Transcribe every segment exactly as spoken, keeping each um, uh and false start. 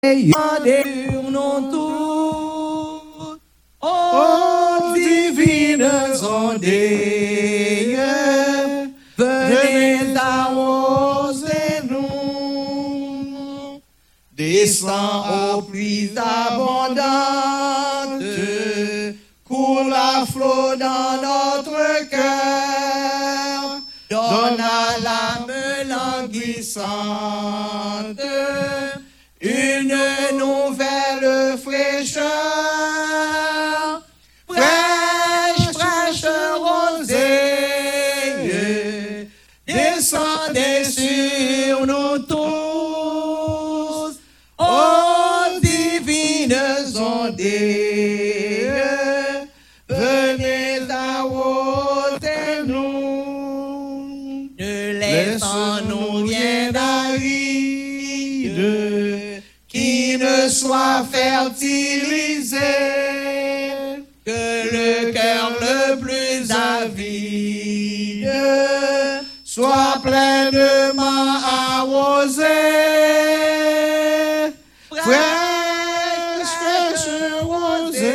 sur nous tous, ô divines ondes, venez arroser nous, descend au plus abondante, coule à flot dans notre cœur, donne à l'âme languissante une nouvelle fraîcheur, fraîche, fraîche rosée, descendez sur nous tous, ô divines ondes, venez arroser nous, ne laissons-nous rien d'aride, qui ne soit fertilisé, que le cœur le plus avide soit pleinement arrosé. Fraîche, fraîche rosée,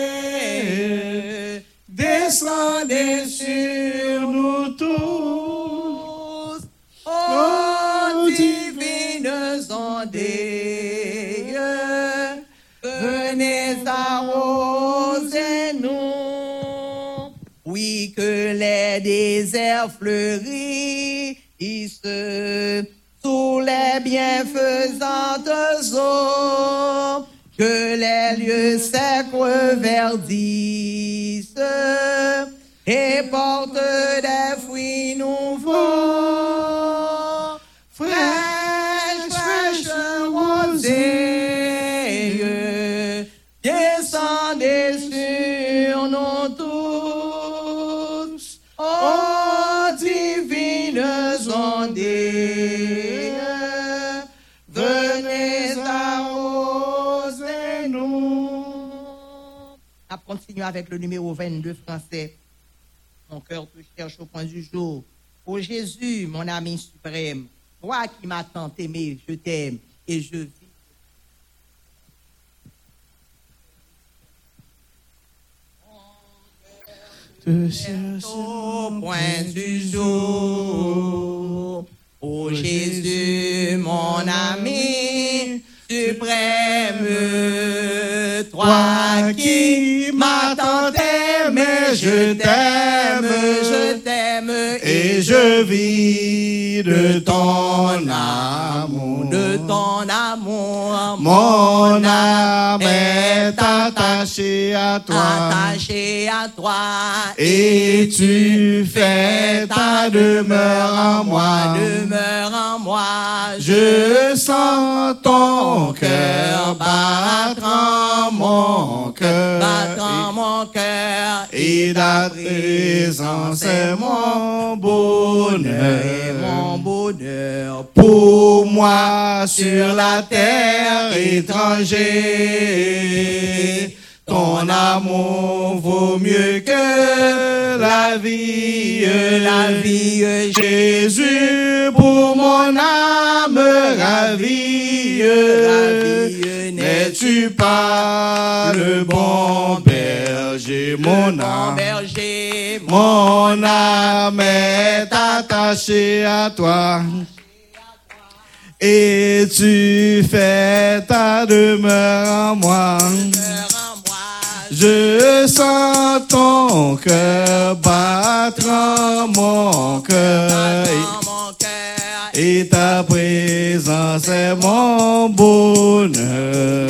descendez sur nous tous, ô divines ondes, venez arroser nous. Oui, que les déserts fleurissent sous les bienfaisantes eaux, que les lieux secs reverdissent et portent des fruits nouveaux. Fraîche, fraîche rosée, descendez sur nous tous, ô divines ondes, venez arroser nous. On continue avec le numéro vingt-deux français. Mon cœur te cherche au point du jour. Ô Jésus, mon ami suprême, toi qui m'as tant aimé, je t'aime et je vis. Te cherche au point du jour. Ô Jésus, mon ami suprême, toi qui m'as tant aimé, je t'aime, je t'aime et je vis de ton amour, de ton amour. Mon âme est attachée à toi, attachée à toi, et tu fais ta demeure en moi, demeure en moi. Je sens ton cœur battre en mon cœur, battre en mon cœur, et ta présence est mon bonheur, et mon bonheur pour moi sur la terre étranger. Ton amour vaut mieux que la vie, la vie. Jésus, pour mon âme ravie, n'es-tu pas le bon berger, mon âme, berger, mon âme est attachée à toi, et tu fais ta demeure en moi. Je sens ton cœur battre en mon cœur, et ta présence est mon bonheur.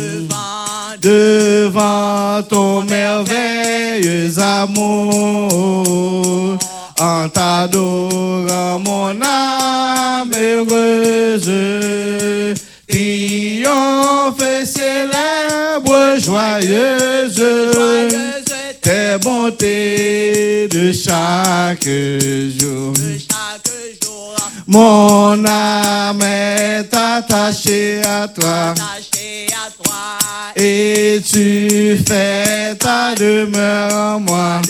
Devant ton merveilleux amour, en t'adorant mon âme heureuse, triomphe célèbre, joyeuse, tes bontés de chaque jour. Mon âme est attachée à toi, et tu fais ta demeure en moi.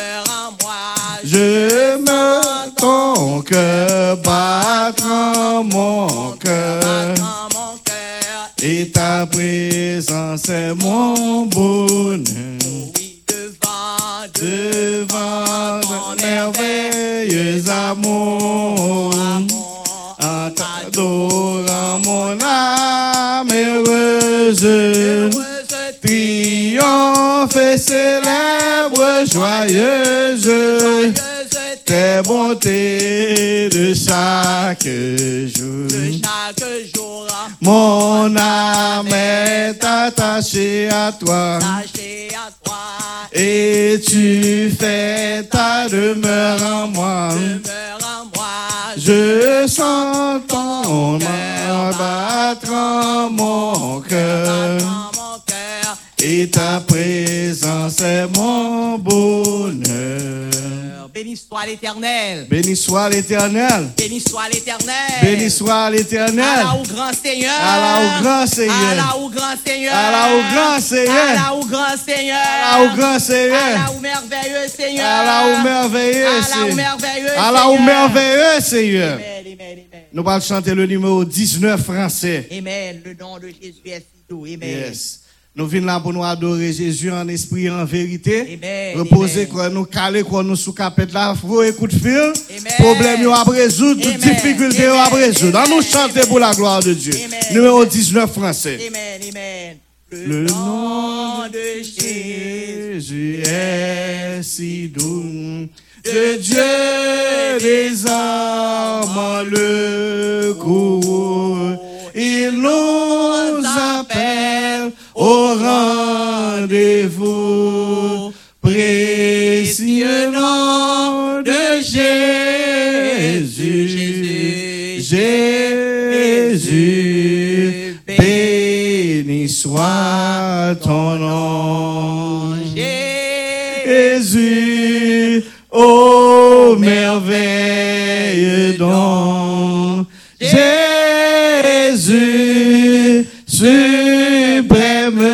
Je me ton cœur battre en mon cœur, et ta présence est mon bonheur. Oui, devant, Devant ton merveilleux amour, en t'adorant mon âme heureuse, triomphe et célèbre, joyeuse, tes bontés de chaque jour. de chaque jour, Mon âme est attachée à toi, attaché à toi, et tu fais ta demeure en moi. demeure en moi. Je sens ton cœur battre en mon cœur, Dans mon cœur, et ta présence est mon bonheur. béni soit l'Éternel. Béni soit l'Éternel. Béni soit l'Éternel. Béni soit l'Éternel. Allah au grand Seigneur. Allah au grand Seigneur. Allah au grand Seigneur. Allah au grand Seigneur. Allah au grand Seigneur. Allah au grand Seigneur. Allah au merveilleux Seigneur. Allah au merveilleux Allah au Seigneur. merveilleux Allah au Seigneur. merveilleux Seigneur. Amen, amen, amen. Nous allons chanter le numéro dix-neuf français. Amen. Le nom de Jésus est si doux. Amen. Yes. Nous venons là pour nous adorer Jésus en esprit et en vérité. Amen, Reposer amen. quoi, nous caler quoi, nous sous capette là, faut écouter fil. Amen. Problème yo à résoudre, Amen. toute difficulté yo à Amen. résoudre. Dans nous Amen. chanter pour la gloire de Dieu. Amen. Numéro dix-neuf français. Amen, amen. Le nom de Jésus. Jésus est si doux, de Dieu des âmes le courroux. Il nous appelle au rendez-vous, précieux nom de Jésus. Jésus, béni soit ton nom. Jésus, ô merveilleux don. Jésus, suprême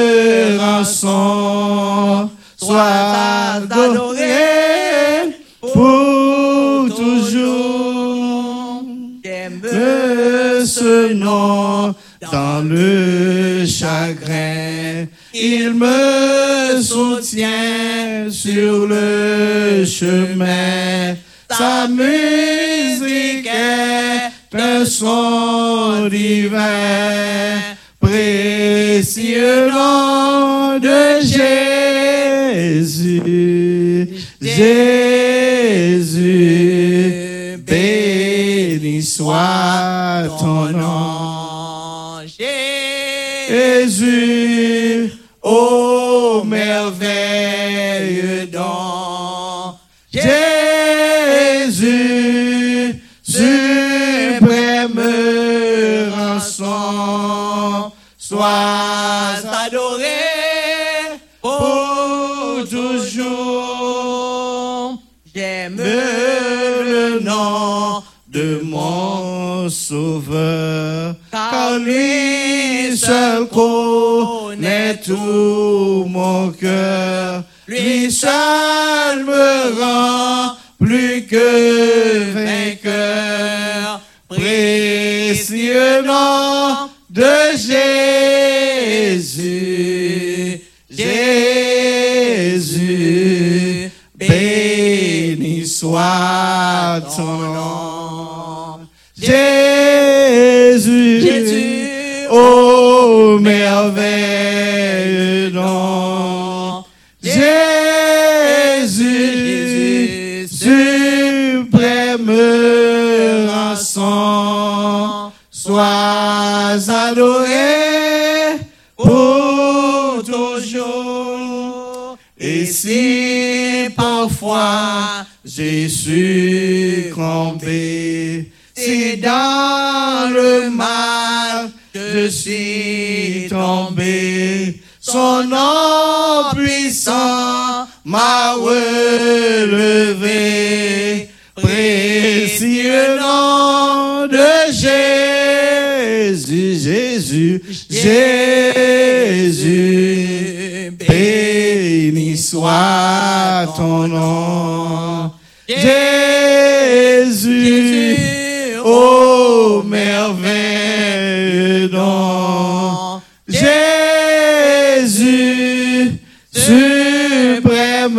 rançon, sois adoré pour toujours. J'aime Ce nom dans le chagrin, il me soutient sur le chemin. Sa musique est un son divin, précieux nom de Jésus. Jésus, béni soit ton nom. Jésus, ô merveilleux don. Jésus, suprême rançon, sois adoré pour toujours. J'aime Le nom de mon Sauveur, car lui seul connaît tout mon cœur. Lui seul me rend plus que vainqueur. Précieux nom de Jésus. Jésus, béni soit ton nom. Jésus, Jésus, ô merveilleux nom. Jésus, suprême rançon, sois adoré pour toujours. Et si parfois j'ai succombé, si dans le mal je suis tombé, son nom puissant m'a relevé. Précieux nom de Jésus, Jésus, Jésus, béni soit ton nom. Jésus, ô merveilleux don. suprême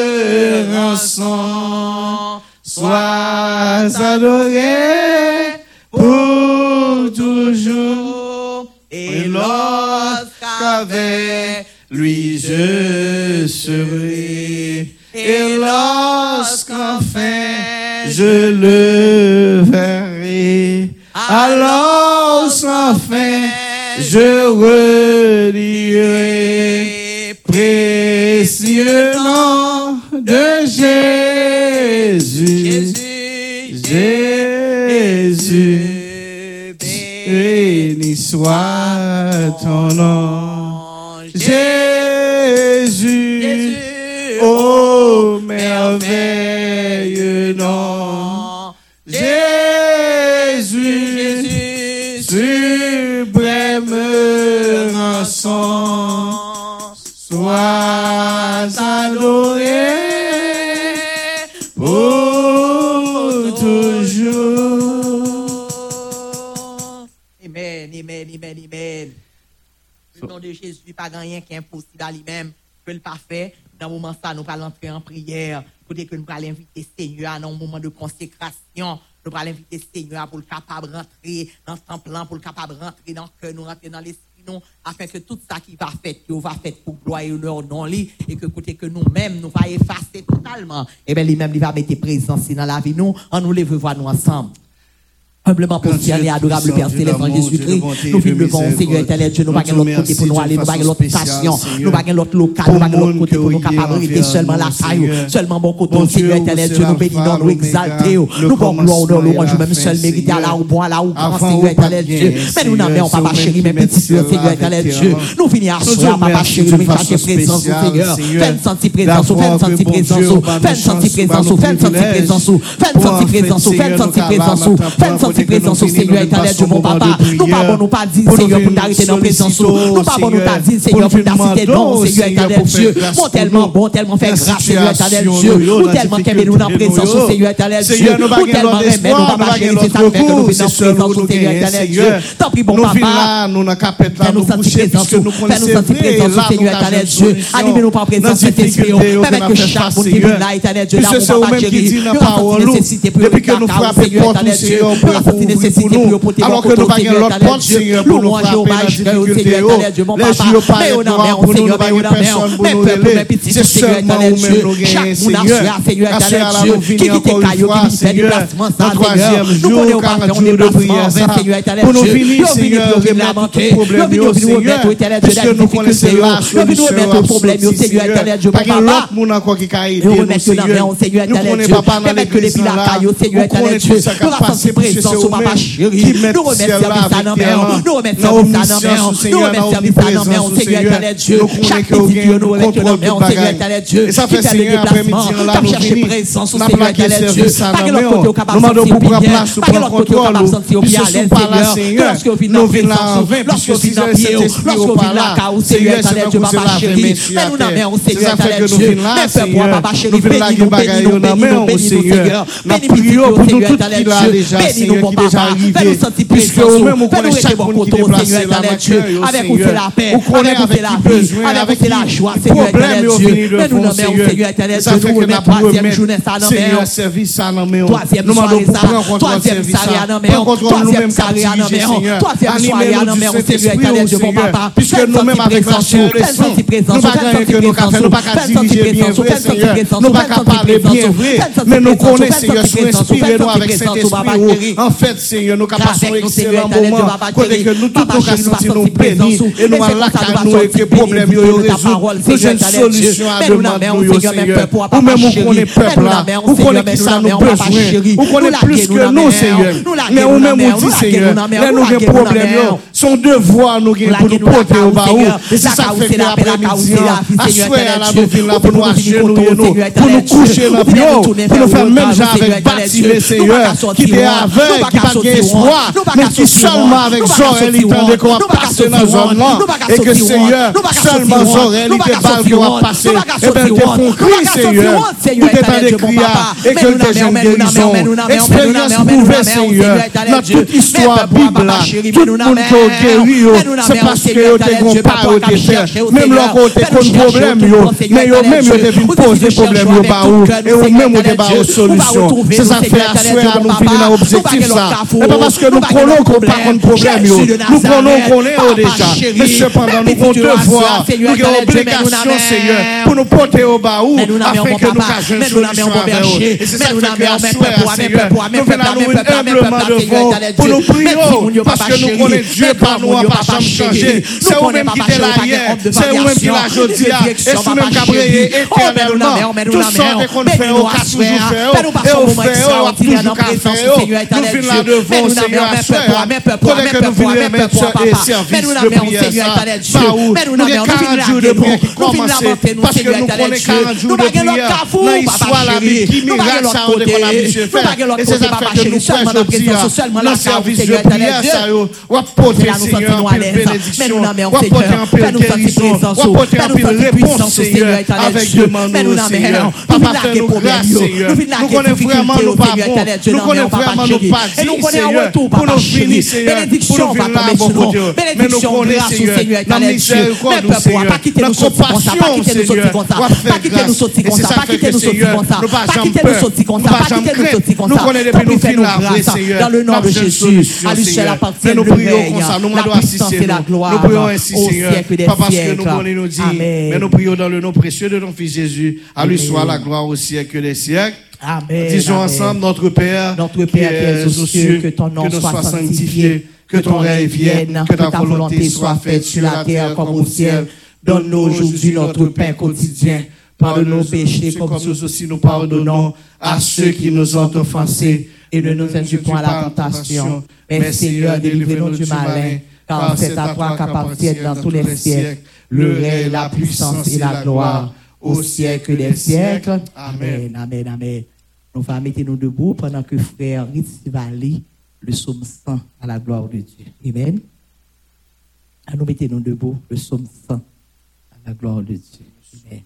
rançon, sois adoré pour toujours. Et lorsqu'avec lui je serai, et lorsqu'enfin je le verrai, alors sans fin je relirai précieux nom de Jésus. Jésus, béni soit ton nom. Jésus, ô merveilleux nom. Jésus, suprême rançon, sois adoré pour toujours. Amen, amen, amen, amen. Le nom de Jésus, pas rien qui est impossible à lui-même, que le parfait. Dans le moment ça, nous allons entrer en prière. Côté que nous allons inviter Seigneur dans un moment de consécration. Nous allons inviter Seigneur pour le capable de rentrer dans ce temple, pour le capable de rentrer dans le cœur, nous rentrer dans l'esprit, nous, afin que tout ça qui va faire, nous va faire pour gloire et honneur dans lui, et que côté que nous-mêmes, nous va effacer totalement. Et bien, lui-même, il va mettre présence dans la vie, nous, en nous lever voir nous ensemble. Humblement positionné, adorable Père Céleste en Jésus-Christ, nous vivons devant le Seigneur éternel Dieu, nous ne pouvons pas l'autre côté pour nous aller, nous ne pouvons pas l'autre station, nous ne pouvons pas l'autre local, nous ne pouvons pas l'autre côté pour nous capables seulement la caillou, seulement bon côté, Seigneur éternel Dieu, nous bénissons, nous exaltons, nous bon gloire, nous louange, même seul mérité à la ou bon, à la ou grand, Seigneur éternel Dieu. Mais nous n'avons pas, papa chéri, mais petit Seigneur éternel Dieu, nous finissons à soi, papa chéri, nous finissons présence, Seigneur, fais-nous sentir présence, fais-nous sentir présence, fais-nous sentir présence, fais-nous sentir présence, fais-nous sentir présence, fais-nous sentir présence, fais-nous sentir présence, Seigneur éternel Dieu, mon papa, nous pas nous pas dire, Seigneur, pour t'arrêter dans présence, nous pas nous pas dire, Seigneur, pour t'arrêter non, Seigneur éternel Dieu, bon tellement bon, tellement fait grâce, Seigneur éternel Dieu, nous tellement qu'aimé nous dans présence, Seigneur éternel Dieu, nous tellement aimé, nous pas pas chérir, c'est ça fait que nous venons dans présence, Seigneur éternel Dieu, tant pis bon papa, nous n'a qu'à pète là, nous sentir présence, fais-nous sentir présence, Seigneur éternel Dieu, animez-nous par présence, cet esprit, permettre que chaque monde qui vient là, éternel Dieu, là, mon papa chéri, nous avons nécessité pour depuis que nous frappons porte, Seigneur, pour nous, alors que nous n'avons l'autre porte, Seigneur, pour nous frapper dans la difficulté, les yeux pas être noirs pour nous, nous n'avons personne pour nous relever, c'est seulement nous-mêmes nous gagnons, Seigneur, à ce là nous venons encore une fois, Seigneur, dans troisième jour, quarante jours de prière, pour nous venir, Seigneur, remettre tout problème, Seigneur, puisque nous connaissons la solution absolue, Seigneur, pas qu'il y a l'autre monde encore qui a aidé nous, Seigneur, nous ne connaissons pas dans l'église là, nous connaissons tout ça qui a passé, puisque c'est vous-même qui mettez nous remercions cela ça dans avec main, nous remercions ça dans main, nous remercions ça dans main, Seigneur éternel Dieu. Chaque petit Dieu nous remercions dans main, Seigneur éternel Dieu. Et ça fait Seigneur après-midi là nous chercher venons, présence, on a Seigneur plaqué éternel Dieu. service à Pas que la l'autre côté main, au capable nous de demandons sentir pour prendre bien, place, pour pas que prendre l'autre côté au capable de contrôle, sentir bien à puisque l'aise, sont pas là, Seigneur. Lorsque vous venez dans nous venons là en présence, vain, lorsque puisque vous venez dans cet pied, esprit lorsque au vous venez pas là, là, Seigneur éternel Dieu, papa chéri. Mais nous n'avons un Seigneur éternel Dieu. Mais fais pour papa chéri, bénis nous, bénis nous, bénis nous, bénis nous, Seigneur. Bénis nous, Seigneur éternel Dieu. Bénis nous, bon papa. Fais-nous sentir présence, fais-nous rester bon côté, Seigneur éternel Dieu. Avec vous c'est la paix, avec vous c'est la vie, avec vous c'est la joie, Seigneur éternel Dieu. Mais nous n'avons Seigneur éternel Dieu, nous remettons troisième journée ça dans main. Troisième soirée ça, troisième soirée à dans main, troisième soirée à dans main, troisième soirée à dans main, Seigneur éternel Dieu, mon papa. Puisque nous-mêmes avec la chair et le sang, nous pas que nous ne nous pas diriger bien vrai, Seigneur. Nous pas qu'à parler bien vrai, mais nous connaissons, Seigneur, sous inspirez-nous avec cet esprit. En fait, Seigneur, nous passons un excellent moment, côté que nous tous nous sentir nous bénis et nous allons là nous et que problème nous résoudre. Nous avons une solution à demander, Seigneur. Ou même nous connaissons peuple là, ou connaissons qui ça nous besoin, ou connaissons plus que nous, Seigneur. Mais ou même nous dit, Seigneur, là nous avons problème, son devoir nous pour nous porter au bas. Et c'est ça fait que l'après-midi, à souhait à la nouvelle là pour nous agenouiller nous, pour nous coucher dans le bureau, pour nous faire même genre avec bâtiment, Seigneur, qui est aveugle, bagaille qui va gagner espoir, mais qui seulement avec Zorel, il tente qu'on va passer dans la zone là, et que Seigneur, seulement Zorel, il déballe qu'on va passer, et bien, te font crier, Seigneur, tout est en décriard, et que le déjeune guérison, expérience prouvée, Seigneur, dans toute histoire Bible, tout le monde qui a guéri, c'est parce que vous avez pas de faire, même leur côté, contre problème, mais eux même, ils ont posé problème, et eux même, ils ont des solutions. C'est ça fait assurer à nous finir dans l'objectif, ça. Et pas parce que nous prenons qu'on pas contre problème, nous prenons qu'on est déjà. Mais cependant, nous avons devoir, nous avons obligation, Seigneur, pour nous porter au bas où, afin que nous cachions une solution avec eux. Et c'est ça qui fait assurer, Seigneur. Nous venons humblement devant pour nous prier, parce que nous connaissons Dieu par nous, pas jamais changer. C'est vous-même qui êtes là hier, c'est vous-même qui l'a aujourd'hui, et c'est vous-même qui a prié éternellement. Tout ça qu'on fait, on a toujours fait, et on fait, on a toujours fait. Nous venons là devant, Seigneur, assurer, peut-être que nous venons mettre et service de prière, ça, pas où, nous avons quarante jours de prière qui commencent, parce que nous connaissons quarante jours de prière, dans l'histoire la vie, qui miracle ça, on a monsieur faire, et c'est ça fait que nous frères aujourd'hui, dans le service de prière, ça, on apporter, Seigneur, en pile bénédiction, on apporter en pile guérison, on apporter en pile réponse, Seigneur, avec demande, Seigneur, papa, fais-nous grâce, Seigneur, nous connaissons vraiment nous pas bon, nous connaissons vraiment nous pas dignes, Seigneur, pour nous finir, Seigneur, pour nous venir là, bon Dieu, mais nous connaissons, Seigneur, dans la miséricorde, Seigneur, dans la compassion, Seigneur, on fait grâce, et c'est ça fait que, Seigneur, nous pas jamais peur, nous pas jamais crainte, nous connaissons depuis nous finir là, Seigneur, dans le nom de Jésus, à lui seul appartient le règne, la puissance et la gloire, nous prions ainsi, Seigneur, pas parce que nous connaissons nous dit, mais nous prions dans le nom précieux de ton Fils Jésus, à lui soit la gloire au siècle des siècles. Amen. Disons ensemble, notre Père, notre Père qui est aux cieux, que ton nom soit sanctifié, que ton règne vienne, que ta volonté soit faite sur la terre comme au ciel. Donne-nous aujourd'hui notre pain quotidien. Pardonne nos péchés comme nous aussi nous pardonnons à ceux qui nous ont offensés. Et ne nous induis point à la tentation, mais Seigneur, délivre-nous du malin, car c'est à toi qu'appartiennent dans tous les siècles le règne, la puissance et la gloire, au siècle des siècles. Amen, amen, amen. Nous allons mettre nous debout pendant que frère Ritz va lire le psaume cent à la gloire de Dieu. Amen. Nous mettons nous debout le psaume cent à la gloire de Dieu. Amen.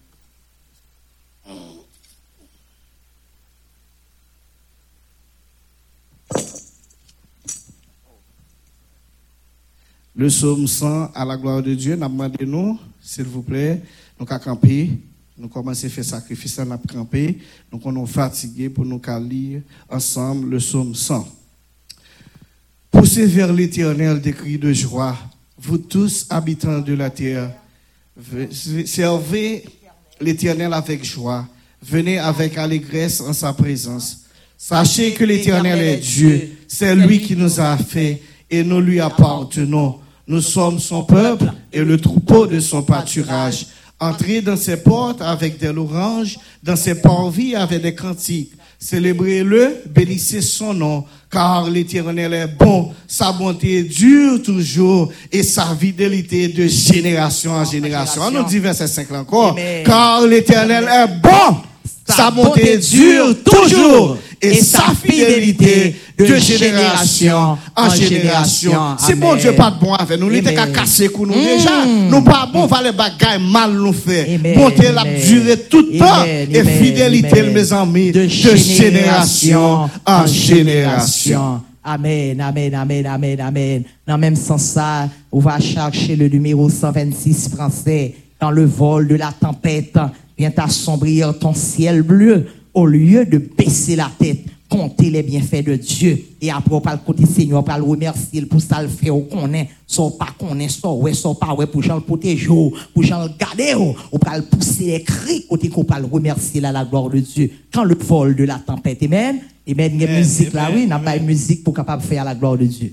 Le psaume cent à la gloire de Dieu, nous demandons nous, s'il vous plaît, nous avons campé, nous commençons à faire sacrifice, nous avons campé, nous sommes fatigués pour nous lire ensemble le psaume cent. Poussez vers l'Éternel des cris de joie, vous tous habitants de la terre, servez l'Éternel avec joie, venez avec allégresse en sa présence. Sachez que l'Éternel est Dieu, c'est lui qui nous a fait et nous lui appartenons. Nous sommes son peuple et le troupeau de son pâturage. Entrez dans ses portes avec des louanges, dans ses parvis avec des cantiques. Célébrez-le, bénissez son nom, car l'Éternel est bon, sa bonté dure toujours et sa fidélité de génération en génération. On nous dit verset cinq là encore. Amen. Car l'Éternel est bon, sa bonté dure toujours et sa fidélité de génération en génération. Si bon Dieu pas bon avec nous, il était qu'à casser pour nous déjà. Nous pas bon, va les bagailles mal nous faire. Bonté la durer tout le temps et fidélité, mes amis, de génération en génération. Amen, amen, amen, amen, amen. Dans le même sens, ça, on va chercher le numéro cent vingt-six français. Dans le vol de la tempête, vient assombrir ton ciel bleu. Au lieu de baisser la tête, compter les bienfaits de Dieu. Et après, on parle côté Seigneur, on parle remercier pour ça le fait, on connaît, soit pas connaît, soit ouais, soit pas ouais, pour j'en le protéger, pour j'en le garder, on parle pousser les cris, côté qu'on parle remercier la, la gloire de Dieu. Quand le vol de la tempête, amen, amen, il y a musique là, oui, on n'a pas de musique pour capable faire la gloire de Dieu.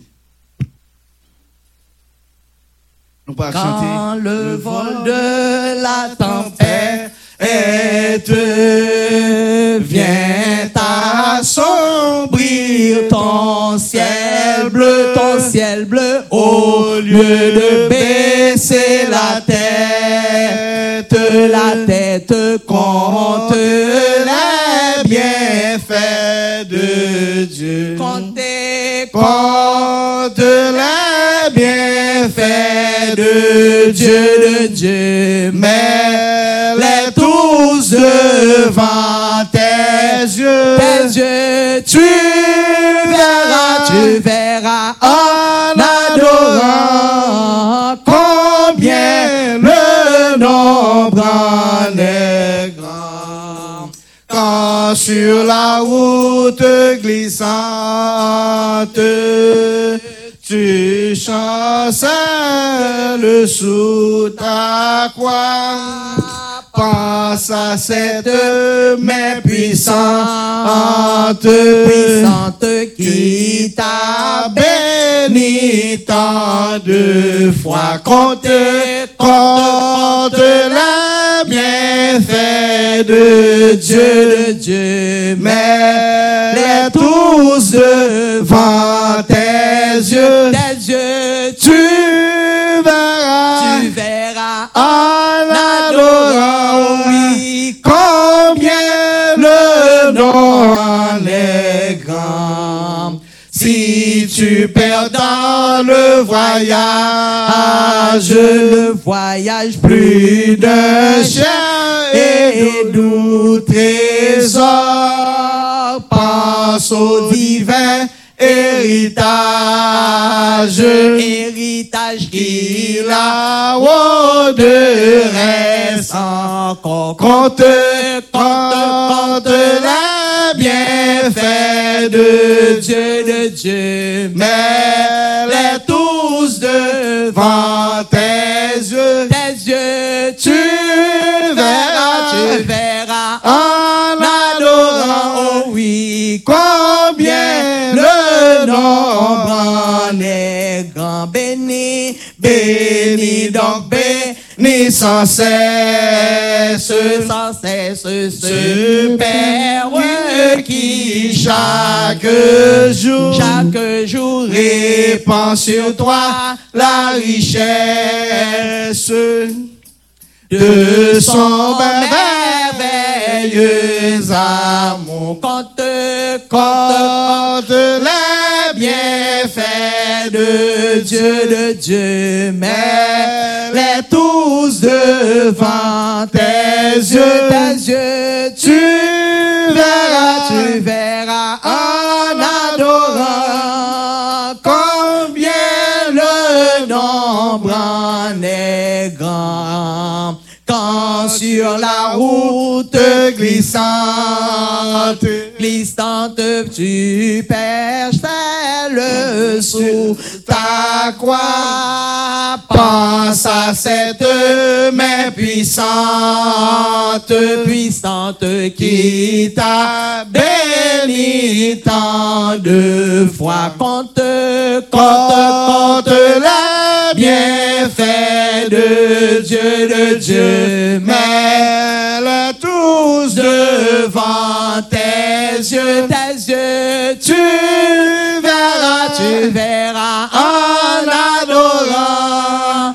Nous pas Quand chanter. le vol de la tempête et vient assombrir ton ciel bleu, ton ciel bleu, au lieu de baisser la tête, la tête compte les bienfaits de Dieu. Comptez de Dieu, de Dieu, mets-les tous devant tes yeux. Tes yeux, Tu verras, tu verras en adorant combien le nombre en est grand. Quand sur la route glissante, tu chancelles sous ta croix. Pense à cette main puissante, puissante qui t'a béni tant de fois. Compte, compte les bienfaits de Dieu, de Dieu, mets-les tous devant tes yeux. Tes yeux, Tu verras, tu verras en adorant, oui, combien le nom en est grand. Si tu perds dans le voyage, le voyage plus d'un cher et doux trésor, pense au divin héritage, héritage qu'il a au de reste encore. Compte, compte les bienfaits de Dieu, de Dieu, mets-les tous devant tes yeux. Tes yeux, Tu verras, tu verras en adorant, oh oui, combien le nombre en est grand. Béni, béni, donc béni sans cesse, sans cesse ce Père qui chaque jour, chaque jour répand sur toi la richesse de son merveilleux amour. Compte, Compte les bienfaits de Dieu, de Dieu, mets-les tous devant tes yeux. tes yeux, Tu verras, tu verras en adorant combien le nombre en est grand. Quand sur la route glissante, glissante, tu perches le sous ta croix, pense à cette main puissante, puissante qui t'a béni tant de fois. compte, Compte les bienfaits de Dieu, de Dieu, mets-les tous devant tes yeux. tes yeux, Tu verras, tu verras en adorant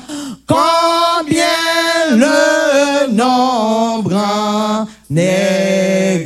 combien le nombre en est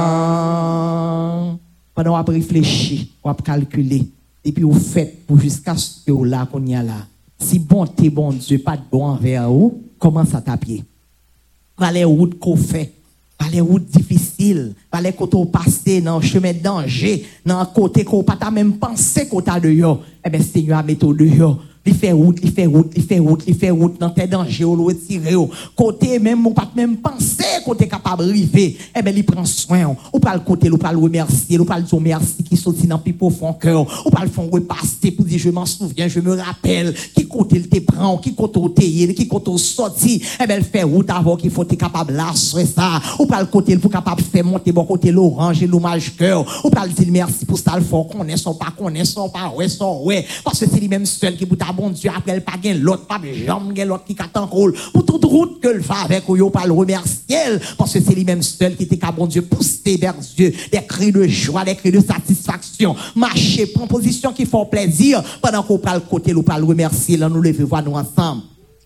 grand. Pendant qu'on réfléchir, on calculer, et puis on fait pour jusqu'à ce que là qu'on y a là. Si bon t'es bon Dieu, pas de bon envers vous, commence à taper. Par les routes qu'on fait, par les routes difficiles, par les côtés passés dans le chemin de danger, dans le côté qu'on pas même pensé qu'on t'a dehors, eh bien, Seigneur a mis au dehors. Il fait route, il fait route, il fait route, il fait route dans tes dangers, ou le tirer, côté même, ou pas même penser qu'on est capable de arriver, eh bien, il prend soin, ou pas le côté, ou pas le remercier, ou pas le dire merci qui sortit dans le plus profond cœur, ou pas le fond repasser pour dire je m'en souviens, je me rappelle, qui côté il te prend, qui côté il te qui côté sorti, eh bien, il fait route avant qu'il faut être capable de lâcher ça, ou pas le côté, il faut capable de faire monter bon côté l'orange et l'hommage cœur, ou pas le dire merci pour ça, le fort qu'on est, son pas qu'on est, son pas ouais, son ouais, parce que c'est lui-même seul qui vous a bon Dieu, après elle pas gain l'autre, pas jambe gain l'autre qui attend rôle. Pour toute route que le fait avec ou yo pas le remercier, parce que c'est lui-même seul qui était qu'à bon Dieu pousser vers Dieu, des cris de joie, des cris de satisfaction, marcher, prendre position qui font plaisir, pendant qu'on parle côté, ou pas le remercier, là nous lever voir nous ensemble.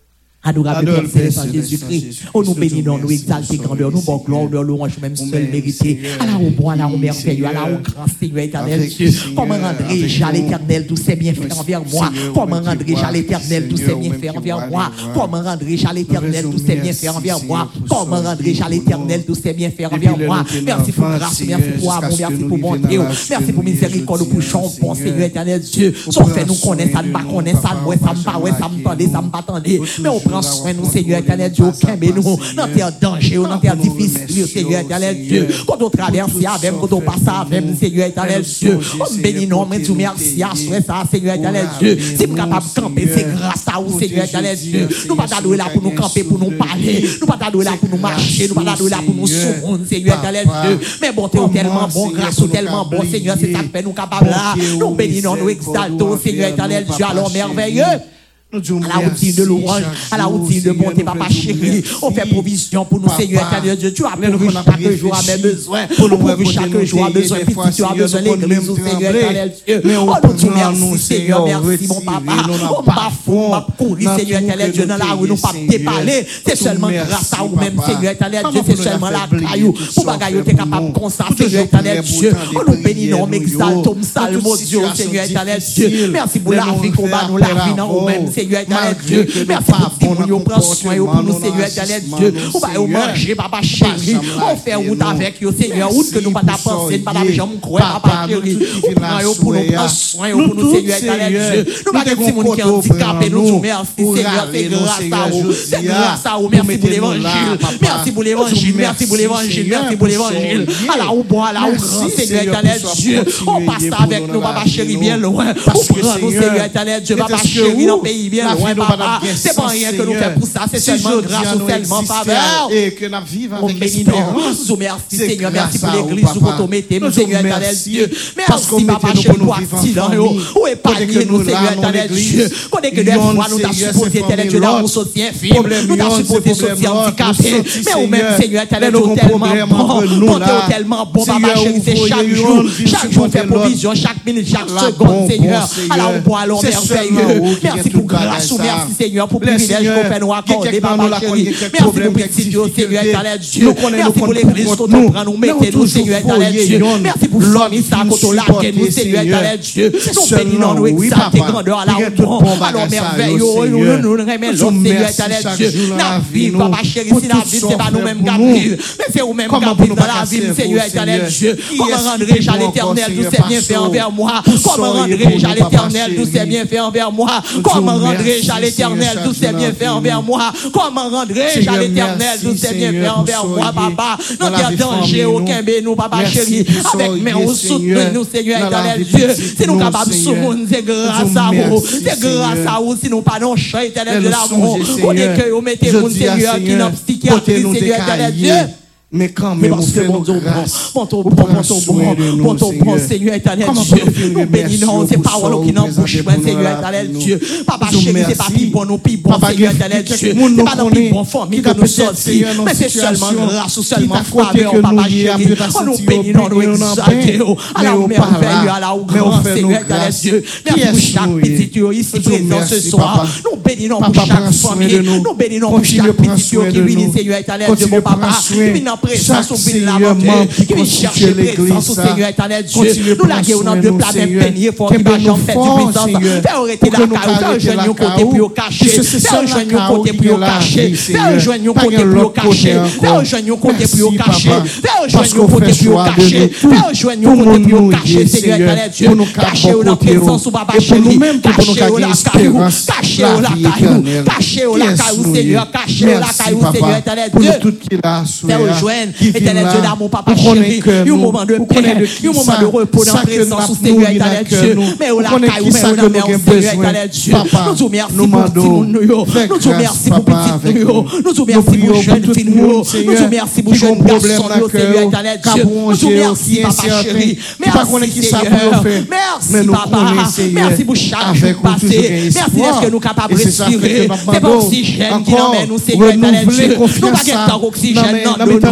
Adorable Père Céleste Jésus-Christ, oh nous bénissons, nous exaltons, grandeur, nous bon gloire, nous louange, même seul mérité. À la haut bon, à la haut merveilleux, à la haut grand Seigneur éternel Dieu. Comment rendrai-je à l'éternel tous ses bienfaits envers moi? Comment rendrai-je à l'éternel tous ses bienfaits envers moi? Comment rendrai-je à l'éternel tous ses bienfaits envers moi? Comment rendrai-je à l'éternel tous ses bienfaits envers moi? Merci pour grâce, merci pour amour, merci pour bonté, merci pour miséricorde, pour chant, bon Seigneur éternel Dieu. Sauf fait nous connaître, ça ne pas connaître, ça ne ça ne pas, ça me tendait, ça me pas tendait. Mais on prend soin nous, Seigneur éternel Dieu, aucun mais nous, dans terre danger, dans terre difficile, Seigneur éternel Dieu. Quand on traverse avec, quand on passe avec, Seigneur éternel Dieu. On bénit nous, mais tu merci à ça, Seigneur éternel Dieu. Si nous sommes capables de camper, c'est grâce à vous, Seigneur éternel Dieu. Nous ne pas t'adouer là pour nous camper, pour nous parler. Nous ne pas t'adouer là pour nous marcher. Nous ne pas t'adouer là pour nous sourire, Seigneur éternel Dieu. Mais bon, tu es tellement bon, grâce ou tellement bon, Seigneur, c'est ça qui fait nous capables là. Nous bénissons, nous exaltons, Seigneur éternel Dieu, alors merveilleux. À la routine de louange, à la routine de bonté, papa chéri. On fait provision pour nous, Seigneur éternel Dieu. Tu as pourvu chaque jour à mes besoins. Pour nous pourvu chaque jour à besoin. Puis tu as besoin de l'église, Seigneur éternel Dieu. Oh, nous te merci, Seigneur. Merci, mon papa. On va fou, on va courir, Seigneur éternel Dieu. Dans la rue, nous pas te parler. C'est seulement grâce à vous-même, Seigneur éternel Dieu. C'est seulement la caillou. Pour bagaille, tu es capable de consacrer, Seigneur éternel Dieu. On nous bénit, nous m'exaltons, salmo Dieu, Seigneur éternel Dieu. Merci pour la vie qu'on va nous la vie dans nous-mêmes, Seigneur éternel Dieu. Merci pour nous prendre soin pour nous, Seigneur éternel Dieu. On va manger, papa chéri. On fait route avec vous, Seigneur. Route que nous pas penser, pas la jambe croire, papa chéri. On prend pour nous prendre soin pour nous, Seigneur éternel Dieu. Nous pas des petits monde qui handicapés, nous nous merci, Seigneur. C'est grâce à vous. C'est grâce à vous. Merci pour l'évangile. Merci pour l'évangile. Merci pour l'évangile. Merci pour l'évangile. À la haut bon, à la haut grand, Seigneur éternel Dieu. On passe avec nous, papa chéri, bien loin. On prend nous, Seigneur éternel Dieu, papa chéri, dans le pays bien loin. Papa, c'est pas rien que nous faisons pour ça, c'est seulement grâce ou tellement faveur. Et que nous vivons avec espérance. Nous merci Seigneur, merci pour l'église, pour ton mettez, nous Seigneur éternel Dieu. Merci papa chéri pour accident, où épargner nous Seigneur éternel Dieu. Connais que des fois nous t'as supposé éternel Dieu là, nous sommes infimes, nous t'as supposé sortir handicapés, mais au même Seigneur éternel, nous tellement bon, nous t'es tellement bon, papa chéri, c'est chaque jour, chaque jour fait provision, chaque minute, chaque seconde Seigneur. Alors on boit alors merveilleux. Merci pour grâce ou merci Seigneur pour le privilège qu'on fait nous accorder, papa chéri. Merci pour petit Dieu, Seigneur éternel Dieu. Merci pour l'église qu'on nous prend, nous mettez nous, Seigneur éternel Dieu. Merci pour l'homme, ça, qu'on l'a nous, Seigneur éternel Dieu. Nous bénissons, nous exaltons grandeur à la hauteur. Alors merveilleux, nous nous remettons, Seigneur éternel Dieu. La vie, papa chéri, si la vie, c'est pas nous-mêmes qui vivons, mais c'est nous-mêmes qui vivons dans la vie, Seigneur éternel Dieu. Comment rendrai-je à l'éternel tous ces bienfaits envers moi? Comment rendrai-je à l'éternel tous ces bienfaits envers moi? Comment rendrai-je à l'éternel tous ces bienfaits envers moi? Comment rendrai-je à l'éternel tous ces bienfaits envers moi, papa? Non, il y a danger, aucun bénou, papa chéri. Avec mes au soutenir nous, Seigneur éternel Dieu. Si nous capables de soutenir, c'est grâce à vous. C'est grâce à vous, si nous pas non chant éternel de l'amour. On est que vous mettez mon Seigneur qui n'a psychiatrie, Seigneur éternel Dieu. Mais quand même, parce que mon Dieu, bon, ton bon, bon, ton bon, bon, ton bon, Seigneur éternel Dieu. Nous bénissons, c'est paroles qui n'en bouche pas, Seigneur éternel Dieu. Papa chéri, c'est pas plus bon, nous plus bon, Seigneur éternel Dieu. C'est pas dans plus bon famille que nous sortis. Mais c'est seulement grâce ou seulement faveur, papa chéri. Nous bénissons, nous exaltons. À la merveille, à la grand, Seigneur éternel Dieu. Merci pour chaque petit Dieu ici présent ce soir. Nous bénissons pour chaque famille. Nous bénissons pour chaque petit Dieu qui vient, Seigneur éternel Dieu, mon papa. Présence au pays de la mort, qui vient chercher présence au Seigneur éternel Dieu. Nous la guerre dans deux plats même peigné fort qui va jamais faire du présence. Faire arrêter la caille, faire rejoindre un côté pour cacher, faire rejoindre un côté pour cacher, faire rejoindre un côté pour cacher, faire rejoindre un côté pour cacher, faire rejoindre un côté pour cacher, faire rejoindre un côté pour cacher, Seigneur éternel Dieu. Cacher au la présence au papa chéri, cacher au la caillou, cacher au la caillou, cacher au la caillou, Seigneur, cacher au la caillou, Seigneur éternel Dieu. Faire rejoindre éternel Dieu d'amour, papa chéri, un moment de paix, un moment de repos dans la présence du Seigneur éternel Dieu. Mais au la caillou, mais au la mer, Seigneur éternel Dieu. Nous vous merci pour petit monde, nous vous merci pour petit nous, nous vous merci pour jeune fille, nous vous merci pour jeune garçon, Seigneur éternel Dieu. Nous vous merci, papa chéri. Merci, Seigneur. Merci, papa. Merci pour chaque jour passé. Merci d'être que nous capables de respirer. C'est pas oxygène qui nous mène, nous, Seigneur éternel Dieu. Nous pas qu'un temps oxygène, non, nous,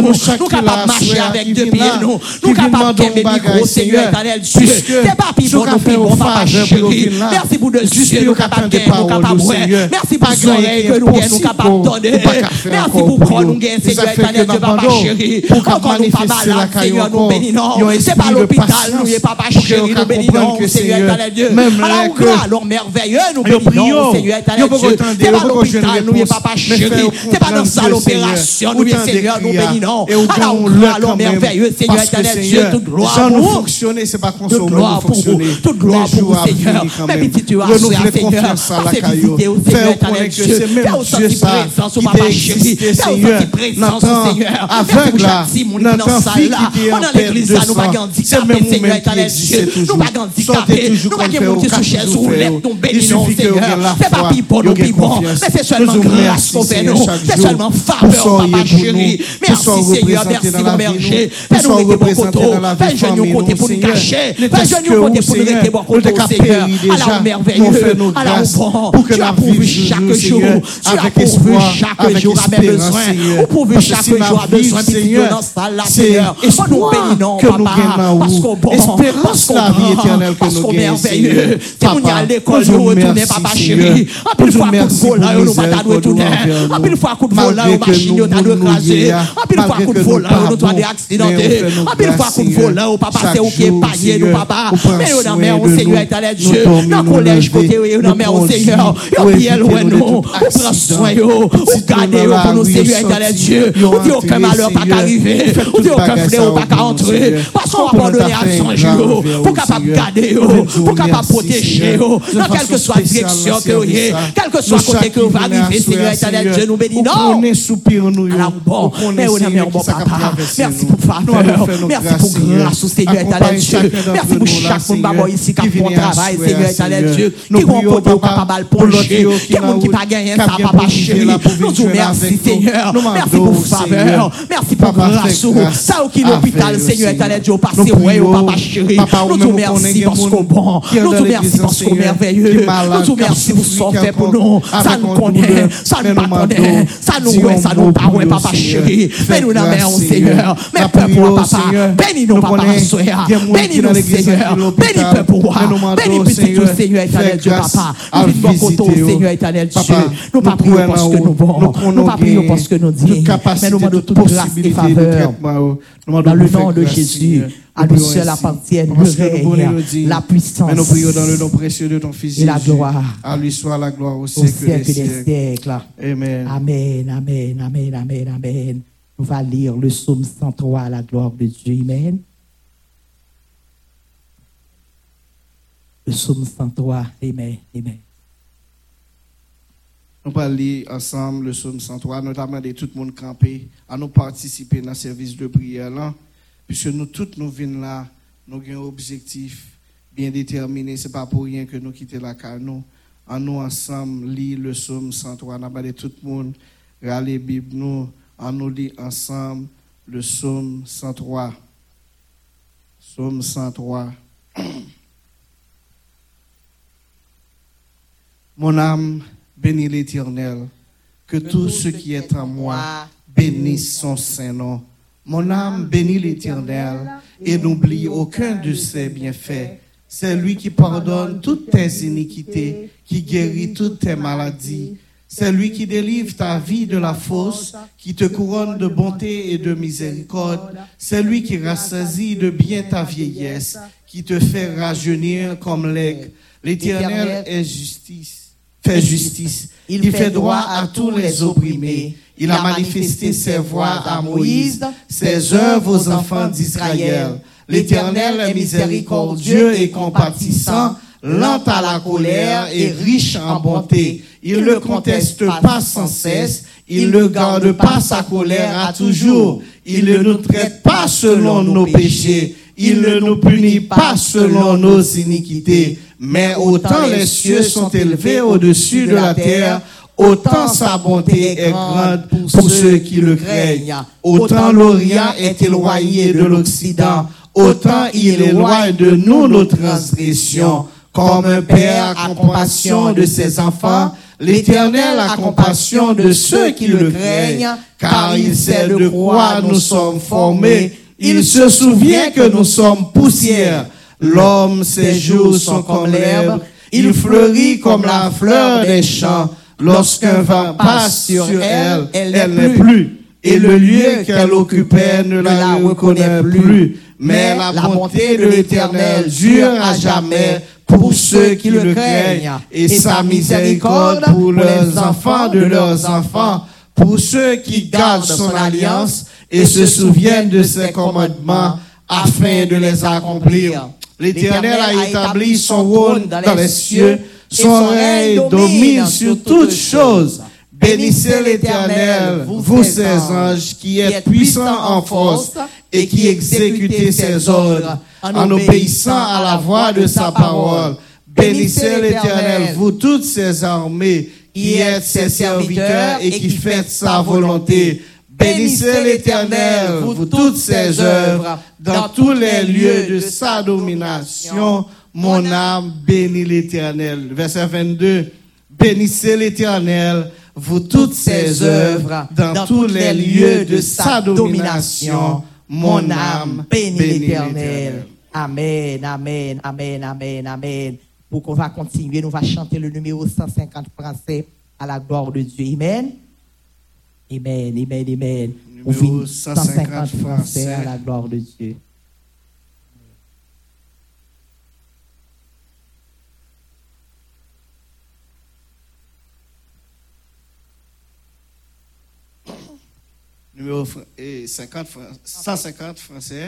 nous. Nous capables de marcher avec deux pieds, nous. Nous capables de gagner micro, Seigneur éternel Dieu. C'est pas plus bon, nous plus bon, papa chéri. Merci pour deux yeux, nous capables de gagner, nous capables de voir. Merci pour les oreilles que nous gagnons, nous capables de donner. Merci pour quoi nous gagnons, Seigneur éternel Dieu, papa chéri. Encore nous pas malades, Seigneur, nous bénissons. C'est pas l'hôpital, nous, papa chéri, nous bénissons, Seigneur éternel Dieu. Alors, grand, alors merveilleux, nous bénissons, Seigneur éternel Dieu. C'est pas l'hôpital, nous, papa chéri. C'est pas dans la salle d'opération, nous, Seigneur, nous bénissons. Alors, grand, alors merveilleux, Seigneur éternel Dieu, toute gloire pour vous. C'est pas toute gloire pour vous, toute gloire pour vous, Seigneur. Même si tu as Seigneur, passez visiter au Seigneur éternel Dieu. Fais au senti présence, au papa chéri. Fais au senti présence, Seigneur. Avec la, dans la salle là, on dans l'église là, nous pas handicapés, Seigneur éternel Dieu. Nous pas handicapés, nous pas monter sur chaise ouverte, nous bénissons, Seigneur. C'est pas pipon, nous pipon, mais c'est seulement grâce qu'on fait nous. C'est seulement faveur, papa chéri. Merci, Seigneur, merci, mon berger. Fais-nous rester bon côté, fais jeune côté pour nous cacher, fais jeune côté pour nous rester bon côté, Seigneur. Alors merveilleux, alors bon, tu as pourvu chaque jour, tu as pourvu chaque jour à mes besoins, ou pourvu chaque jour à besoin, Seigneur, dans ça là, Seigneur. Oh, nous bénissons, papa, parce qu'on bon, parce qu'on bon, parce qu'on merveilleux. C'est pour nous à l'école, nous retourner, papa chéri. En pile fois, coup de vol, nous pas t'as retourner. En pile fois, coup de vol, nous machine, nous t'as écrasé. En pile fois, coup de vol, nous t'as accidenté. En pile fois, coup de vol, nous pas passer au pied paillé, nous papa. Mais nous dans mer, au Seigneur éternel Dieu. Dans le collège, côté, nous dans mer, au Seigneur. Yo bien loin nous, ou prend soin yo, ou garder pour nous, Seigneur éternel Dieu. Ou dit aucun malheur pas qu'arriver, ou dit aucun fléau pas qu'entrer. Parce qu'on va donner à son jour, pour capable garder, pour capable protéger, dans quelle que soit la direction que vous ayez, quel que soit le côté que vous va arriver, Seigneur éternel Dieu, nous bénissons. Alors bon, mais on a mis un bon papa. Merci pour faveur, merci pour grâce, Seigneur éternel Dieu. Merci pour chaque monde ici qui a bon travail, Seigneur éternel Dieu. Qui vont côté au papa poncher, qui monde qui pas gagné ça, papa chéri. Nous vous merci, Seigneur. Merci pour faveur, merci pour grâce. Ça qui l'hôpital, Seigneur éternel Dieu, passez ouais, papa chéri. Nous vous merci parce qu'on bon. Nous vous merci parce qu'on merveilleux. Nous vous merci pour ce qu'on fait pour nous. Ça nous connaît, ça nous pas connaît, ça nous ouais, ça nous pas ouais, papa chéri. Mais nous n'avons au Seigneur. Mais peuple, papa, bénis nos papa, soeur. Bénis nos Seigneur. Bénis peuple, bénis petit Seigneur éternel Dieu, papa. Nous vivons côté Seigneur éternel Dieu. Nous pas prions parce que nous bons. Nous pas prions parce que nous disons. Mais nous demandons toute grâce et faveur. Dans le nom de Jésus. À lui seul appartiennent le règne, la puissance nous prions dans le nom précieux de ton Fils et la gloire. À lui soit la gloire au Au siècle siècle des des siècles. siècles. Amen. Amen, amen, amen, amen, amen. Nous allons lire le psaume cent trois à la gloire de Dieu. Amen. Le psaume cent trois. Amen, amen. Nous allons lire ensemble le psaume cent trois, notamment de tout le monde campé, à nous participer dans le service de prière là. Puisque nous tous nous venons là, nous avons un objectif bien déterminé. Ce n'est pas pour rien que nous quittons la carte. Nous, en nous ensemble, lire le psaume cent trois. Nous avons tout le monde, râler la Bible, nous, en nous lire ensemble le psaume cent trois. Psaume cent trois. Mon âme bénit l'Éternel, que tout ce qui est en moi bénisse son saint nom. Mon âme bénit l'Éternel et n'oublie aucun de ses bienfaits. C'est lui qui pardonne toutes tes iniquités, qui guérit toutes tes maladies. C'est lui qui délivre ta vie de la fosse, qui te couronne de bonté et de miséricorde. C'est lui qui rassasie de bien ta vieillesse, qui te fait rajeunir comme l'aigle. L'Éternel est justice, fait justice. Il fait droit à tous les opprimés. Il a manifesté ses voies à Moïse, ses œuvres aux enfants d'Israël. L'Éternel est miséricordieux et compatissant, lent à la colère et riche en bonté. Il ne conteste pas sans cesse, il ne garde pas sa colère à toujours. Il ne nous traite pas selon nos péchés, il ne nous punit pas selon nos iniquités. Mais autant les cieux sont élevés au-dessus de la terre, autant sa bonté est grande pour ceux qui le craignent. Autant l'Orient est éloigné de l'Occident, autant il éloigne de nous nos transgressions. Comme un père a compassion de ses enfants, L'Éternel a compassion de ceux qui le craignent, car il sait de quoi nous sommes formés. Il se souvient que nous sommes poussière. L'homme, ses jours sont comme l'herbe, il fleurit comme la fleur des champs. Lorsqu'un vent passe sur elle, elle n'est plus, et le lieu qu'elle occupait ne la reconnaît plus. Mais la bonté de l'Éternel dure à jamais pour ceux qui le craignent, et sa miséricorde pour leurs enfants de leurs enfants, pour ceux qui gardent son alliance et se souviennent de ses commandements afin de les accomplir. L'Éternel a établi son rôle dans les cieux, son règne domine sur toutes choses. Bénissez l'Éternel, vous ses anges, qui êtes puissants en force et qui exécutez ses ordres en obéissant à la voix de sa parole. Bénissez l'Éternel, vous toutes ses armées, qui êtes ses serviteurs et qui faites sa volonté. Bénissez l'Éternel, vous toutes ses œuvres, dans tous les lieux de sa domination. Mon âme bénit l'Éternel. Verset vingt-deux. Bénissez l'Éternel, vous toutes ses œuvres, dans tous les lieux de sa domination. Mon âme bénit l'Éternel. Amen, amen, amen, amen, amen. Pour qu'on va continuer, nous allons chanter le numéro cent cinquante français à la gloire de Dieu. Amen. Amen, amen, amen. Numéro cent cinquante français à la gloire de Dieu. Numéro cinquante, cent cinquante français.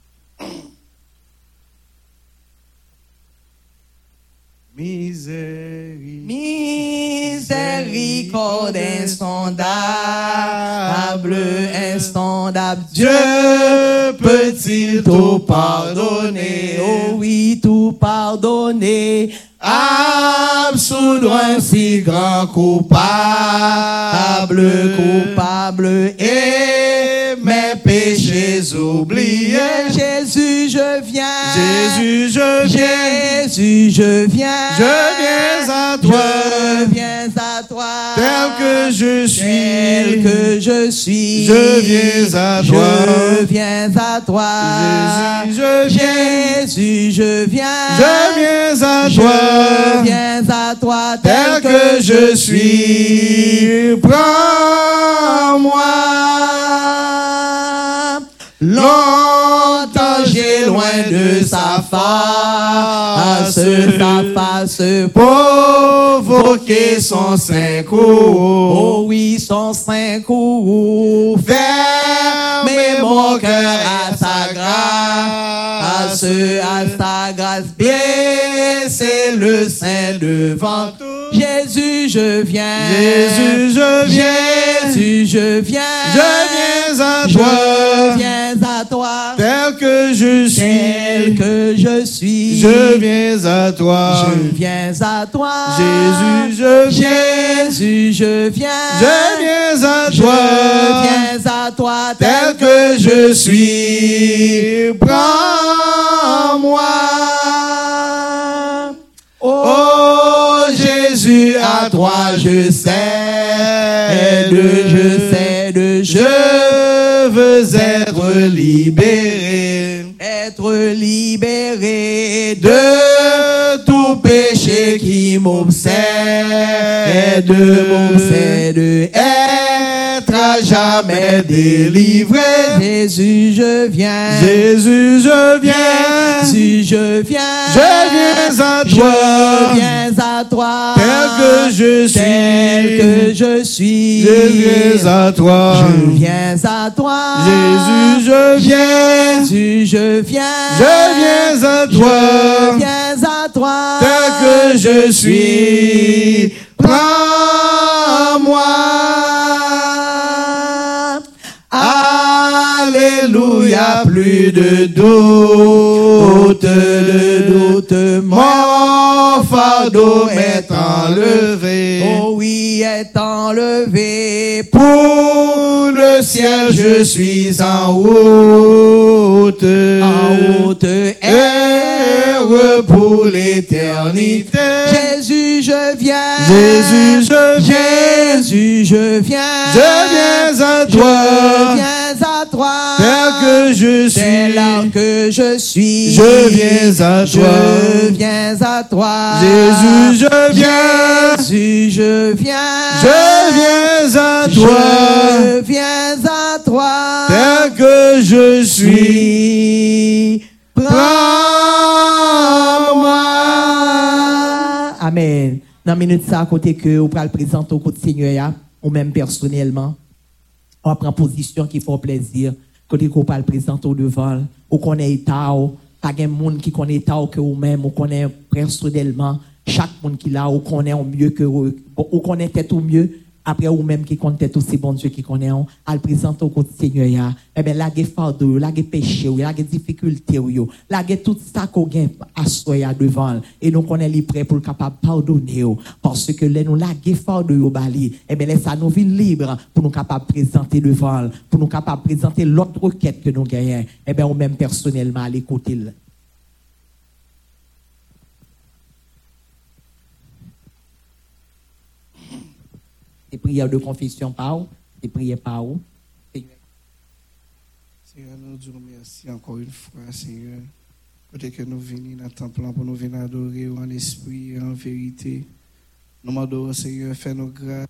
Miséricorde. Miséricorde insondable, insondable. Dieu peut-il tout pardonner? Oh oui, tout pardonner. Absoudre un si grand coupable, coupable et mes péchés oubliés. Jésus, je viens. Jésus, je viens. Jésus, je viens. Je viens à toi. Je viens à toi. Tel que je suis. Tel que je suis. Je viens à toi. Je viens à toi. Jésus, je viens. Jésus, je viens. Je viens à toi. Je viens à toi. Tel que je suis. Prends-moi. Longtemps j'ai loin de sa face, sa face provoquer son saint cours. Oh oui, son saint cours. Fermez mon cœur à sa grâce, à sa grâce. Baissez le sein devant tout. Jésus, je viens. Jésus, je viens. Jésus, je viens. Je viens à toi. Je viens à toi. Tel que je suis. Tel que je suis. Je viens à toi. Je viens à toi. Jésus, je viens. Jésus, je viens. Je viens à toi. Je viens à toi. Tel que je suis. Prends-moi. Oh Jésus, à toi je cède, je cède, je veux être libéré, être libéré de tout péché qui m'obsède, m'obsède, être à jamais délivré. Jésus, je viens. Jésus, je viens. Jésus, je viens. Je viens à toi. Je viens à toi. Tel que je suis. Tel que je suis. Je viens à toi. Je viens à toi. Jésus, je viens. Jésus, je viens. Je viens à toi. Je viens à toi. Tel que je suis. Prends-moi. Alléluia, plus de doute, de doute, mon fardeau fardeau est enlevé. Oh oui, est enlevé. Pour le ciel, je suis en route. En route heureux pour l'éternité. Jésus, je viens. Jésus, je viens. Jésus, je viens. Je viens à toi. Je viens à toi. Tel que je suis. Tel que je suis. Je viens à toi. Je viens à toi. Jésus, je viens. Jésus, je viens. Je viens à toi. Je viens à toi. Tel que je suis. Prends-moi. Amen. Dans la minute ça, à côté que vous pouvez le présenter au côté Seigneur, ou même personnellement, on prend position qui fait plaisir. Côté qu'on peut le présenter au devant, ou qu'on est état, pas de monde qui connaît état que vous même, ou connaît personnellement, chaque monde qui l'a, ou connaît au mieux que ou connaît tête au mieux. Après, ou même qui compte aussi bon Dieu qui connaît, à le présenter au côté Seigneur, eh bien, là, il y a fardeau, là, il y a péché, là, il y a difficulté, là, il y a tout ça qu'on gagne à soi devant, et nous connaissons les prêts pour le capable pardonner, parce que là, nous, là, il y a fardeau, eh bien, laisse nous vivre libre pour nous capable présenter devant, pour nous capable présenter l'autre requête que nous gagnons, eh bien, ou même personnellement, à l'écouter. Des prières de confession par où? Des prières par où? Seigneur, nous disons merci encore une fois, Seigneur. Côté que nous venons dans ton plan pour nous venir adorer en esprit et en vérité. Nous demandons, Seigneur, fais-nous grâce.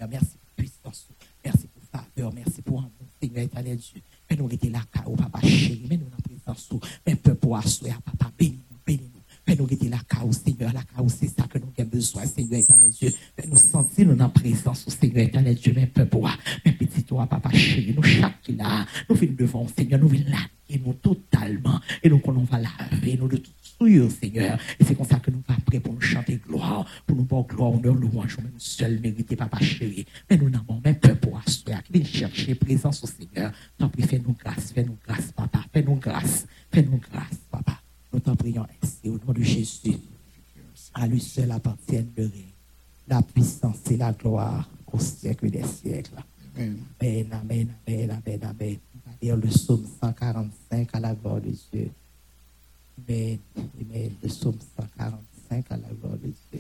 Seigneur. Merci pour puissance. Merci pour faveur. Merci pour amour, Seigneur éternel Dieu. Mais nous rester là, au papa chéri. Mais nous en présence. Mais peu pour assurer, papa, bénis-nous, bénis-nous. Mais nous rester là, au Seigneur. La chaos, c'est ça que nous avons besoin, Seigneur éternel Dieu. Mais nous sentir nous en présence, Seigneur éternel Dieu. Mais peu pour, mais petit toi, papa chéri. Nous chaque qui là, nous venons devant, Seigneur. Nous venons là, et nous totalement. Et donc, on va laver, nous de tout. Oui, Seigneur. Et c'est comme ça que nous sommes prêts pour nous chanter gloire, pour nous voir gloire, honneur, louange, même seul mérité, papa chéri. Mais nous n'avons même peur pour assurer, qui vient chercher présence au Seigneur. T'en prie, fais-nous grâce, fais-nous grâce, papa, fais-nous grâce, fais-nous grâce, papa. Nous t'en prions ainsi, au nom de Jésus. À lui seul appartiennent le règne, la puissance et la gloire au siècle des siècles. Amen, amen, amen, amen, amen. On va lire le psaume cent quarante-cinq à la gloire de Dieu. Amen, amen. Le psaume cent quarante-cinq à la gloire de Dieu.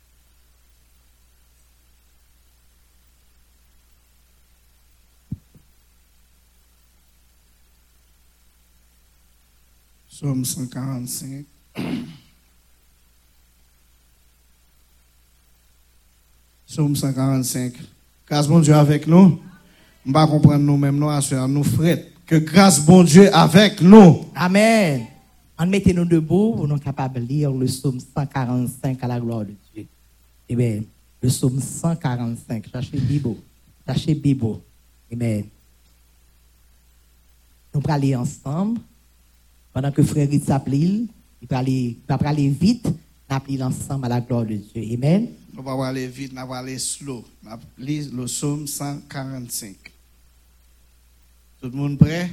Psaume cent quarante-cinq. Psaume cent quarante-cinq. Grâce bon Dieu avec nous. On ne va pas comprendre nous-mêmes, nous, à nous frères. Que grâce bon Dieu avec nous. Amen. En mettez-nous debout, vous êtes capables de lire le psaume cent quarante-cinq à la gloire de Dieu. Amen. Le psaume cent quarante-cinq. Cherchez Bible. Cherchez Bible. Amen. Nous allons aller ensemble. Pendant que frère Ritz s'appelle, il va aller, aller vite. Nous allons aller ensemble à la gloire de Dieu. Amen. Nous allons aller vite, nous allons aller slow. Nous allons lire le psaume cent quarante-cinq. Tout le monde prêt?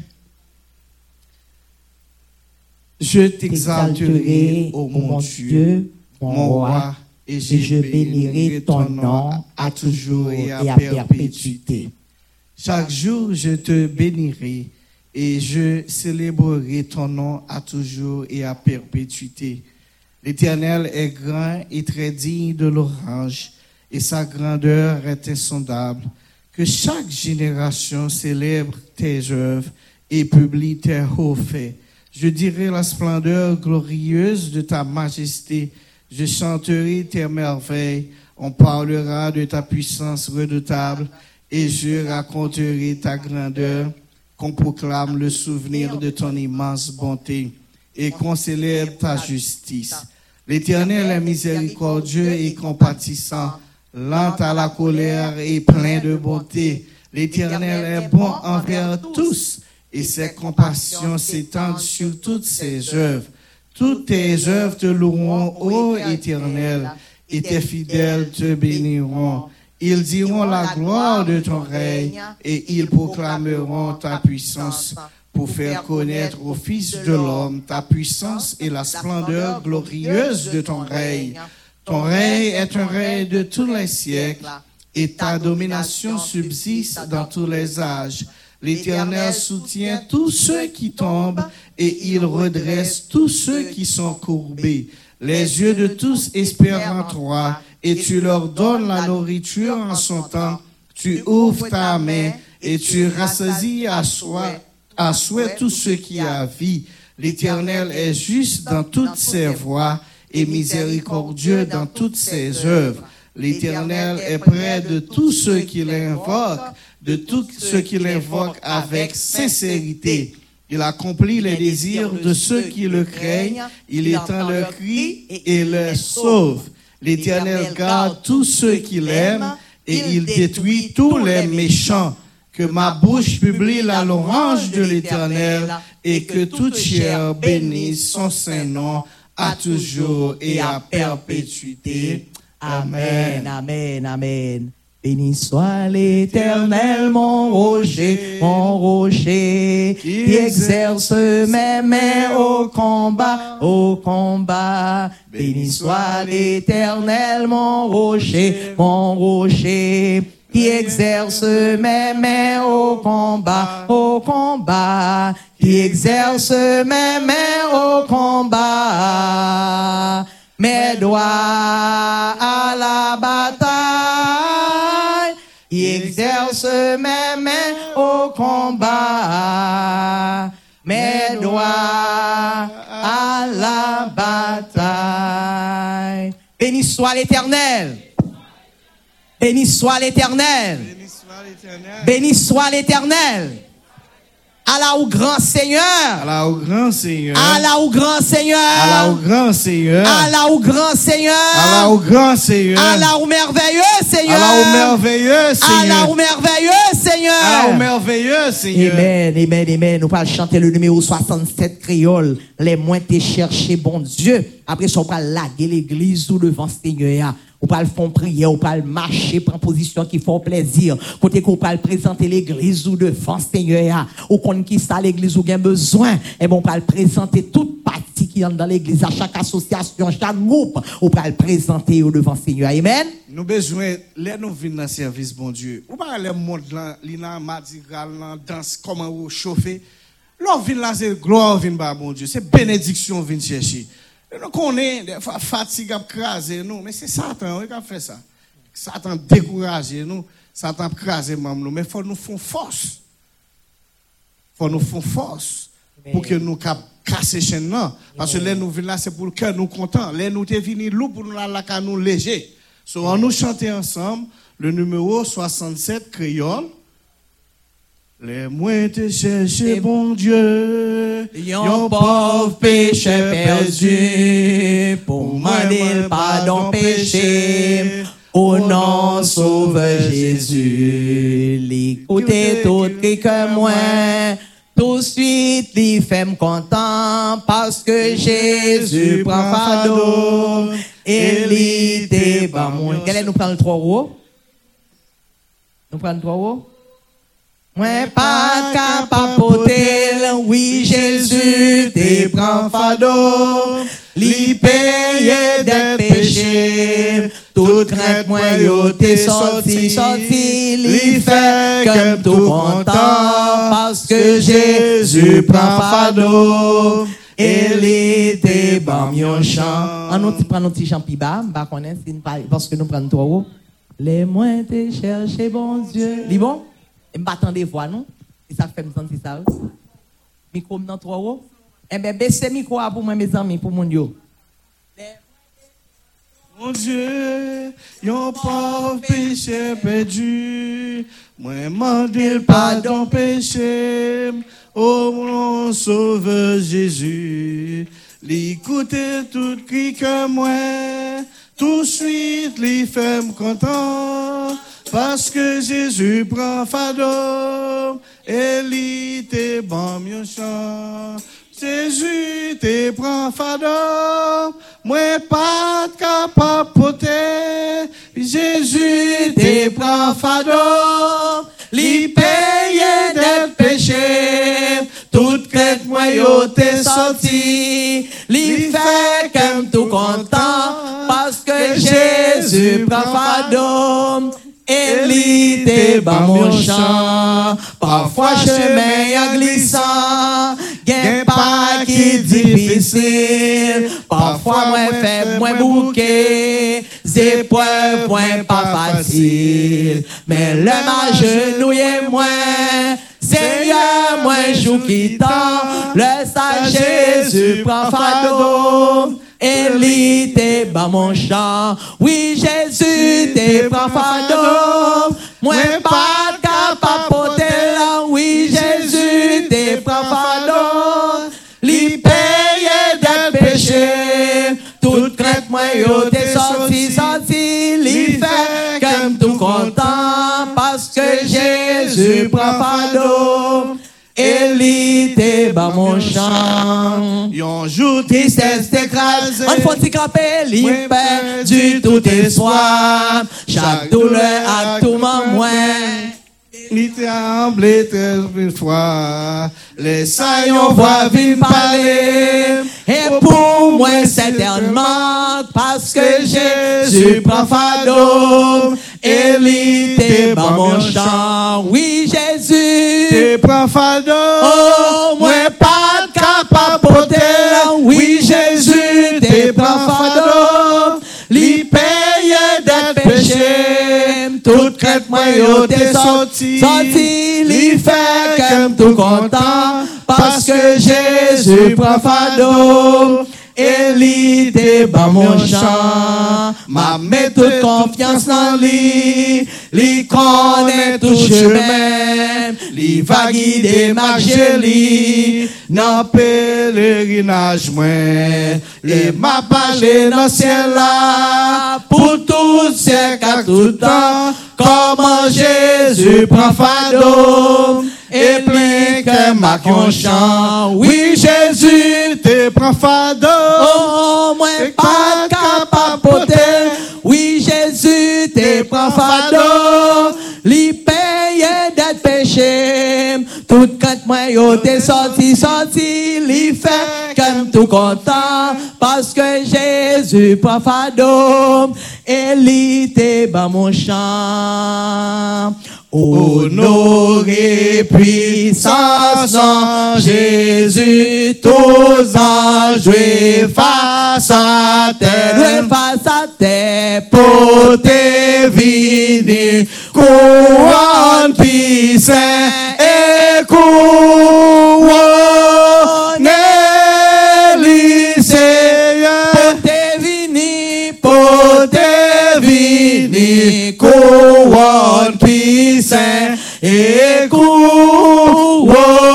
Je t'exalterai, ô mon Dieu, mon roi, et je bénirai ton nom à toujours et à perpétuité. Chaque jour, je te bénirai et je célébrerai ton nom à toujours et à perpétuité. L'Éternel est grand et très digne de l'orange, et sa grandeur est insondable. Que chaque génération célèbre tes œuvres et publie tes hauts faits. Je dirai la splendeur glorieuse de ta majesté. Je chanterai tes merveilles. On parlera de ta puissance redoutable et je raconterai ta grandeur. Qu'on proclame le souvenir de ton immense bonté et qu'on célèbre ta justice. L'Éternel est miséricordieux et compatissant, lent à la colère et plein de bonté. L'Éternel est bon envers tous. Et ses compassions s'étendent sur toutes ses œuvres. Toutes tes œuvres te loueront, ô Éternel, et tes fidèles te béniront. Ils diront la gloire de ton règne, et ils proclameront ta puissance pour faire connaître aux fils de l'homme ta puissance et la splendeur glorieuse de ton règne. Ton règne est un règne de tous les siècles, et ta domination subsiste dans tous les âges. L'Éternel soutient tous ceux qui tombent et il redresse tous ceux qui sont courbés. Les yeux de tous espèrent en toi et tu leur donnes la nourriture en son temps. Tu ouvres ta main et tu rassasies à souhait, à souhait tous ceux qui a vie. L'Éternel est juste dans toutes ses voies et miséricordieux dans toutes ses œuvres. L'Éternel est près de tous ceux qui l'invoquent, de tous ceux qui l'invoquent avec sincérité. Il accomplit les désirs de ceux qui le craignent. Il étend leurs cris et les sauve. L'Éternel garde tous ceux qui l'aiment et il détruit tous les méchants. Que ma bouche publie la louange de l'Éternel et que toute chair bénisse son saint nom à toujours et à perpétuité. Amen, amen, amen. Béni soit l'Éternel, mon rocher, mon rocher, qui exerce mes mains au combat, au combat. Béni soit l'Éternel, mon rocher, mon rocher, qui exerce mes mains au combat, au combat, qui exerce mes mains au combat. Mes doigts à la bataille, qui exerce mes mains au combat. Mes doigts à la bataille. Béni soit l'Éternel. Béni soit l'Éternel. Béni soit l'Éternel. Béni soit l'Éternel. Allah au grand Seigneur. Allah au grand Seigneur. Allah au grand Seigneur. Allah au grand Seigneur. Allah au grand Seigneur. Allah au grand Seigneur. Allah au merveilleux Seigneur. Allah au merveilleux Seigneur. Allah au merveilleux Seigneur. Allah au merveilleux Seigneur. Amen, amen, amen. Nous allons chanter le numéro soixante-sept créole. Les moins t'es cherché, bon Dieu. Après ça, on va laguer l'église ou devant Seigneur. On va le faire prier, on va le marcher, prendre position qui font plaisir. Côté qu'on va le présenter l'église ou devant Seigneur. Ou qu'on qui ça l'église ou bien besoin. Et bon, on va le présenter toute partie qui est dans l'église, à chaque association, chaque groupe. On va le présenter au devant Seigneur. Amen. Nous besoin, les nous venons dans le service, bon Dieu. Ou pas les monde là, l'ina madigal, danse, comment vous chauffer. L'on vient là, c'est gloire, vient bas, bon Dieu. C'est bénédiction, vient chercher. Nous connaissons, des fois, fatigue à craser nous, mais c'est Satan qui a fait ça. Satan décourage nous, Satan crase nous, mais il faut nous faire force. Il faut nous faire force pour que nous casser chaîne là. Parce que là, nous venons là, c'est pour que nous contents. Là, nous sommes venus lourd pour nous là, là, nous léger. So, on nous chanter ensemble le numéro soixante-sept créole. Les moins te chercher, bon Dieu, yon pauvre péché perdu, pour demander pardon péché, au nom sauveur Jésus, l'écoutez tout cri que moi, tout de suite les femmes content, parce que Jésus prend fardeau, et l'idée bah moi. Quel est nous prendre le trois euros? Nous prendre le trois euros? Moi pas capable porter, oui Jésus te prend fardeau, li paye des péchés, toute crainte moi yo te sorti, sorti, li fait comme tout content, parce que Jésus prend fardeau, et li te ban yon chant. On nous prend nos petits chants pi bas, pas connaître parce que nous prenons trois euros. Les moins te chercher bon Dieu. Li bon? Et m'attends des voix, non? Et ça fait me sentir ça. Micro dans trois euros. Eh bien, baissez micro pour moi, mes amis, pour mon Dieu. Mon Dieu, yon pauvre péché perdu. Moi, demande le pardon péché. Oh, mon sauveur Jésus. L'écoutez tout cri que moi. Tout de suite, les femmes contents. Parce que Jésus prend fardeau, et il te bon mieux chant. Jésus te prend fardeau, moi pas capable porter. Jésus te prend fardeau, li paye des péchés. Toute crête moi yo te sorti, li fait comme tout content, parce que Jésus prend fardeau. Et l'idée bat mon chant, parfois chemin a glissant, gain pas qui difficile, parfois moins faible, moins bouquet, épreuves moins pas facile, mais le m'agenouille moins, Seigneur moins joue qui tend, le sage Jésus prend fardeau. Et l'idée bat mon chant, oui Jésus te prend fardeau, moi pas capable porter là, oui Jésus te prend fardeau, li paye des péchés, toute crainte moi yo te sorti, sorti, li fait comme tout content, parce que Jésus prend fardeau. Et l'idée bat mon chant. Yon jour tristesse t'écrase. On faut t'y craper, l'y perdu tout espoir. Chaque douleur a tout moins. Li tremble une fois. Les saillons voient vite parler. Et pour moi, certainement, parce que Jésus prend fardeau. Et l'idée bat mon chant. Oui, Jésus te prend fardeau. Oh, moi pas capable porter. Oui, Jésus te prend fardeau. Li paye des péchés. Toute crête moi yo te sorti. Sorti, li fait comme tout content. Parce que Jésus prend fardeau. et li te ban mon chant. Ma mets toute confiance en lui, li connaît tout chemin, li va guider ma joli, Nan pèlerinage mwen, et m'a parlé dans le ciel là, pour tout siècle à tout temps, comment Jésus prend fardeau, et plein que ma conscience. Oui, Jésus te prend fardeau, oh, moi pas capable porter. Oui, Jésus te prend fardeau, li paye d'être péché. Tout quand moi yo t'es sorti, sorti, li fait comme tout content, parce que Jésus prend fardeau, et li te ban mon chant. Honoré, puissance en Jésus, tous anges face à terre, face à terre, pour te venir, couronne puissant et couronne les Seigneur, pour te venir, pour te venir, couronne puissant et couronne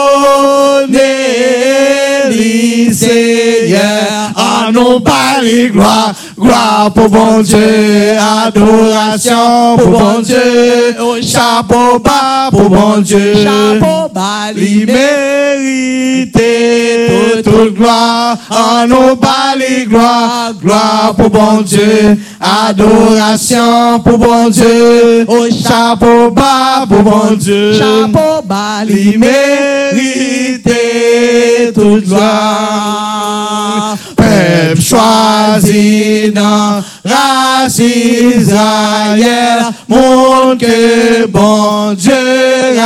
les Seigneur, à nos paris gloire, gloire pour bon Dieu, adoration pour bon Dieu, chapeau bas pour bon Dieu, chapeau bas, li mérite toute gloire, à nos paris gloire, gloire pour bon Dieu, adoration pour bon Dieu, chapeau bas pour bon Dieu, chapeau bas, li mérite toute gloire. Peuple choisi dans race Israël, monde que bon Dieu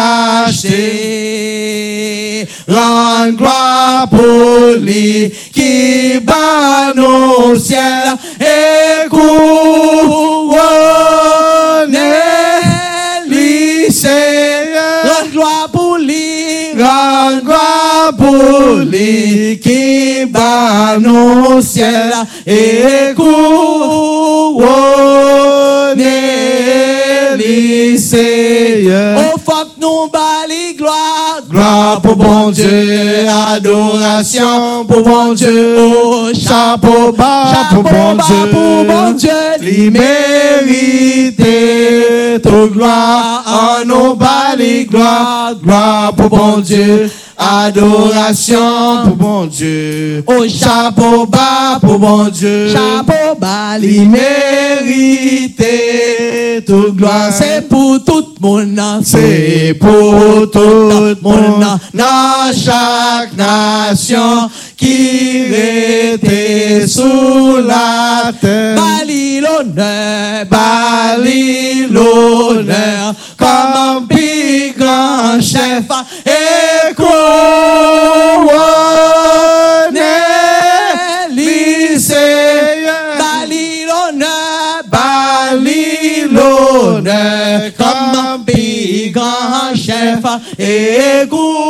racheté. Rends gloire pour lui qui bat nos ciels et couronne lui Seigneur. Rends gloire pour lui, rends gloire pour lui qui bat nos ciels et couronne lui Seigneur. oh fuck nous bali gloire, Gloire pour bon Dieu, adoration pour bon Dieu, oh chapeau bas pour bon Dieu, pour bon Dieu, li mérite toute gloire, en nos bali gloire, gloire pour bon Dieu, adoration pour bon Dieu, oh chapeau bas pour bon Dieu, chapeau bas, li mérite toute gloire, c'est pour tout le monde, c'est pour tout le monde, dans chaque nation qui était sous la terre. Bali l'honneur, Bali l'honneur, comme un plus grand chef, et couronne les Seigneur. Bali l'honneur, Bali l'honneur, comme un plus grand chef, et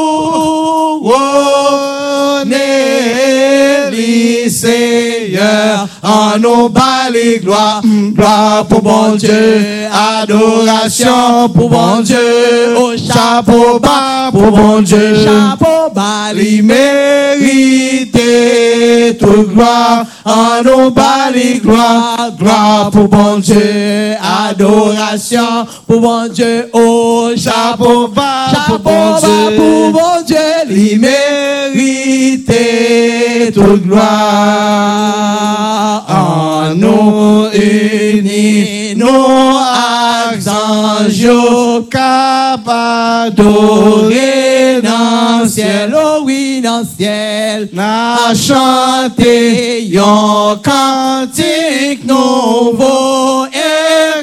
couronne les Seigneur, en nos bali gloire, gloire pour bon Dieu, adoration pour bon Dieu, oh chapeau bas pour bon Dieu, chapeau bas, li mérite toute gloire, en nos bali gloire, gloire pour bon Dieu, adoration pour bon Dieu, oh chapeau bas pour chapeau bon bas Dieu, pour bon Dieu, li mérite toute gloire, en nous unis, nous archanges capables d'adorer dans le ciel, oh oui dans le ciel, n'a chanté yon cantique nouveau et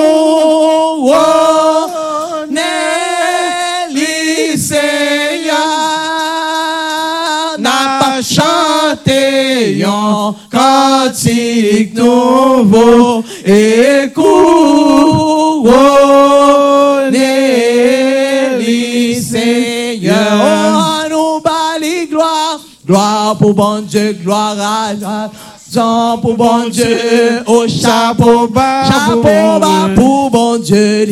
couronne les Seigneur, n'a pas chanté yon cantique nouveau et couronne les Seigneur. oh nous bali gloire, Gloire gloire pour bon Dieu, gloire à Jean pour bon Dieu, au chapeau bas, chapeau bas pour bon Dieu,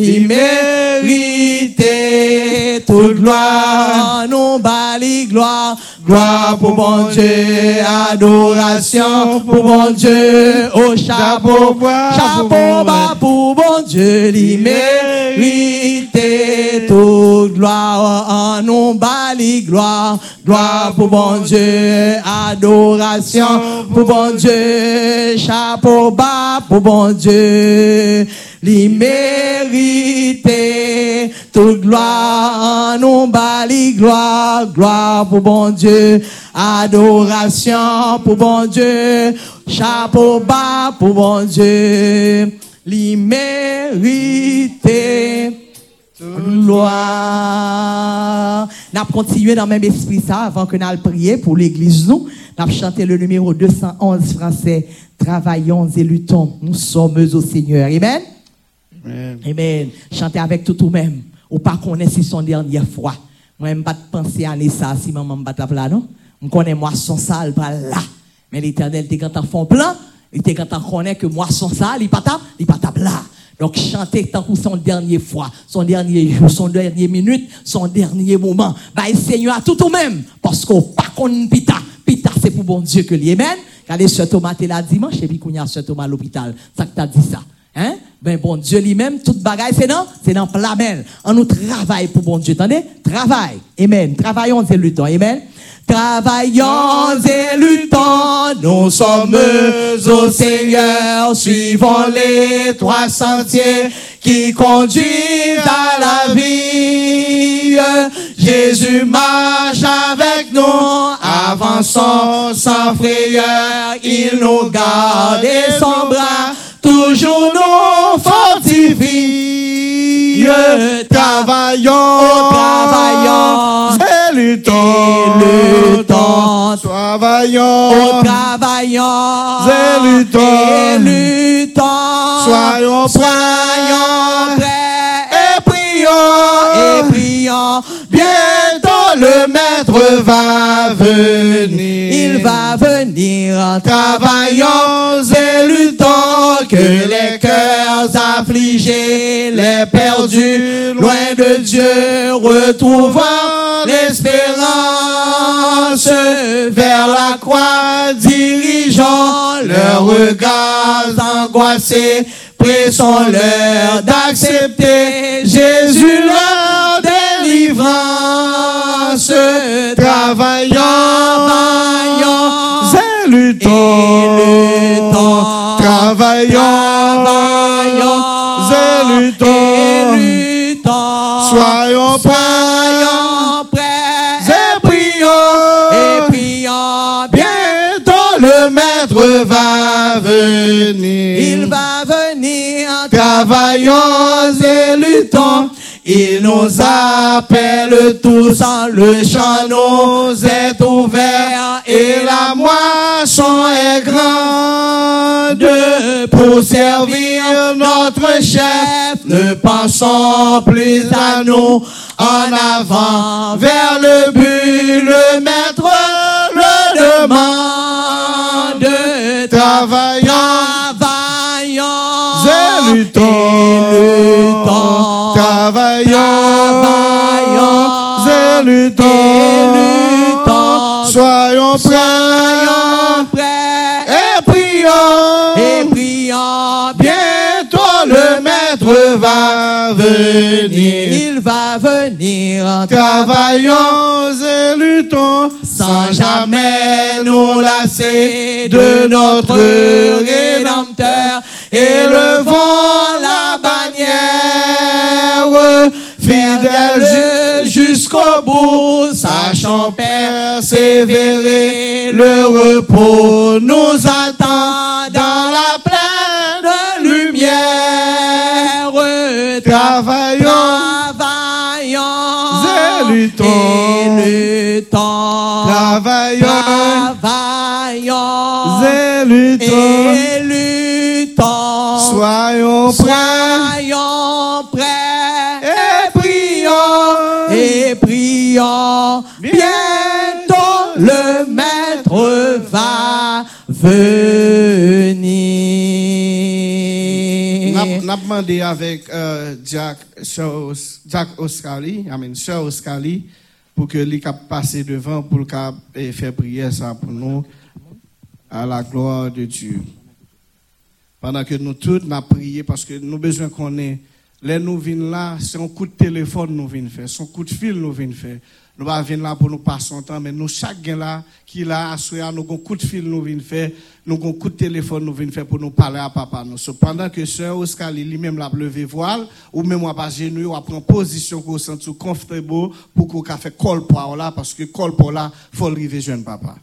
l'immérité, toute gloire, nous bali gloire, gloire pour bon Dieu, adoration pour bon Dieu, au chapeau bas, chapeau bas pour bon Dieu, l'immérité, toute gloire, nous bali gloire, gloire pour bon Dieu, adoration pour bon Dieu, chapeau bas pour bon Dieu, l'immérité, toute gloire, nous bali gloire, gloire pour bon Dieu, adoration pour bon Dieu, chapeau bas pour bon Dieu, l'immérité, gloire. N'a continué dans le même esprit ça avant que nous prier pour l'église nous. N'a chanté le numéro deux cent onze français. Travaillons et luttons. Nous sommes au Seigneur. Amen. Amen. Amen. Chantez avec tout ou même. Ou pas connaître si son dernière fois. Moi, je ne pas penser à ça si maman me bat là, non? Je connais moi son sale par là. Mais l'Éternel, t'es quand on fond plan, il t'es quand on connaît que moi son sale, il pas tape, il pas tape là. Donc, chanter tant que son dernier fois, son dernier jour, son dernier minute, son dernier moment. Bah, le Seigneur a tout au même. Parce qu'on pas qu'on pita. Pita, c'est pour bon Dieu que l'aimène. Regardez, Sœur Thomas, t'es là dimanche, et puis qu'on y a Sœur Thomas à l'hôpital. Ça que t'as dit ça. Hein? Ben, bon Dieu lui-même, toute bagaille, c'est non? C'est dans plamel. On nous travaille pour bon Dieu. Attendez? Travail. Amen. Travaillons et luttons. Amen. Travaillons et luttons, nous sommes au Seigneur, suivons les trois sentiers qui conduisent à la vie. Jésus marche avec nous, avançons sans frayeur, il nous garde et son bras toujours nous fortifie. Travaillons, travaillons, et luttons, et luttons, travaillons, travaillons, et luttons, et luttons, soyons soyons prêts, et prions, et prions. bientôt le Maître va venir. Il va venir. Travaillons et luttons, Que les cœurs affligés, les perdus, loin de Dieu, retrouvant l'espérance vers la croix, dirigeant leurs regards angoissés, pressons-leur d'accepter Jésus leur délivrance. Travaillons, Travaillons et luttons, et luttons, travaillons, travaillons et luttons, et luttons, soyons soyons prêts et prions, et prions bien. bientôt le Maître va venir. Il va venir. Travaillons et luttons, Il nous appelle tous en le champ nous est ouvert et la moisson est grande pour servir notre chef. Ne pensons plus à nous, en avant vers le but, le maître le demande. Travaillons, Travaillons et luttons, et luttons. travaillons, Travaillons et luttons, et luttons. soyons prêts Soyons prêts et prions, et prions bien. bientôt le Maître va venir. Il va venir. Travaillons et luttons Sans jamais nous lasser de notre Rédempteur. Élevons la bannière, fidèles jusqu'au bout, sachant persévérer. Le repos nous attend dans la pleine lumière. Travaillons, Travaillons et luttons, et luttons. travaillons, Travaillons et luttons, et luttons. soyons prêts Soyons prêts et prions, et prions. Bientôt le Maître maître va venir. N'a demandé avec euh, Jack, Jack Oscali, I mean, Cher Oscali, pour que lui cap passer devant pour cap faire prière ça pour nous à la gloire de Dieu. Pendant que nous tous n'a prié parce que nous besoin qu'on ait les nous venons là, c'est un coup de téléphone nous venons faire, c'est un coup de fil nous venons faire. Nous va venir là pour nous passer son temps, mais nous chaque gain là qui là assuré nous un coup de fil nous venons faire, nous un coup de téléphone nous venons faire pour nous parler à papa nous. Cependant que Sœur Oscar lui-même l'a levé voile ou même on pas genou, on prend position qu'on sent tout confortable pour qu'on fait col pour là parce que col pour là faut arriver jeune papa.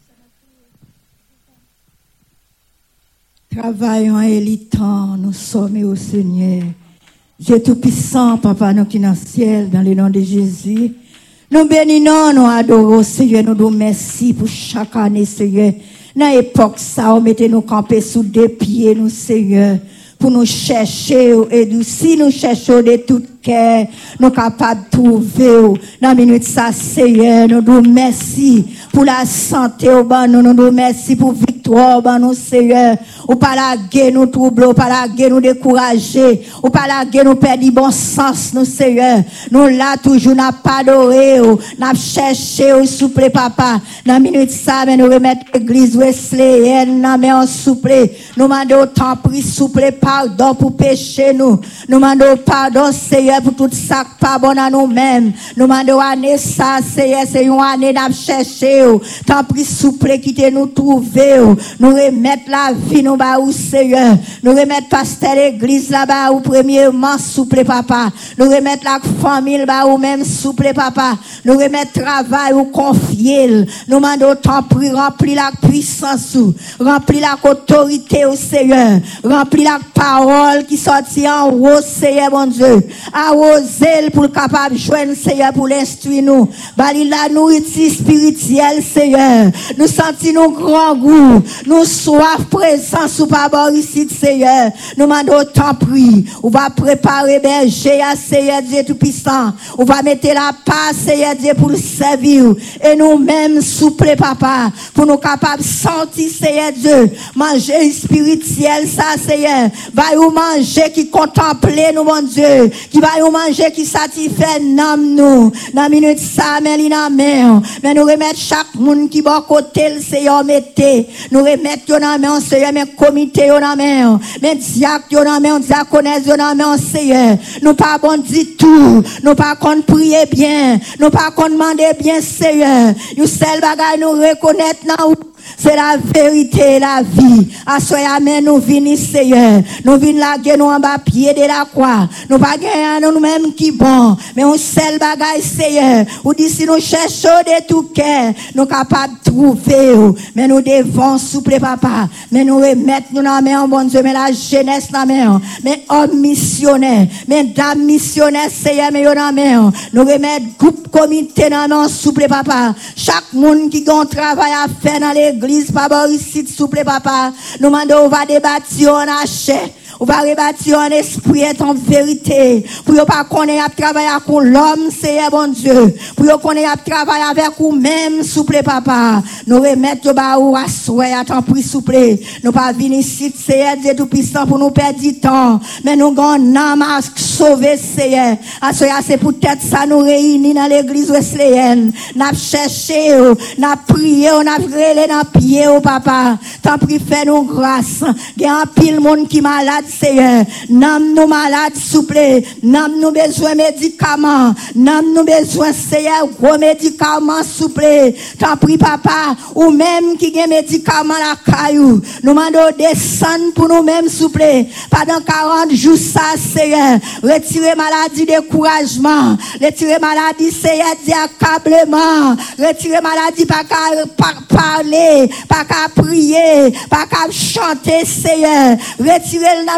Travaillons et litant, nous sommes au Seigneur. Dieu Tout-Puissant, Papa, nous qui dans le ciel, dans le nom de Jésus. Nous bénissons, nous adorons, Seigneur, nous nous merci pour chaque année, Seigneur. Dans l'époque, ça, on mettait nous camper sous deux pieds, nous, Seigneur, pour nous chercher, et si nous cherchons de tout cœur, nous capables de trouver, dans la minute, ça, Seigneur, nous nous merci pour la santé, nous nous merci pour victoire, nous, Seigneur. Ou pas la guerre nous troubler, ou pas la guerre nous décourager, ou pas la guerre nous perdre du bon sens, nous, Seigneur. Nous là, toujours, n'a pas adoré, n'a cherché, ou souple, papa. Dans la minute, ça, mais nous remettre l'église Wesleyenne, mais on souple. Nous demandons autant pris, souple, pardon pour pécher nous. Nous demandons pardon, Seigneur, pour tout ça qui pas bon à nous-mêmes. Nous demandons année ça, Seigneur, c'est une année n'a cherché, tant pris, souple, quitter nous trouver, nous remettre la vie, nous bah ou Seigneur, nous remettre pasteur l'église là-bas ou premièrement souple papa, nous remettre la famille là ou même souple papa, nous remettre travail ou confier, nous demandons tant pour remplir la puissance, remplir la autorité au Seigneur, remplir la parole qui sortit en haut Seigneur mon Dieu, arroser pour le capable joindre Seigneur pour l'instruire nous, bali la nourriture spirituelle Seigneur, nous sentons nos grands goût, nous soif présent sous pas ici, Seigneur. Nous demandons tant pris. On va préparer berger à Seigneur Dieu Tout-Puissant. On va mettre la paix, Seigneur Dieu, pour le servir. Et nous-mêmes, souple, papa, pour nous capables de sentir, Seigneur Dieu, manger spirituel, ça, Seigneur. Va nous manger qui contemple nous, mon Dieu. Qui va nous manger qui satisfait nous, nous. Dans la minute, ça, mais l'ina main. Mais nous remettre chaque monde qui va côté, le Seigneur, mettez. Nous remettre dans la main, Seigneur, mais comité yo nan men, men diacre yo nan men, diaconesse yo nan men, Seigneur. Nous pas bon du tout, nous pas qu'on prier bien, nous pas qu'on demander bien, Seigneur. Nous seul bagay nous reconnaître nan c'est la vérité, la vie. À soya mais nous venons, Seigneur. Nous venons là, nous en bas pied de la croix. Nous pas gagner nous-mêmes qui bon. Mais on seul bagaille, Seigneur. Ou dit si nous cherchons de tout cœur, nous capables de trouver. Mais nous devons souple, papa. Mais nous remettre nous dans la main, bon Dieu. Mais la jeunesse dans la main. Mais hommes missionnaires. Mais dames missionnaires, Seigneur, mais dans la main. Nous remettre groupe comité dans la main, souple, papa. Chaque monde qui a un travail à faire dans l'église. Papa, ici, souple, papa. Nous demandons, on va débattre en achet. On va rebâtir en esprit et en vérité. Pour ne pas qu'on ait à travailler avec l'homme, c'est bon Dieu. Pour qu'on ait à travailler avec vous-même, souple, papa. Nous remettre au bas ou à souhait, à temps pris, souple. Nous pas venir ici, c'est Dieu Tout-Puissant pour nous perdre du temps. Mais nous avons âme à sauver, Seigneur. À ce c'est peut-être ça nous réunit dans l'église wesleyenne. Nous avons cherché, nous avons prié, nous avons relé dans le pied, papa. Tant pis, fais-nous grâce. Il y a un pile monde qui est malade, Seigneur. Nam nous malades, souple. Nam nous besoin médicaments. Nam nous besoin, Seigneur, gros médicaments, souple. Tant pis, papa, ou même qui a médicaments la caillou. Nous demandons descendre pour nous-mêmes, souple. Pendant quarante jours, ça, Seigneur. Retirer maladie, découragement. Retirer maladie, Seigneur, d'accablement. Retirer maladie, pas qu'à parler, pas qu'à prier, pas qu'à chanter, Seigneur. Retirer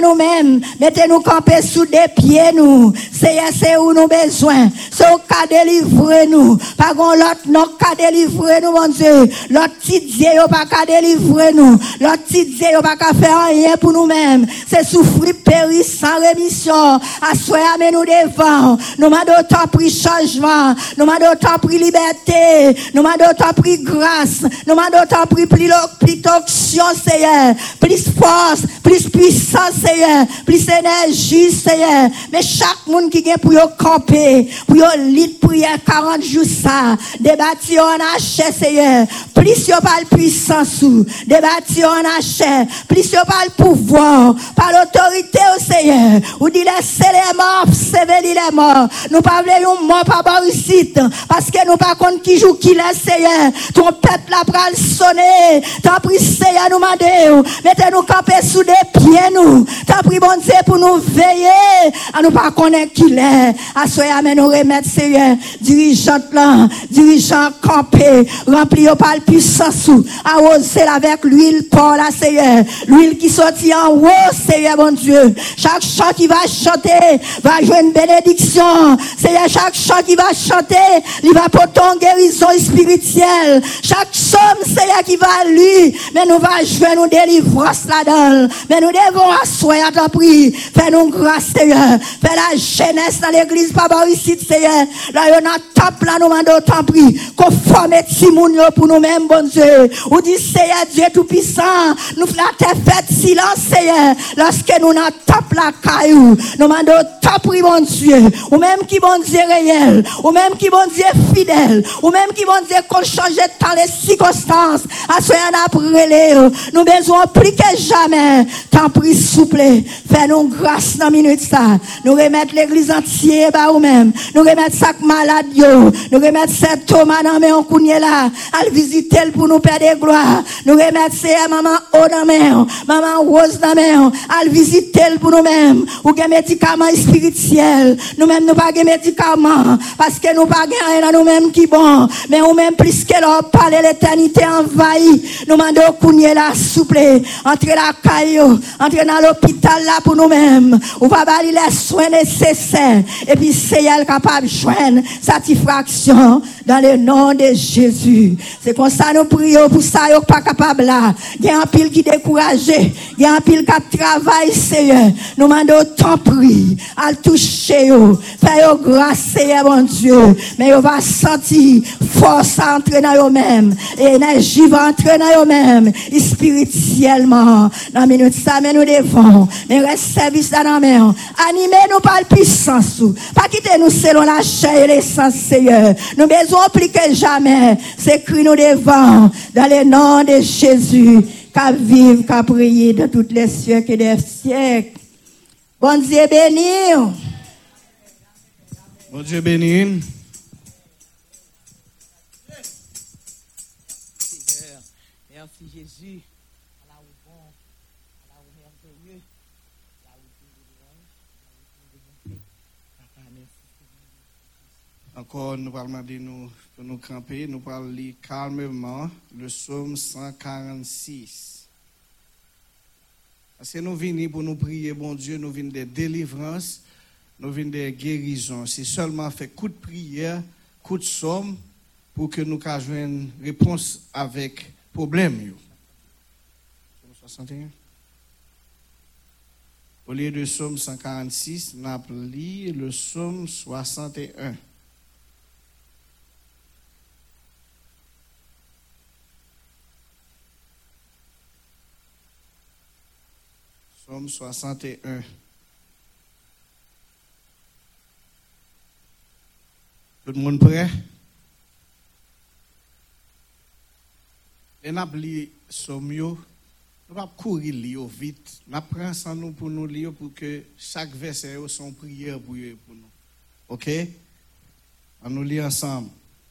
nous-mêmes, mettez-nous camper sous des pieds, nous. Seigneur, c'est où nous besoin. C'est où qu'à délivrer nous. Pas qu'on l'autre, non, qu'à délivrer nous, mon Dieu. L'autre petit Dieu, pas qu'à délivrer nous. L'autre petit Dieu, pas qu'à faire rien pour nous-mêmes. C'est souffrir, périr sans rémission. Assoyez nous devant. Nous m'a d'autant pris changement. Nous m'a d'autant pris liberté. Nous m'a d'autant pris grâce. Nous m'a d'autant pris plus onction, Seigneur. Plus force, plus puissance, Seigneur. Plus énergie, Seigneur. Mais chaque monde qui vient pour y camper, pour y lit prière quarante jours ça. Débattu en achète, Seigneur. Plus y a pas le puissance, débattu en achète. Plus y a pas le pouvoir, par l'autorité au Seigneur. Ou dit laissez les morts, sévez les morts. Nous pas voulons mort par baricite. Parce que nous pas contre qui joue qui laisse, Seigneur. Ton peuple la pral sonner. T'as pris, Seigneur, nous mandez. Mettez-nous camper sous des pieds, nous. T'as pris, bon Dieu, pour nous veiller. À nous pas connaître qui l'est. À soyez à nous remettre, Seigneur. Dirigeante là, dirigeant campé. Rempli par le puissance. Arrosé avec l'huile pour la, Seigneur. L'huile qui sortit en haut, Seigneur, mon Dieu. Chaque chant qui va chanter, va jouer une bénédiction. Seigneur, chaque chant qui va chanter, il va porter une guérison spirituelle. Chaque somme, Seigneur, qui va lui, mais nous va jouer nos délivrances là-dedans. Mais nous devons asseoir à ton prix. Fais-nous grâce, Seigneur. Fais la jeunesse dans l'église, papa, ici, Seigneur. Là, il y a un temple, là, nous demandons ton prix. Conforme Timoun pour nous-mêmes, bon Dieu. Ou dit, Seigneur, Dieu tout-puissant, nous la terre fait silence, Seigneur. Lorsque nous n'avons temple la caillou, nous demandons ton prix, bon Dieu. Ou même qui, bon Dieu, réel. Ou même qui, bon Dieu, fidèle. Ou même qui, bon Dieu, qu'on change dans les circonstances. À ce après nous besoin plus que jamais. T'en prie, souple. Fais-nous grâce dans la minute ça. Nous remettre l'église entière par nous-mêmes. Nous remettre chaque malade, yo. Nous remettre cette Thomas dans mes encouniers là. Al visiter pour nous perdre des gloires. Nous remettre c'est maman O dans main. Maman Rose dans main. Al visiter pour nous-mêmes. Ou des médicaments spirituels. Nous-mêmes, nous pas des médicaments. Parce que nous pas rien dans nous-mêmes qui bon. Mais nous-mêmes, plus que leur parler l'éternité envahie. Nous demandons qu'on là, souple. Entrez la caillou. Entrez dans l'hôpital là pour nous-mêmes. On va balayer les soins nécessaires. Et puis, c'est elle capable de joindre satisfaction dans le nom de Jésus. C'est comme ça nous prions pour ça, nous pas capable là. Il y a un pile qui découragé. Il y a un pile qui travaille, Seigneur. Nous demandons ton prix. À toucher, faire grâce, Seigneur, mon Dieu. Mais on va sentir force à entrer dans eux-mêmes. Énergie va entrer dans eux-mêmes. Spirituellement. Dans la minute ça, mais nous devons. Mais reste service dans la main. Animez-nous par la puissance. Pas quitter nous selon la chair et l'essence, Seigneur. Nous besoin plus que jamais. C'est cri nous devant. Dans le nom de Jésus. Qu'à vivre, qu'à prier de toutes les siècles et des siècles. Bon Dieu béni. Bon Dieu béni. Merci Jésus. À la où bon, à la où merveilleux, à la où digne de louange, à la où digne de bonté. Papa, merci. Encore, nous allons demander nous, pour nous camper, nous allons lire calmement le psaume cent quarante-six. Parce que nous venons pour nous prier, bon Dieu, nous venons des délivrances, nous venons des guérisons. C'est seulement fait coup de prière, coup de somme, pour que nous ayons une réponse avec problème. soixante et un. Au lieu de psaume cent quarante-six, nous avons lu le psaume soixante et un. Psaume soixante et un. Tout le monde prêt? Et nous avons lu psaume, nous allons courir lire vite. Nous prenons ça nous pour nous lire pour que chaque verset soit une prière pour nous. Ok? On nous lit ensemble.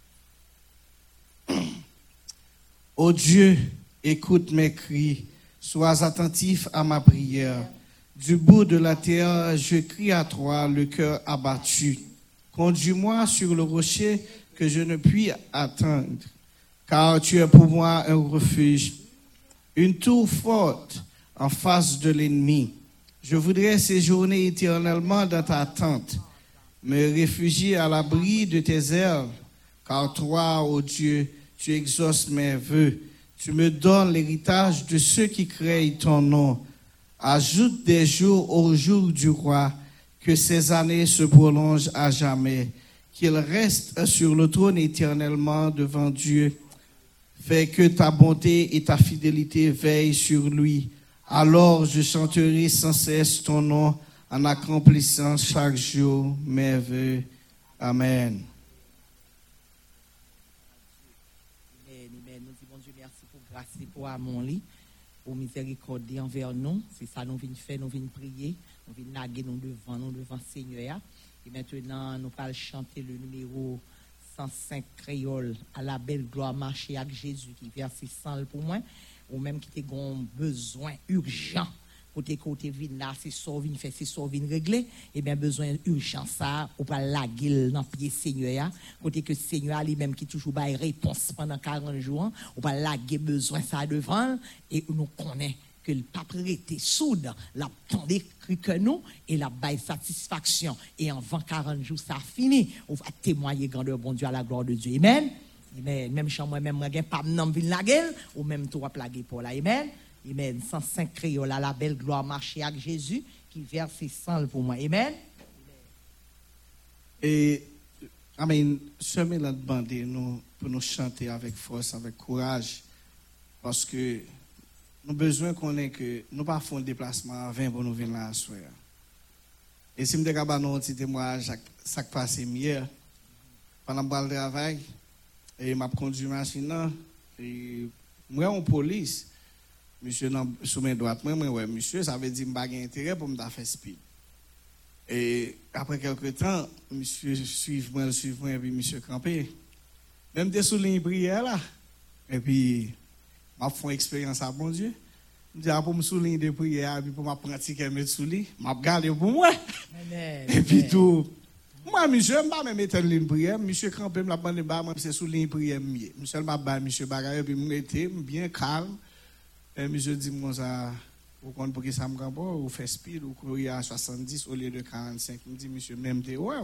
Ô Dieu, écoute mes cris. Sois attentif à ma prière. Du bout de la terre, je crie à toi, le cœur abattu. Conduis-moi sur le rocher que je ne puis atteindre, car tu es pour moi un refuge, une tour forte en face de l'ennemi. Je voudrais séjourner éternellement dans ta tente, me réfugier à l'abri de tes ailes, car toi, ô Dieu, tu exauces mes vœux. Tu me donnes l'héritage de ceux qui craignent ton nom. Ajoute des jours aux jours du roi, que ses années se prolongent à jamais, qu'il reste sur le trône éternellement devant Dieu. Fais que ta bonté et ta fidélité veillent sur lui. Alors je chanterai sans cesse ton nom en accomplissant chaque jour mes vœux. Amen. Merci pour amour, pour miséricorde envers nous. C'est ça nous venons faire, nous venons prier, nous venons naguer nous devant nous, devant le Seigneur. Et maintenant, nous allons chanter le numéro cent cinq créole, à la belle gloire marcher avec Jésus, qui verset cent pour moi, ou même qui a un besoin urgent. Côté côté vin là, c'est ça vin fait, c'est ça vin régler, et bien besoin urgent ça, ou pas la gueule dans pied Seigneur, côté que Seigneur lui-même qui toujours bail réponse pendant quarante jours, ou pas la besoin ça devant, et nous connaît que le pas prêté soude, la tendez que nous, et la bail satisfaction, et en vingt quarante jours ça fini, on va témoigner grandeur bon Dieu à la gloire de Dieu. Amen. Amen. Même chambre même moi pas nom vin la gueule, ou même toi plaguer pour la. Amen. Amen. cent cinq créole à la belle gloire marcher avec Jésus qui verse cent pour moi. Amen. Et, Amen, semez la demande nous pour nous chanter avec force, avec courage, parce que nous avons besoin qu'on ait que nous ne pas faire un déplacement à vingt pour nous venir là à soir. Et si nous avons un petit témoignage, ça qui passe hier, pendant que je travail, et je conduis ma machine, et moi, en police, monsieur, sous mes droites, moi, ouais, monsieur, ça veut dire que je n'ai pas intérêt pour me faire speed. Et après quelques temps, monsieur suive moi, suive moi, et puis monsieur campé. Même des souliers prières là. Et puis, je fais une expérience à bon Dieu. Je dis, pour me souligner des prières, et puis pour me pratiquer mes souliers, je vais garder pour moi. Amen. Et puis tout. Moi, monsieur, je ne vais pas me mettre en ligne prière. Monsieur campé, je vais me faire moi, c'est souligne prière. Monsieur, je vais monsieur bagaille, puis je vais me bien calme. Et monsieur dit, moi, ça, vous comprenez pour que ça me campe, ou fait speed, ou courir à soixante-dix au lieu de quarante-cinq. Je me dis, monsieur, même t'es ouais,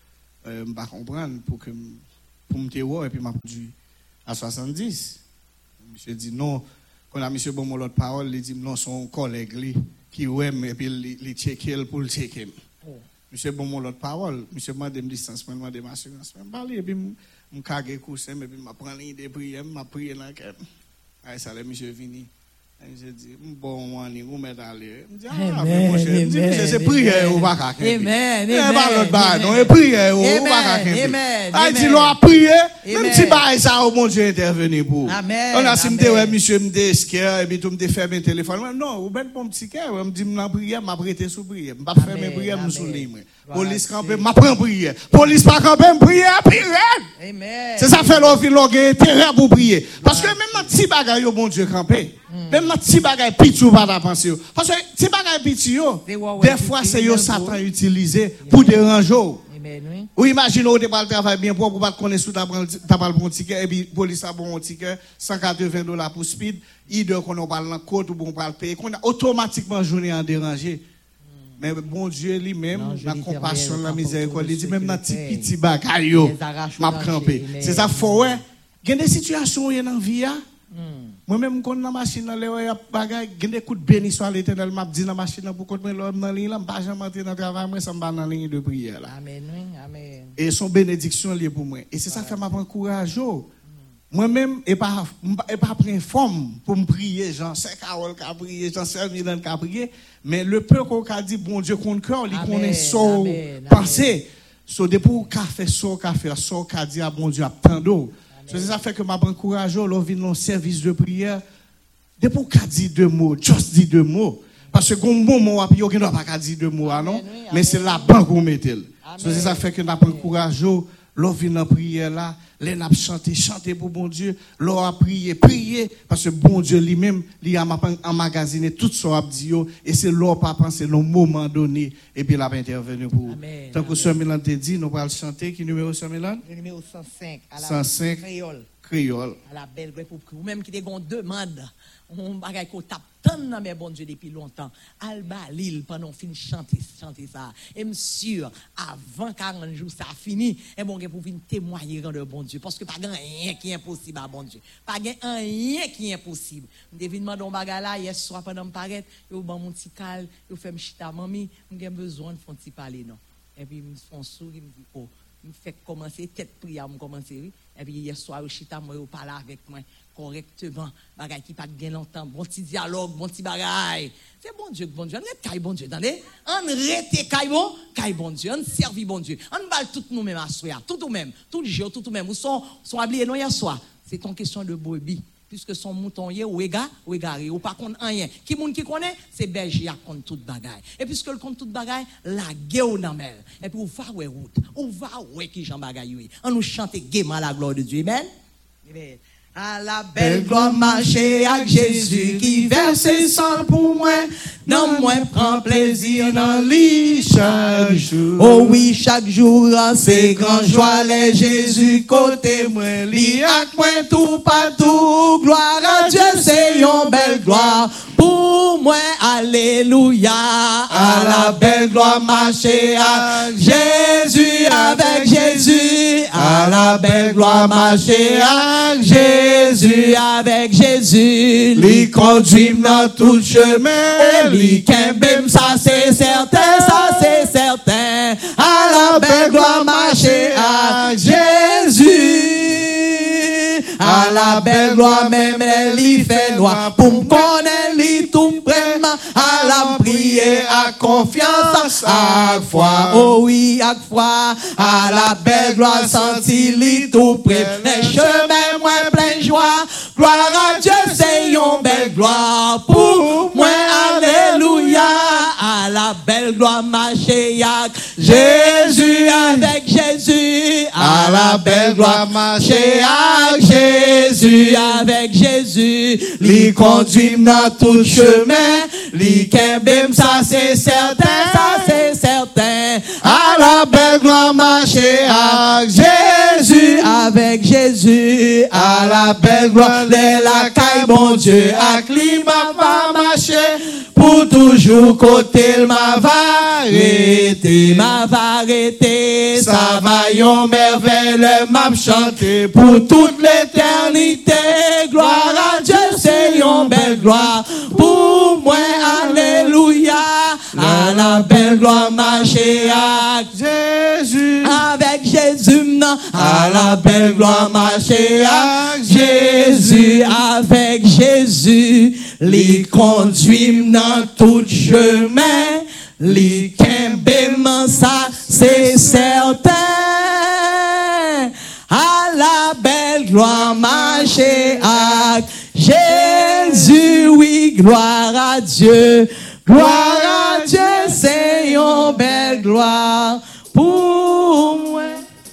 je ne vais pas comprendre pour que pour me t'es ouais, et puis m'a produit à soixante-dix. Monsieur dit, non, quand a monsieur bon mon l'autre parole, il dit, non, son collègue, qui ouais, et puis il checker pour le checker. Monsieur bon mon l'autre parole, monsieur m'a demandé distance, m'a demandé ma assurance, et puis je me cague coussin, et puis je prends les idées prières, je prier dans le cœur. Ah, ça, le monsieur vini. Je dis, bon, on est où mettre à l'air. Je dis, ah, mais mon cher, je dis, c'est prière ou pas qu'à faire. Amen. Amen. Pas l'autre bail, non, c'est prière ou pas qu'à faire. Amen. Ah, il dit, l'on a prié, même si bail ça, au mon Dieu intervenir pour. Amen. On a si m'te ouais, monsieur, m'te scare, et puis tout m'te fermer le téléphone. Non, ou ben pour petit cœur, on me dit, m'en prière, m'a prêté sous prière. M'a pas fermer prière, m'en sous ligne. Police campé, m'a prend prière. Police pas campé, prière, prière. Amen. C'est ça fait l'offre, l'orgue, terrain pour prier. Parce que même ma petit bagaille, au bon Dieu campé. Même ma petit bagaille petit ou pas ta pensée. Parce que petit bagaille petit des fois c'est yo Satan utilisé pour déranger. Ou imaginez au départ le travail bien propre pour pas connaître sous ta parle bon ticket et puis police a bon ticket cent quatre-vingts dollars pour speed, idée qu'on parle dans côte ou bon pas payer qu'on a automatiquement journée en dérangé. Mais bon Dieu lui-même, la compassion, la miséricorde, il dit même dans petit petit bagaille yo m'a crampé. C'est ça faut ouais. Il y a des situations où il y a dans vie. Moi-même, quand dans la machine, il y a des coups de béni sur l'éternel, je dis dans la machine, pour que je l'homme dans la ligne, je ne vais pas jamais entrer dans le travail, moi, ça me va dans la ligne de prière. Amen, amen. Et son bénédiction liée pour moi. Et c'est ça qui m'a pris courage. Moi-même, je n'ai pas pris forme pour me prier, Jean, c'est Carole qui a prié, Jean, c'est Milan qui a prié, mais le peu qu'on a dit, bon Dieu, qu'on cœur, il connaît son pensée. So, depuis qu'on a fait ça, qu'on a fait ça, qu'on a dit, bon Dieu, à tant d'eau. C'est ça fait que m'a prend courage, l'on vient dans service de prière. Depuis qu'on dit deux mots, juste dit deux mots. Parce que comme bon mot, il n'y a pas dire deux mots, non? Mais c'est la banque qu'on met. C'est ça fait que m'a prend courage, l'on vient dans prière là, l'on a chanté, chanté pour bon Dieu, l'on a prié, prié, parce que bon Dieu lui-même, il a emmagasiné tout ce qu'il dit, et c'est l'on pas penser dans un moment donné, et puis il a intervenu pour vous. Tant que Sœur Milan te dit, nous allons chanter, qui numéro Sœur Milan? Le numéro cent cinq, à la cent cinq, créole. créole. À la belle gloire pour ou même qui te gon demande. On bagay ko tap tant nan mais bon Dieu depuis longtemps. Alba Lille pendant fin chanter chanter ça. Et sûr avant quarante jours ça fini et bon pour venir témoigner de bon Dieu parce que pas rien qui est impossible à bon Dieu. Pas rien qui est impossible. Me devine demander on bagay là hier soir pendant me paraître, yo ban mon petit cal, yo fait me chita mami, j'ai besoin de font petit parler non. Et puis me font sourire me dit oh me fait commencer tête prière me commencer et puis hier soir au chita moi yo parler avec moi correctement bagay qui pas gain longtemps bon petit dialogue bon petit bagay c'est bon Dieu bon Dieu on rete kay bon Dieu attendez on rete kay bon kay bon Dieu on servi bon Dieu on bal tout nous même assoya tout tout même tout jour tout tout même ou sont sont habillés non hier soir c'est une question de brebis puisque son mouton yé ou égard ou égaré ou pas contre rien qui moun qui connaît c'est berger à contre toute bagaille et puisque le contre toute bagaille la gueule dans mer et puis ou va ouais route ou va ouais qui Jean bagaille on nous chante gaiement la gloire de Dieu amen amen. À la belle gloire marcher avec Jésus qui verse sang pour moi. Non, moi prends plaisir dans lui chaque jour. Oh oui, chaque jour, c'est grand joie, les Jésus côté moi. Li ak moi tout partout. Gloire à Dieu, c'est une belle gloire. Pour moi, alléluia. À la belle gloire marcher avec Jésus, avec Jésus. À la belle gloire marcher avec Jésus. Jésus avec Jésus, lui conduit dans tout chemin, lui kembem, ça c'est certain, ça c'est certain. À la belle gloire marcher à Jésus, à la belle gloire même elle y fait noir pour me connaître lui tout vraiment. À la prière à confiance à foi, oh oui à foi. À la belle gloire sentir lui tout près, les chemins moins plein joie, gloire à Dieu, c'est une belle gloire pour moi, alléluia. À la belle gloire marcher avec Jésus, avec Jésus. À la belle gloire marcher avec Jésus, avec Jésus. Lui conduit dans tout chemin, lui kembem, ça c'est certain, ça c'est certain. À la belle gloire marcher avec Jésus, avec Jésus. À la belle gloire de la caille, bon Dieu, à climat va marcher, pour toujours côté m'a va arrêter, m'a va arrêter, ça va yon merveille, m'a chanter pour toute l'éternité, gloire à Dieu, c'est yon belle gloire, pour moi, alléluia, à la belle gloire marcher avec Jésus, avec Jésus, non, à la belle gloire marcher avec Jésus, avec Jésus, les conduit dans tout chemin, les kembem, ça c'est certain. À la belle gloire marcher avec Jésus, oui, gloire à Dieu, gloire à Dieu, c'est une belle gloire pour moi.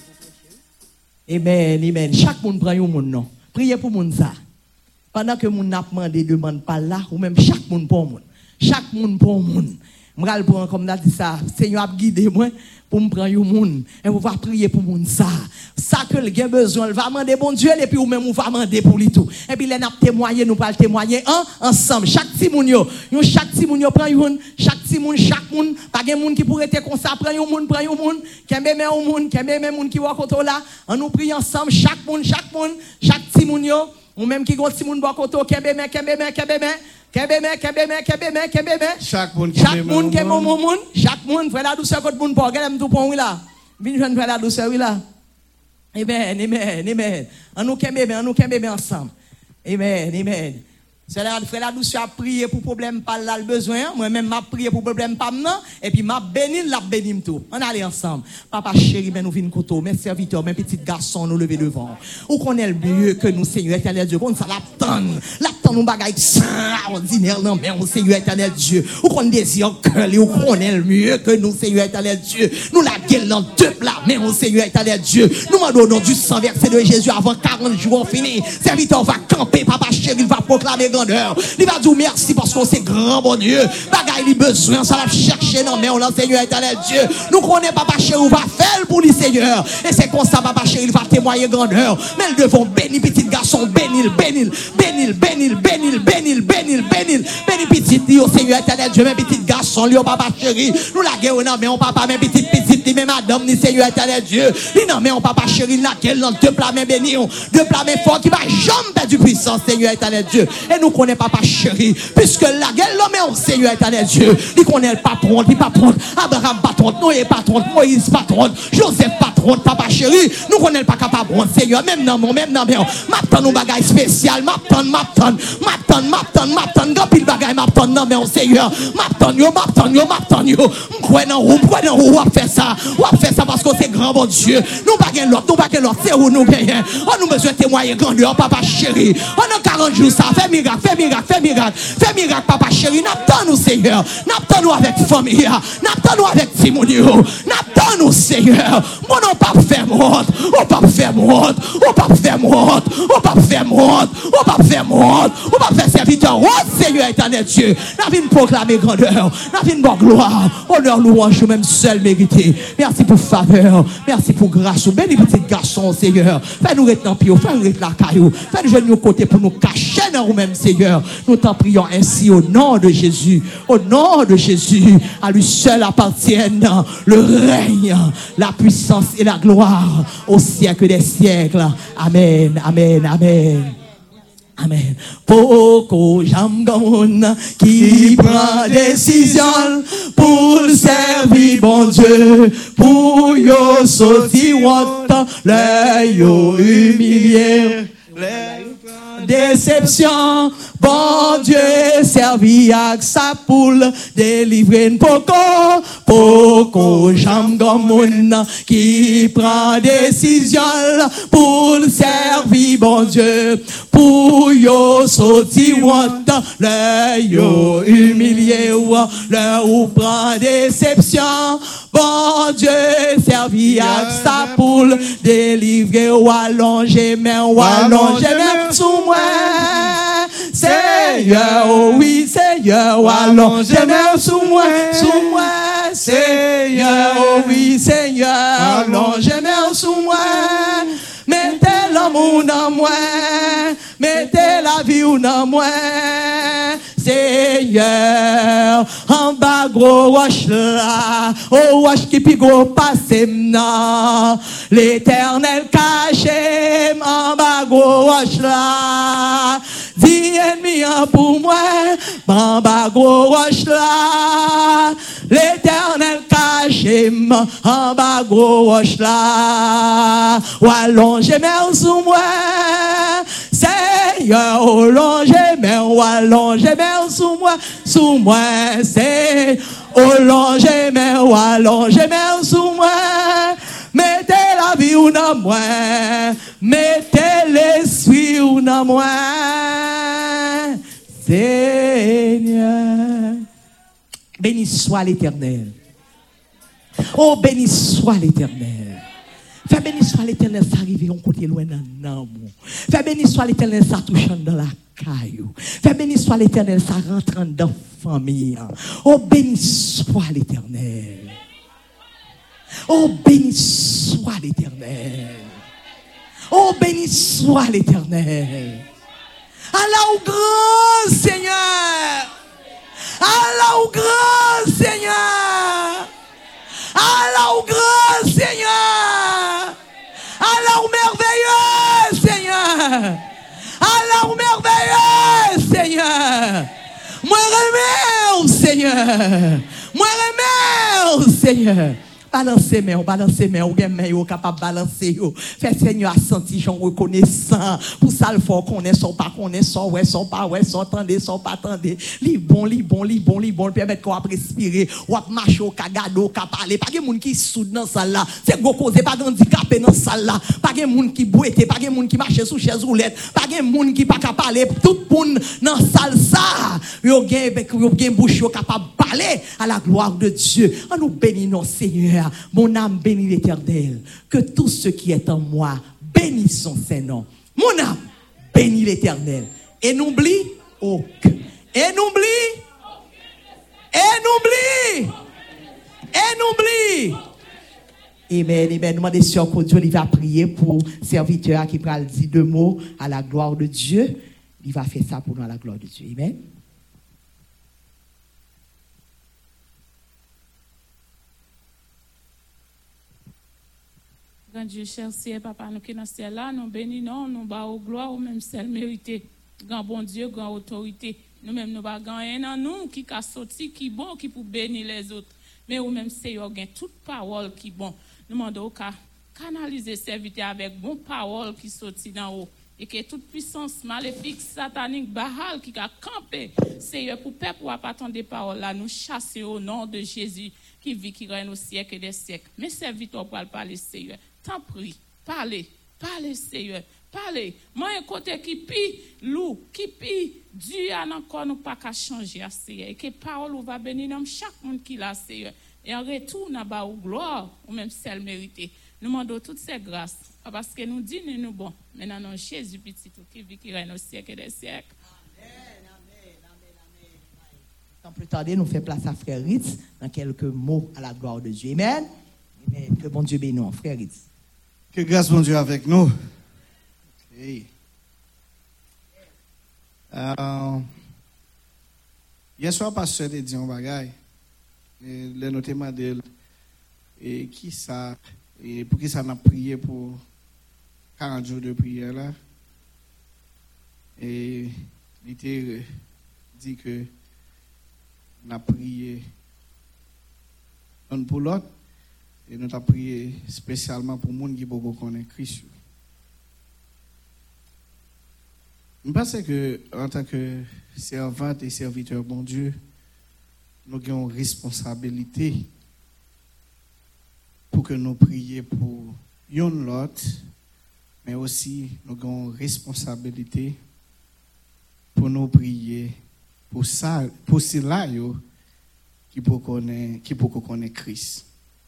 Amen, amen. Chaque monde prend un monde, non. Priez pour monde ça. Pendant que moun n'a demandé demande pas là ou même chaque monde pour monde. Chaque monde pour monde. M'ral prend comme ça dit ça. Seigneur a guidé moi pour me prendre un monde et on va prier pour monde ça. Ça que le a besoin, il va demander bon Dieu et puis ou même on va demander pour lui tout. Et puis les n'a témoigner, nous pas témoigner hein, ensemble. Chaque petit moun yo, yo chaque petit moun yo prend une, chaque petit moun, chaque moun, pas gen moun qui pourrait être comme ça, prend un monde, prend un monde, kembe même un monde, kembe même monde qui wa koto là. On nous prie ensemble chaque monde, chaque monde, chaque petit moun yo. Ou même qui gon ti moun bo koto kembe me kembe me kembe me kembe me kembe me kembe me kembe me chaque monde chaque monde qui mon moun chaque monde frère la douceur côté moun pour regarde tout pon oui là vinn joindre frère la douceur oui là amen amen amen on nous kembe me on nous kembe me ensemble amen amen c'est là frère la douceur a prié pour problème pas là le besoin moi même m'a prié pour problème pas non et puis m'a béni la béni tout on aller ensemble papa chéri ben nous vinn koto mes serviteurs mes petits garçons nous lever devant ou connaît le mieux que nous Seigneur éternel Dieu on ça l'attend l'attend nous bagaille ordinaire non mais on Seigneur éternel Dieu ou qu'on désire cœur ou connaît le mieux que nous Seigneur éternel Dieu nous la gueule dans deux là mais on Seigneur éternel Dieu nous mandons du sang versé de Jésus avant quarante jours fini serviteur va camper papa chéri va proclamer grandeur. Il va dire merci parce qu'on c'est grand, bon Dieu. Bagaille, il besoin, ça va chercher dans mais on l'a Seigneur éternel Dieu. Nous connaissons papa chéri, on va faire pour lui Seigneur. Et c'est comme ça, papa chéri, il va témoigner grandeur. Mais ils devons bénir petit garçon, bénir, bénir, bénir, bénir, bénir, bénir, bénir, bénir, bénir petit Dieu, Seigneur éternel Dieu, même petit garçon, lui, papa chéri. Nous la guerre, non, mais on papa, même petit petit, même madame, ni Seigneur éternel Dieu. Non, mais on papa chéri, la guerre, deux plats, mais bénis, deux plats, mais fort, qui va jamais perdre du puissance, Seigneur éternel Dieu. Et nous connaissons papa chéri, puisque la guerre, l'homme est au Seigneur éternel Dieu. Il connaît le patron, il patron, Abraham patron, Noé patron, Moïse patron, Joseph patron, papa chéri. Nous connaissons pas capable, Seigneur, même dans mon, même dans mon, m'attend nos bagailles spéciales, m'attend, m'attend, m'attend, m'attend, m'attend, grand pile bagaille, m'attend, non, mais Seigneur, m'attend, yo, m'attend, yo, m'attend, yo, m'croit dans où, m'croit dans où, on fait ça, on fait ça parce que c'est grand, bon Dieu. Nous pas gagnons l'autre, nous pas gagnons l'autre, c'est où nous gagnons. On nous besoin de témoigner grandeur, papa chéri. On a quarante jours, ça, fait miracle, fait miracle, fait miracle, fait miracle, papa chéri. N'attend nous, Seigneur, n'attend nous avec famille, n'attend nous avec Timonio, n'attend nous, Seigneur. Mon nom pas faire monte, on pas faire monte, on pas faire monte, on pas faire monte, on pas faire monte, on pas faire serviteur, oh Seigneur éternel Dieu. N'a venu proclamer grandeur, n'a venu bon gloire, honneur, louange, même seul mérité. Merci pour faveur, merci pour grâce, béni petit garçon, Seigneur. Fais-nous retenir pio, fais-nous retenir la caillou, fais-nous jouer nos côtés pour nous cacher dans nous-mêmes, Seigneur. Nous t'en prions ainsi au nom de Jésus, au nom de Jésus. À lui seul appartiennent le règne, la puissance et la gloire au siècle des siècles. Amen, amen, amen. Amen. Poko jamgamoun qui prend décision pour servir bon Dieu, pour yo sauter wanta, le yo humilier. Déception, bon Dieu servi avec sa poule, délivrer une poko, poko jamgamoun qui prend décision pour servir bon Dieu, pour yo sauter wanta, le yo humilier, le ou prend déception, bon Dieu servi avec sa poule, délivrer ou allonger main, ou allonger main sous moi. Seigneur, oh oui, Seigneur, oh allons, j'aime sous moi, sous moi, Seigneur, oh oui, Seigneur, allons, j'aime sous moi, mettez l'amour dans moi, mettez la vie dans moi, Seigneur, en bas gros wash là, oh wash qui pi gros passe m'na, l'éternel caché, en bas gros wash là, dis ennemi pour moi, en bas gros wash là, l'éternel caché, en bas gros wash là, ou allongé mer sous moi, Seigneur, ou allongé mer, ou allongé mer sous moi, sous moi, c'est, ou allongé mer, ou allongé mer sous moi, mettez la vie ou dans moi, mettez l'esprit ou dans moi, Seigneur. Béni soit l'Éternel. Oh, béni soit l'Éternel. Fais béni soit l'Éternel, ça arrive on côté loin dans l'amour. Fais béni soit l'Éternel, ça touche dans la caillou. Fais béni soit l'Éternel, ça rentre dans la famille. Oh, béni soit l'Éternel. Oh, béni soit l'Éternel. Oh, béni soit l'Éternel. Allah au grand Seigneur. Allah au grand Seigneur. Allah au grand Seigneur. Allah au merveilleux Seigneur. Allah au merveilleux Seigneur. Moi remets Seigneur. Moi remets Seigneur. Balancez main, balancez main, ou bien main ou capable balancer yo. Fait Seigneur a senti j'en reconnaissant. Pour ça le faut qu'on est son pas qu'on est son ouais son pas ouais son tendez son pas tendez. Li bon li bon li bon li bon permettre qu'on respirer, ou marcher au kagado, ka parler. Pas de monde qui soude dans salle là. C'est gros cause pas handicapé dans salle là. Pas de monde qui boite, pas de monde qui marche sous chaise roulette, pas de monde qui pas capable parler. Tout monde dans salle ça. Yo gen yo gen bouche yo capable parler à la gloire de Dieu. On nous bénit non Seigneur. Mon âme bénit l'Éternel. Que tout ce qui est en moi bénisse son Saint-Nom. Mon âme bénit l'Éternel. Et n'oublie aucun. Et n'oublie. Et n'oublie. Et n'oublie. Amen, amen. Nous demandons sur que Dieu il va prier pour serviteur qui va dire deux mots à la gloire de Dieu. Il va faire ça pour nous à la gloire de Dieu. Amen. Grand Dieu, cher Seigneur, Papa, nous qui dans ce ciel là, nous bénissons, nous bas gloire au même seul mérité. Grand bon Dieu, grand autorité. Nous-mêmes, nous pas gagner dans nous qui a sorti, qui bon, qui pour bénir les autres. Mais ou même Seigneur, gagne toute parole qui bon. Nous demandons qu'à canaliser serviteur avec bonne parole qui sortit d'en haut. Et que toute puissance maléfique, satanique, bahal qui a campé, Seigneur, pour peuple ou à pas attendre des paroles là, nous chasser au nom de Jésus qui vit, qui règne au siècle et des siècles. Mais serviteur pour parler, Seigneur. T'en prie, parlez, parlez, Seigneur, parlez. Moi, un côté qui pille, loup, qui pille, Dieu a encore nous pas qu'à changer, Seigneur. Et que parole ou va bénir chaque monde qui l'a, Seigneur. Et en retour, n'a pas ou gloire, ou même celle méritée. Nous demandons toutes ces grâces, pas parce que nous disons nous bon, mais dans nom Jésus petit qui vit, qui règne au siècle et des siècles. Amen, amen, amen, amen. Sans plus tarder, nous faisons place à Frère Ritz dans quelques mots à la gloire de Dieu. Amen. Amen. Que bon Dieu bénisse, Frère Ritz. Que grâce bon Dieu avec nous. Okay. Euh, hier soir, pasteur a dit un bagage. Le noté modèle. Et qui ça, et pour qui ça n'a prié pour quarante jours de prière là. Et il était dit que on a prié un pour l'autre. Et nous avons prié spécialement pour les gens qui ne connaissent pas Christ. Je pense que, en tant que servante et serviteur bon Dieu, nous avons une responsabilité pour que nous prions pour l'autre, mais aussi nous avons une responsabilité pour nous prier pour ça, pour cela qui peut connaître, qui peut connaître Christ.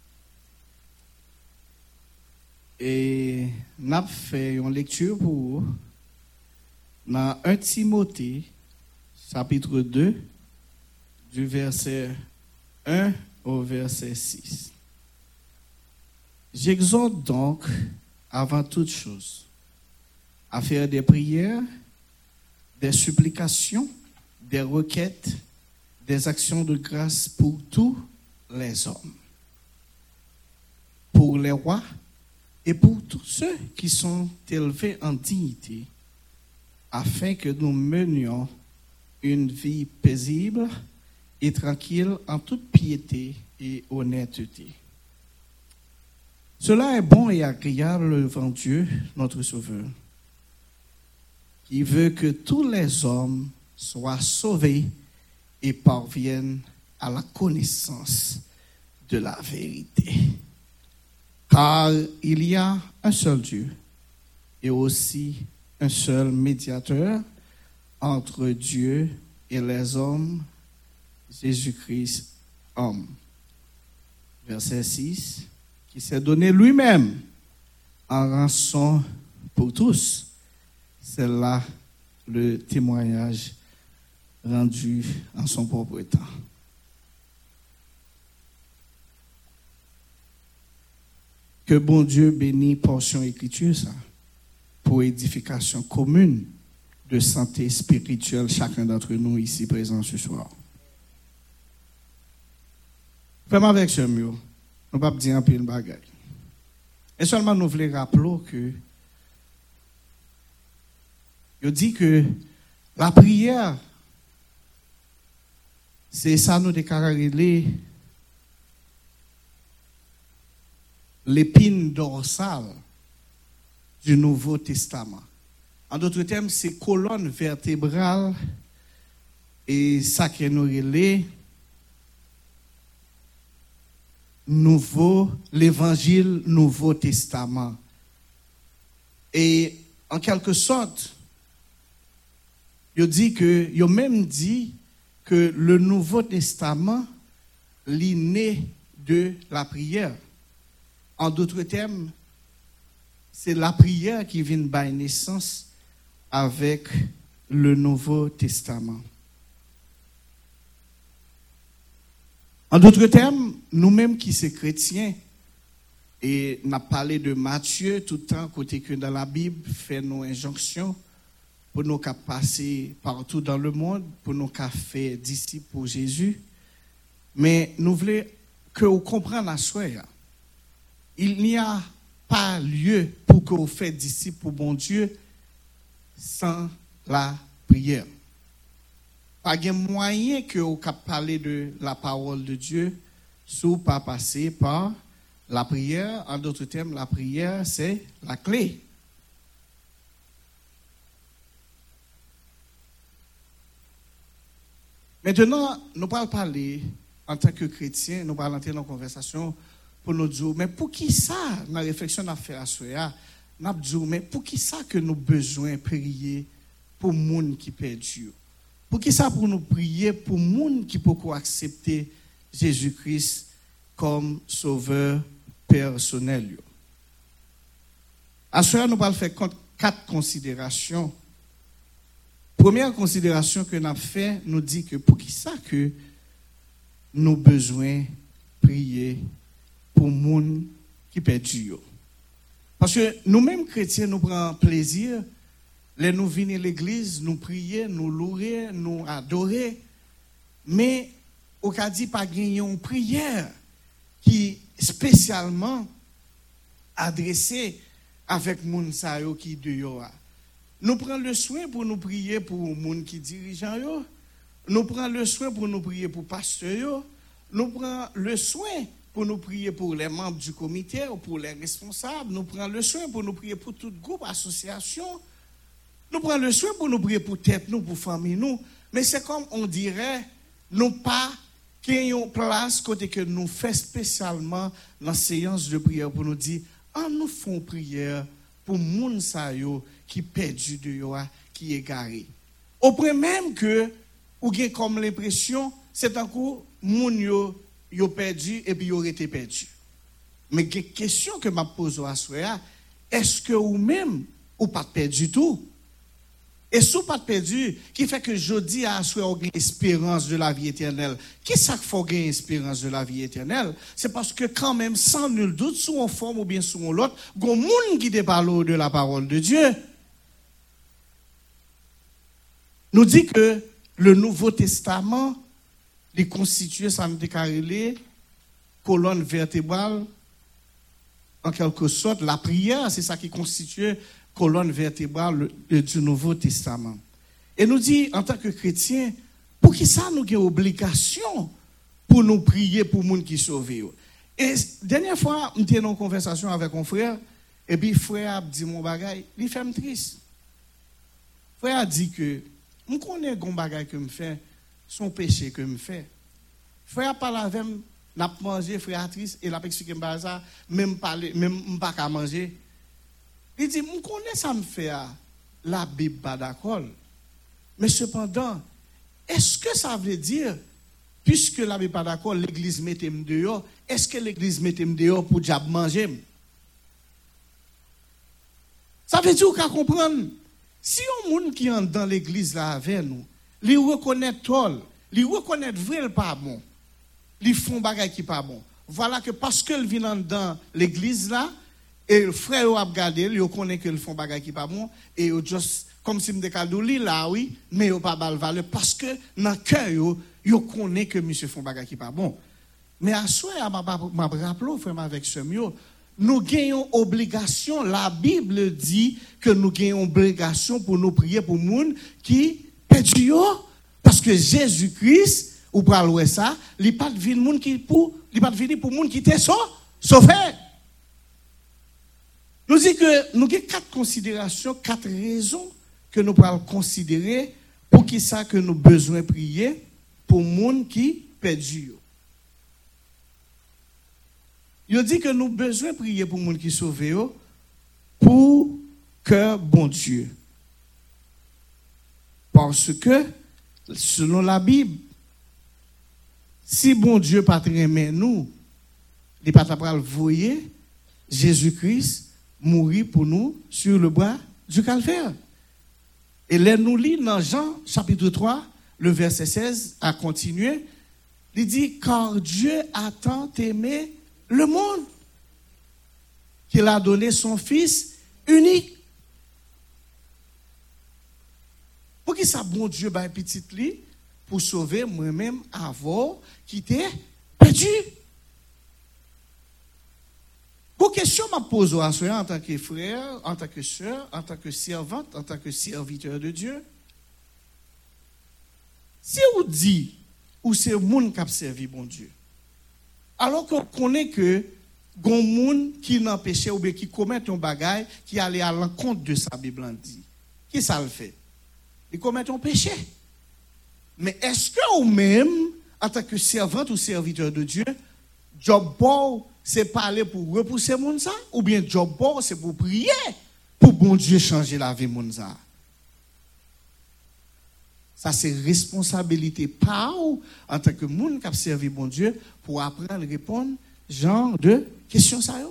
Et nous avons fait une lecture pour vous dans un Timothée, chapitre deux, du verset un au verset six. J'exhorte donc, avant toute chose, à faire des prières, des supplications, des requêtes, des actions de grâce pour tous les hommes, pour les rois, et pour tous ceux qui sont élevés en dignité, afin que nous menions une vie paisible et tranquille en toute piété et honnêteté. Cela est bon et agréable devant Dieu, notre Sauveur, qui veut que tous les hommes soient sauvés et parviennent à la connaissance de la vérité. Car il y a un seul Dieu et aussi un seul médiateur entre Dieu et les hommes, Jésus-Christ, homme. Verset six, qui s'est donné lui-même en rançon pour tous. C'est là le témoignage rendu en son propre temps. Que bon Dieu bénisse portion écriture ça pour édification commune de santé spirituelle chacun d'entre nous ici présents ce soir. Vraiment avec ce mot, nous ne pouvons pas dire un peu de bagaille. Et seulement nous voulons rappeler que il dit que la prière, c'est ça nous déclarer l'épine dorsale du Nouveau Testament. En d'autres termes, c'est colonne vertébrale et ça qui nous relève nouveau, l'évangile Nouveau Testament. Et en quelque sorte, il dit que, il même dit que le Nouveau Testament est né de la prière. En d'autres termes, c'est la prière qui vient de naissance avec le Nouveau Testament. En d'autres termes, nous-mêmes qui sommes chrétiens, et on a parlé de Matthieu tout le temps, côté que dans la Bible, fait nos injonctions pour nous passer partout dans le monde, pour nous faire disciples pour Jésus. Mais nous voulons que vous compreniez la soirée. Il n'y a pas lieu pour que vous fassiez disciples pour bon Dieu sans la prière. Pas de moyen que vous puissiez parler de la parole de Dieu sans pas passer par la prière. En d'autres termes, la prière, c'est la clé. Maintenant, nous allons parler en tant que chrétiens, nous allons entrer dans la conversation pour nous dire, mais pour qui ça, dans la réflexion à faire à soi, nous allons dire, mais pour qui ça que nous avons besoin de prier pour les gens qui perdent? Pour qui ça pour nous prier pour les gens qui peuvent accepter Jésus-Christ comme sauveur personnel? À soi, nous allons faire quatre considérations. Première considération que nous avons fait, nous dit que pour qui ça que nous avons besoin de prier pour les gens qui perdent. Parce que nous-mêmes chrétiens, nous prenons plaisir, les nous venons à l'église, nous prions, nous louer, nous adorer, mais au cas dit pas gagner une prière qui spécialement adressée avec les gens qui dehors. Nous prenons le soin pour nous prier pour les gens qui dirigent. Nous prenons le soin pour nous prier pour les pasteurs. Nous prenons le soin pour nous prier pour les membres du comité ou pour les responsables. Nous prenons le soin pour nous prier pour tout groupe, association. Nous prenons le soin pour nous prier pour tête, nous, pour famille, nous. Mais c'est comme on dirait, nous pas qu'il une place côté que nous faisons spécialement la séance de prière pour nous dire, ah, nous faisons prière pour les gens qui perdu de yo, qui est garé. Au point même que, ou bien comme l'impression, c'est un coup, moun yo, yo perdu et puis yo été perdu. Mais la question que m'a posée à soi, est-ce que ou même, ou pas perdu tout? Et si ou pas perdu, qui fait que je dis à soi, ou une espérance de la vie éternelle. Qui ça qu'il faut gagner espérance de la vie éternelle? C'est parce que quand même, sans nul doute, soit en forme ou bien soit en l'autre, gon moun qui déparle de la parole de Dieu. Nous dit que le Nouveau Testament est constitué, ça nous déclaré, colonne vertébrale, en quelque sorte, la prière, c'est ça qui constitue colonne vertébrale du Nouveau Testament. Et nous dit, en tant que chrétiens, pour qui ça nous avons obligation pour nous prier pour les gens qui sont sauvés. Et dernière fois, nous étions en conversation avec un frère, et puis le frère a dit mon bagage, il fait me triste. Le frère a dit que je connais les bagages que je fais, son péché que je fais. Frère parle avec moi, n'a mangé, frère triste, et l'a expliqué ça, même parler, même pas qu'à manger. Il dit, je connais ça me fait, la Bible pas d'accord. Mais cependant, est-ce que ça veut dire, puisque la Bible pas d'accord, l'église mette me dehors, est-ce que l'église mette me dehors pour diable manger? Ça veut dire qu'on comprendre. Si on monde qui entre dans l'église là avec nous, li reconnaît tol, li reconnaît vrai pas bon, li font bagay qui pas bon. Voilà que parce que vient dans l'église là et le frère a regardé, il connaît que le font bagay qui pas bon et juste comme si me décalou li là oui, mais yo pas bal valeur parce que dans cœur yo, yo connaît que monsieur font bagay qui pas bon. Mais à soi m'a m'a rappelé frère avec ce mieux. Nous gagnons obligation, la Bible dit que nous gagnons obligation pour nous prier pour les gens qui perdent. Parce que Jésus-Christ, ou pour aller ça, il n'est pas venu pour les gens qui étaient sauvés. Nous disons que nous avons quatre considérations, quatre raisons que nous pouvons considérer pour qui ça que nous avons besoin de prier pour les gens qui perdent. Il dit que nous avons besoin de prier pour les gens qui sont sauvés, pour que bon Dieu. Parce que, selon la Bible, si bon Dieu pas aimer nous, il n'est pas capable de voyer Jésus-Christ mourir pour nous sur le bois du calvaire. Et là, nous lisons dans Jean, chapitre trois, le verset seize, à continuer. Il dit, car Dieu a tant aimé le monde qu'il a donné son Fils unique. Pour qui ça, bon Dieu, bah, petit lit, pour sauver moi-même avant qui était perdu. Pour question m'a posé en tant que frère, en tant que soeur, en tant que servante, en tant que serviteur de Dieu. Si on dit, ou c'est le monde qui a servi bon Dieu, alors qu'on connaît que gon monde qui n'empêchait ou bien qui commet un bagage qui allait à l'encontre de sa Bible en dit. Qui ça le fait? Il commet un péché. Mais est-ce que vous-même, en tant que servante ou serviteur de Dieu, job bon, c'est parler pour repousser mon ça, ou bien job bon, c'est pour prier pour bon Dieu changer la vie mon ça? Ça, c'est responsabilité par ou, en tant que monde qui a servi bon Dieu, pour apprendre à répondre genre de questions ça.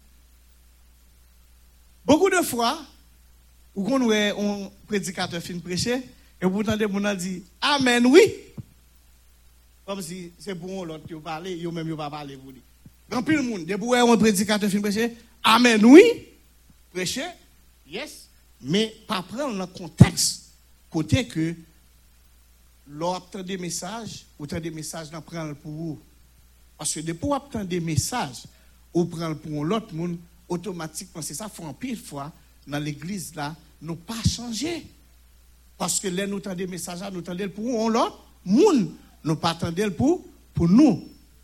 Beaucoup de fois, où on a un prédicateur fin prêcher, et vous entendez mon a dit Amen, oui. Comme si c'est pour l'autre qui parle, yo même yo pas parler pour lui. Grand pile monde, de vous un prédicateur fin prêcher, Amen, oui. Prêcher, yes, mais pas prendre le contexte côté que l'obtenir des messages, autant des messages d'en prendre pour vous. Parce que depuis obtenir des messages, ou prendre pour l'autre monde, automatiquement, c'est ça, faut en pile fois, dans l'église là, nous pas changer. Parce que là, nous entendons des messages, nous entendons pour l'autre monde, nous pas attendons pour, pour nous.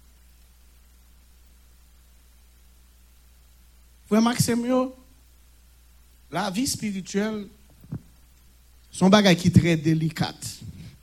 Frère Maxime, la vie spirituelle, son bagage qui est très délicate.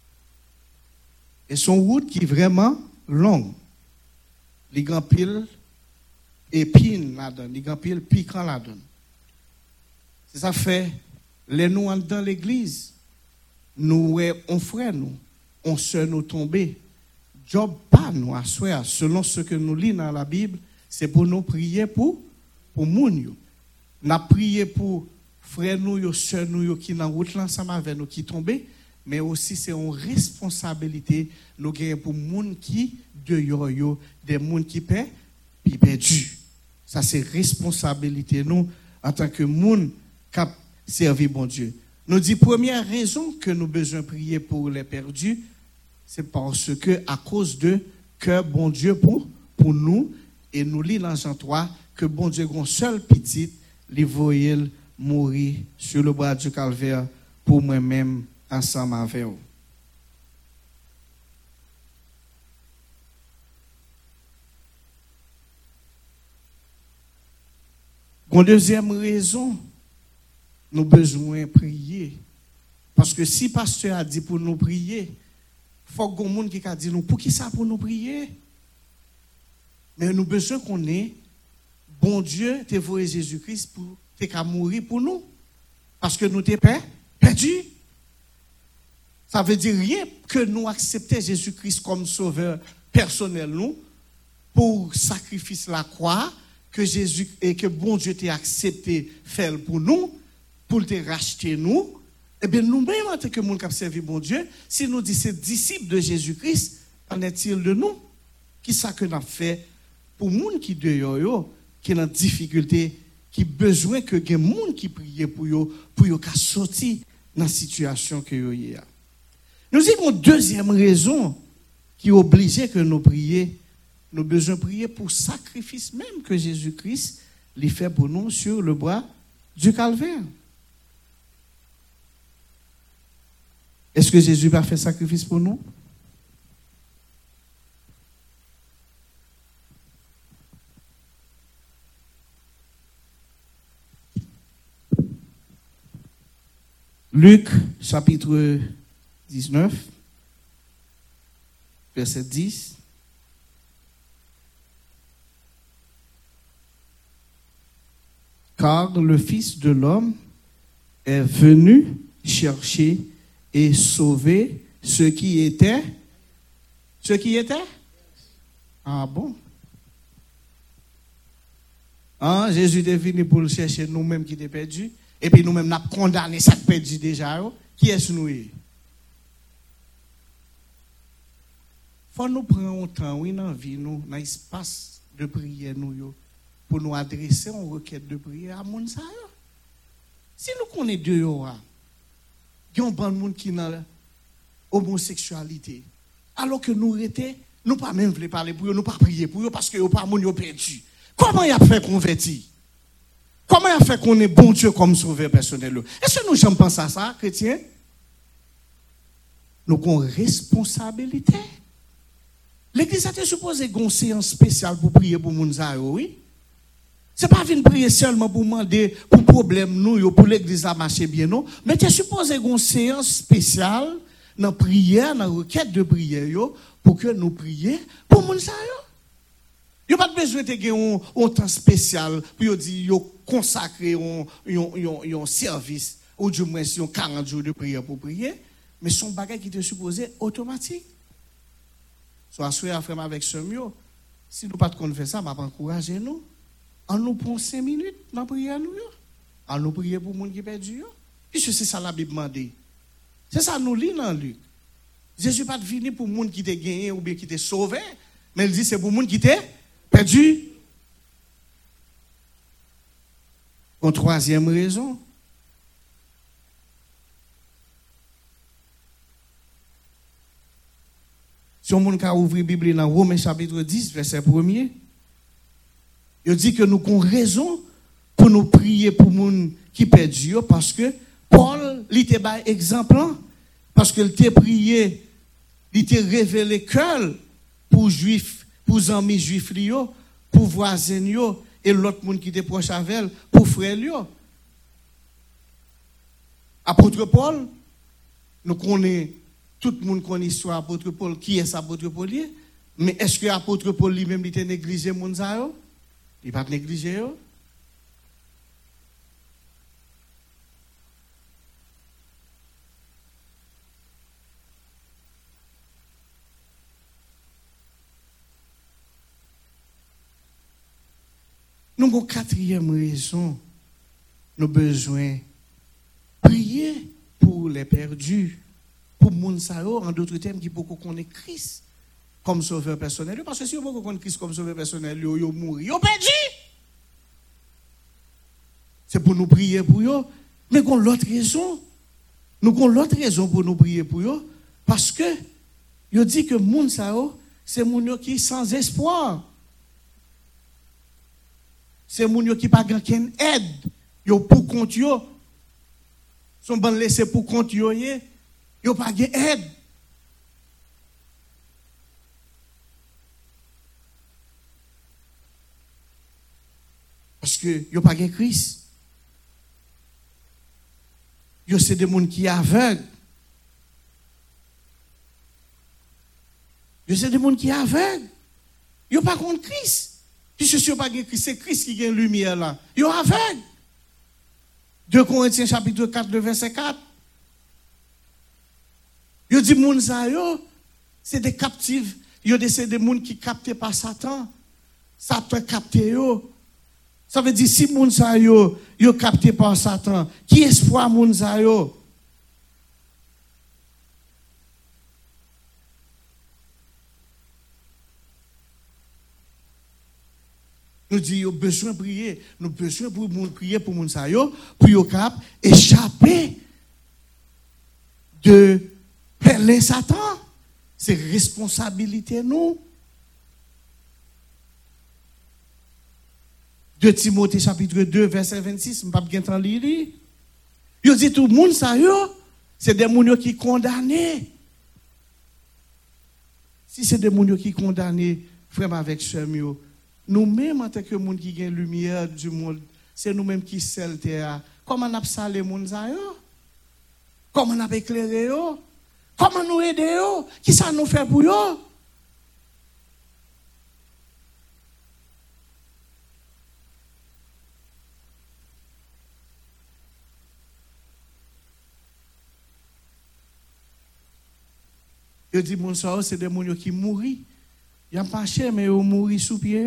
Et son route qui est vraiment longue. Les grands piles épines là-dedans, les grands piles piquants là-dedans. C'est ça fait, les nous dans l'église, nous, on frère nous, on sœur nous tomber. Job pas nous à soi, selon ce que nous lisons dans la Bible, c'est pour nous prier pour, pour moun. Nous prié pour frère nous, sœur nous, qui dans route ensemble avec nous, qui tombent. Mais aussi c'est une responsabilité nous gagnons pour moun qui de yo yo des moun qui paient puis perdu. Ça c'est responsabilité nous en tant que moun qui servi bon Dieu. Nous dit première raison que nous besoin prier pour les perdus, c'est parce que à cause de que bon Dieu pour pour nous et nous lit dans Jean trois que bon Dieu gon seul petit li voyait mourir sur le bras du calvaire pour moi-même ensemble avec vous. Une deuxième raison, nous avons besoin de prier. Parce que si le pasteur a dit pour nous prier, il faut que quelqu'un qui a dit nous, pour qui ça pour nous prier? Mais nous avons besoin qu'on ait, bon Dieu, t'es voué Jésus-Christ pour t'es qu'à mourir pour nous. Parce que nous t'es perdus. Ça veut dire rien que nous accepter Jésus-Christ comme sauveur personnel nous pour sacrifice la croix que Jésus et que bon Dieu t'a accepté faire pour nous pour te racheter nous. Eh bien nous-mêmes en tant que monde qui a servi bon Dieu, si nous disons c'est disciples de Jésus-Christ, qu'en est-il de nous? Qui ça que nous avons fait pour monde qui de yo qui est en difficulté, qui besoin que des monde qui prie pour yo pour yo ka sortir dans la situation que yo y a. Nous avons une deuxième raison qui est obligée que nous prions. Nous avons besoin de prier pour le sacrifice même que Jésus-Christ lui fait pour nous sur le bras du calvaire. Est-ce que Jésus va faire sacrifice pour nous? Luc, chapitre dix-neuf, verset dix. Car le Fils de l'homme est venu chercher et sauver ceux qui étaient. Ceux qui étaient? Ah bon? Hein, Jésus est venu pour le chercher nous-mêmes qui étaient perdus. Et puis nous-mêmes, nous avons condamné ça perdu déjà. Qui est-ce nous? Il faut nous prendre un temps, oui, dans la vie, nous, dans l'espace de prière, nous, pour nous adresser une requête de prière à mon ça. Si nous connaissons Dieu, il y a un bon monde qui est dans l'homosexualité. Alors que nous étions, nous pas même voulu parler pour eux, nous pas prier pour eux parce que nous pas monde perdu. Comment il a fait convertir? Comment il a fait qu'on est bon Dieu comme sauveur personnel? Est-ce que nous jamais pensé à ça, chrétiens? Nous avons une responsabilité. L'église a été supposée une séance spéciale pour prier pour les gens, oui? Ce n'est pas venir prier seulement pour demander pour problème nous, pour l'église à marcher bien, non? Mais tu es supposé une séance spéciale dans la prière, dans la requête de prière, pour que nous prions pour les gens. Il n'y a pas besoin de gagner un temps spécial pour dire consacrer un service ou du moins quarante jours de prière pour prier, mais son bagage qui est supposé automatique. Soit soit frère avec ce mieux, si nous ne pouvons pas faire ça, va encourager nous. On nous prend cinq minutes dans la prière nous. On nous prier pour les gens qui perdu. Puisque c'est ça la Bible m'a dit. C'est ça nous lit dans Luc. Jésus n'est pas venu pour les gens qui t'ont gagné ou bien qui t'ont sauvé, mais il dit c'est pour les gens qui t'ont perdu. Une troisième raison. Si on a ouvert la Bible dans Romains chapitre dix, verset premier, il dit que nous avons raison pour nous prier pour les gens qui perdus, parce que Paul, il était un exemple, parce qu'il t'a prié, il t'a révélé cœur pour les juifs, pour les amis juifs, pour les voisins, et l'autre monde qui était proche avec elle, pour les frères. Apôtre Paul, nous connaissons. Tout le monde connaît l'histoire de l'apôtre Paul. Qui est l'apôtre Paul? Mais est-ce que l'apôtre Paul lui-même était négligé, Mounzao? Il n'est pas négligé. Nous avons une quatrième raison. Nous avons besoin de prier pour les perdus. Pour moun sa yo, en d'autres termes, qui peut connaître Christ comme sauveur personnel. Parce que si vous connaissez Christ comme sauveur personnel, yo yo mouri, yo perdu. C'est pour nous prier pour eux. Mais nous avons l'autre raison. Nous avons l'autre raison pour nous prier pour eux. Parce que, yo dit que moun sa yo, c'est moun yo qui sans espoir. C'est moun yo qui pas grand aide. Yo pour compte yo. Son ban laissé pour compte yo yé. Yo pas de aide. Parce que yo pas de Christ. Yo c'est des gens qui aveugles. Yo c'est des gens qui aveugles. Yo pas contre Christ. Puisque si yo pas de Christ, c'est Christ qui gagne lumière là. Yo aveugle. deux Corinthiens chapitre quatre, verset quatre. Yo dit moun sa yo, c'est des captifs. Yo c'est des moun qui captés par Satan. Satan capté yo. Ça veut dire si moun sa yo, yo capté par Satan, qui espoir moun sa yo? Nous disons, nous besoin de prier. Nous avons besoin de prier pour moun sa yo, pour yo cap échapper de les Satan. C'est responsabilité nous. De Timothée chapitre deux, verset vingt-six, je ne vais pas bien lire. Il dit tout le monde, ça, c'est des gens qui sont condamnés. Si c'est des gens qui sont condamnés, frère avec ce mieux, nous-mêmes, en tant que gens qui ont la lumière du monde, c'est nous-mêmes qui sommes terre. Comment on a salé les gens? Comment on a éclairé? Comment nous aider? Qui ça nous fait pour eux? Je dis, mon soeur, c'est des gens qui mourent. Ils n'ont pas cher, mais ils mourent sous pied.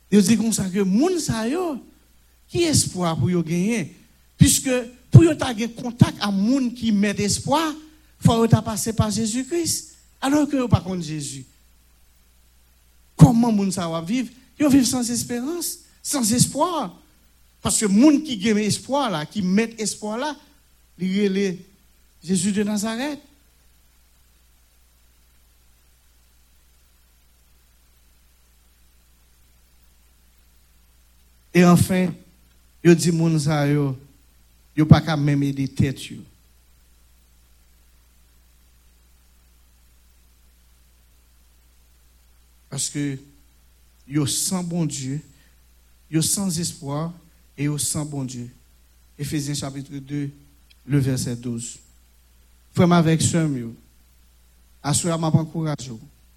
Yo dit comme ça que moun sa yo qui espoir pour yo gagner puisque pour yo ta gen contact à moun qui met espoir, faut yo ta passer par Jésus-Christ alors que yo pas contre Jésus. Comment moun sa va vivre? Yo vivent sans espérance, sans espoir. Parce que moun qui gagne espoir là, qui met espoir là, il relève Jésus de Nazareth. Et enfin, yo dit moun sa yo, yo pas ka même aider tête yo. Parce que yo sans bon Dieu, yo sans espoir et yo sans bon Dieu. Éphésiens chapitre deux, le verset douze. Frère avec sœur yo, assoya m'a encourage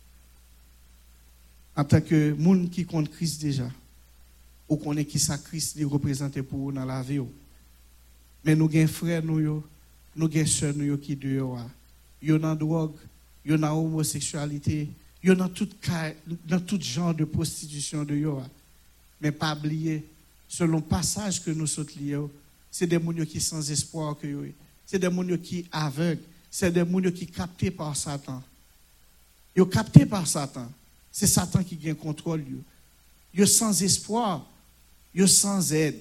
en tant que moun qui compte Christ déjà. Ou connaît qui ça Christ li représenter pour nous dans la vie. Mais nous gen frères nous yo, nous gen sœurs nous yo qui dehors. Yo dans drogue, yo dans homosexualité, yo dans tout cas, dans tout genre de prostitution de yo. Mais pas oublier selon passage que nous saute lié, c'est des moun yo qui sans espoir que yo. C'est des moun yo qui aveugles, c'est des moun yo qui captés par Satan. Yo captés par Satan. C'est Satan qui gagne contrôle yo. Yo sans espoir, yo sans aide.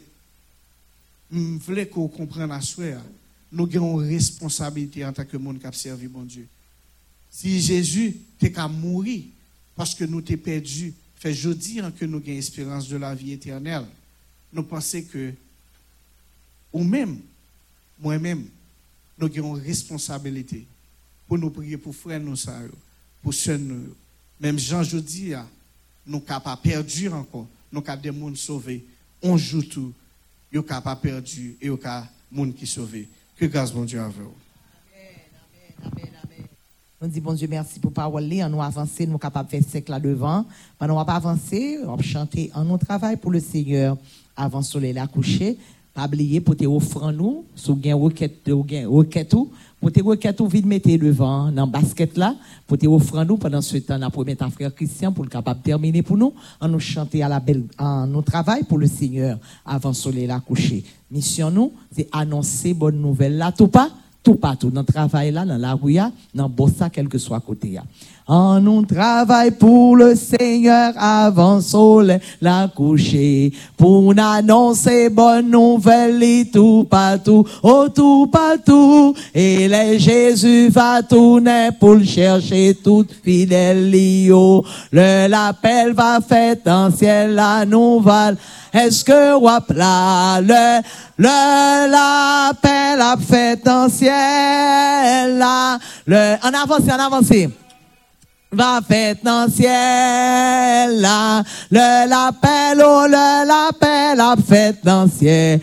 Je voulais que vous compreniez à soi, nous avons une responsabilité en tant que monde qui a servi mon Dieu. Si Jésus t'es qu'à mourir parce que nous t'es perdu, fait jeudi que nous avons espérance de la vie éternelle, nous pensons que, ou même, moi-même, nous avons une responsabilité pour nous prier pour frères nous, pour sœurs nous. Même Jean jeudi, nous n'avons pas perdu encore, nous avons des gens sauvés. On joue tout, nous n'avons pas perdu et nous avons des gens qui sont sauvés. Que grâce mon Dieu avec vous. Amen, amen, amen. On dit bon Dieu merci pour parole, on nous avancer, nous capables de faire sec là devant. Pendant on va avancer, on va chanter en nous travail pour le Seigneur avant le soleil la coucher. Pas oublier pour te offrir nous, sous gain requête gain requête pour te requête ou vite mettre devant dans basket là pour te offrir nous pendant ce temps la premier temps frère Christian pour le capable terminer pour nous en nous chanter à la belle en nous travail pour le Seigneur avant le soleil la coucher. Mission nous c'est annoncer bonne nouvelle là tout pas tout partout dans le travail là dans la rue dans bossa quel que soit côté là. En nous travaille pour le Seigneur avant soleil la coucher pour annoncer bonne nouvelle et tout partout oh tout partout et les Jésus va tourner pour le chercher tout fidèle lio le l'appel va faire dans ciel la nouvelle est-ce que wap là le le l'appel a fait dans ciel là le en avance en avance va faire dans ciel là le l'appel oh le l'appel a fait dans ciel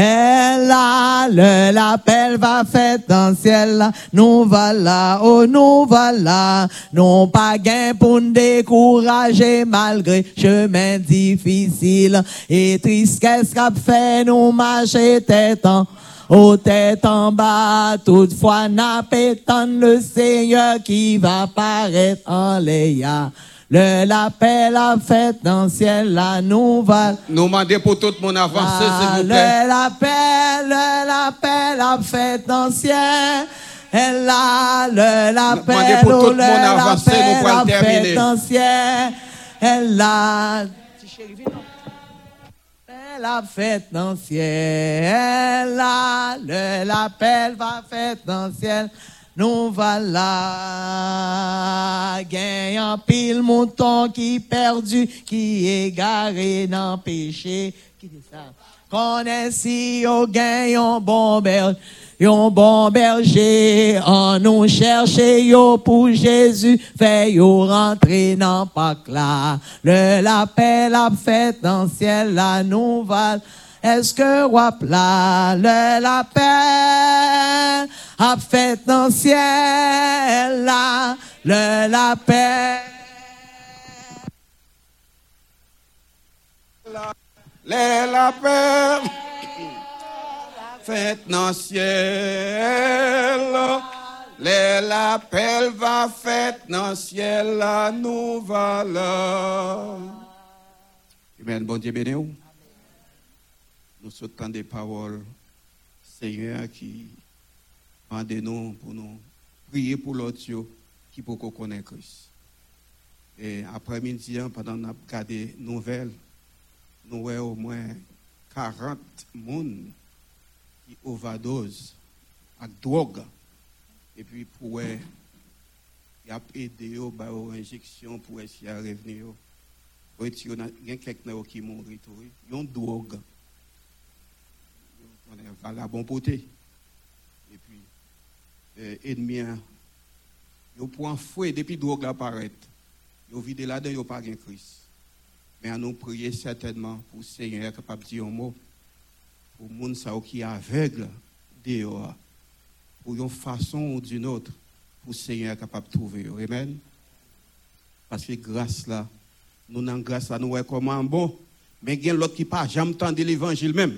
là le l'appel va faire dans ciel là nous voilà oh nous voilà non pas gain pour nous décourager malgré chemin difficile et tristesse qu'a fait nous marcher tête en aux têtes en bas, toutefois n'a pétant le Seigneur qui va paraître en Léa. Le l'appel a fait dans le ciel la nouvelle. Nous demandons pour tout le monde avancer, s'il vous plaît. Le l'appel, le l'appel a fait dans le ciel. Elle a le l'appel, pour tout le monde l'appel avancer, nous pouvons a terminer. fait dans le ciel. Elle a la fête dans le ciel, là, le l'appel va faire dans le ciel, nous voilà, gagnant pile mouton qui perdu, qui égaré dans le péché, qui dit ça? Qu'on est si au gagnant bon berger, yon bon berger, en nous chercher yo pour Jésus, fait yo rentrer dans Pâques là. Le l'appel a fait dans le ciel la nouvelle. Est-ce que wap là, le l'appel a fait dans le ciel là, le l'appel. Le l'appel fait dans le ciel, le l'appel va fait dans le ciel, la nouvelle. Amen. Bon Dieu béni. Nous souhaitons des paroles, Seigneur, qui rendent nous pour nous prier pour l'autre qui peut connaître Christ. Et après-midi, pendant qu'on a regardé les nouvelles, nous voyons au moins quarante personnes qui overdosent avec drogue. Et puis, pour aider eux, par une injection pour essayer de revenir. Il y a quelqu'un qui mourent. Ils ont drogue. On est la bonne côté. Et puis, euh, ennemi, ils prennent fouet depuis que la drogue apparaît. Ils vident là-dedans, ils n'ont pas de Christ. Mais nous prions certainement pour le Seigneur capable de dire un mot. Pour les gens qui sont aveugles dehors. Pour une façon ou d'une autre. Pour le Seigneur capable de trouver. Amen. Parce que grâce là, nous n'avons grâce là, nous voyons comment bon. Mais il y a l'autre qui n'a pas jamais entendu l'évangile même.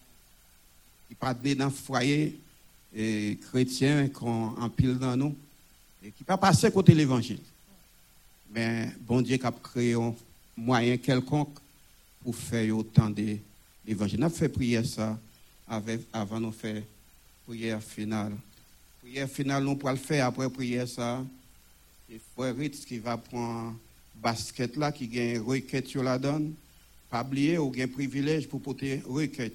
Qui pas né dans le foyer et chrétien qu'on empile dans nous. Et qui pas passé côté l'évangile. Mais bon Dieu qui a créé un moyen quelconque pour faire autant de l'évangile. Nous avons fait prier ça avec, avant de faire prière finale. Prière finale, nous pourrons le faire après prière ça. Et frère Ritz qui va prendre basket là, qui a une requête sur la donne. Pas oublier, ou un privilège pour porter requête.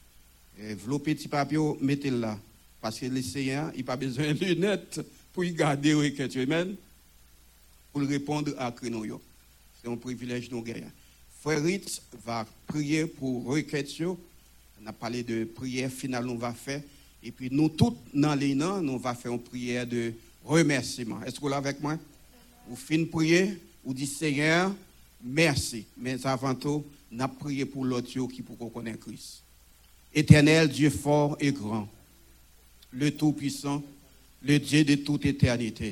Et vos petits papiers, mettez-le là. Parce que les Seigneur, il n'a pas besoin de lunettes pour y garder requête. Amen. Pour répondre à Crénoyo. C'est un privilège nous gagnons. Frère Ritz va prier pour requête. On a parlé de prière finale, nous va faire. Et puis nous tous, dans les noms, nous va faire une prière de remerciement. Est-ce que vous êtes avec moi? Vous finissez de prier, vous dites Seigneur, merci. Mais avant tout, nous avons prié pour l'autre qui pour connaître Christ. Éternel, Dieu fort et grand, le Tout-Puissant, le Dieu de toute éternité.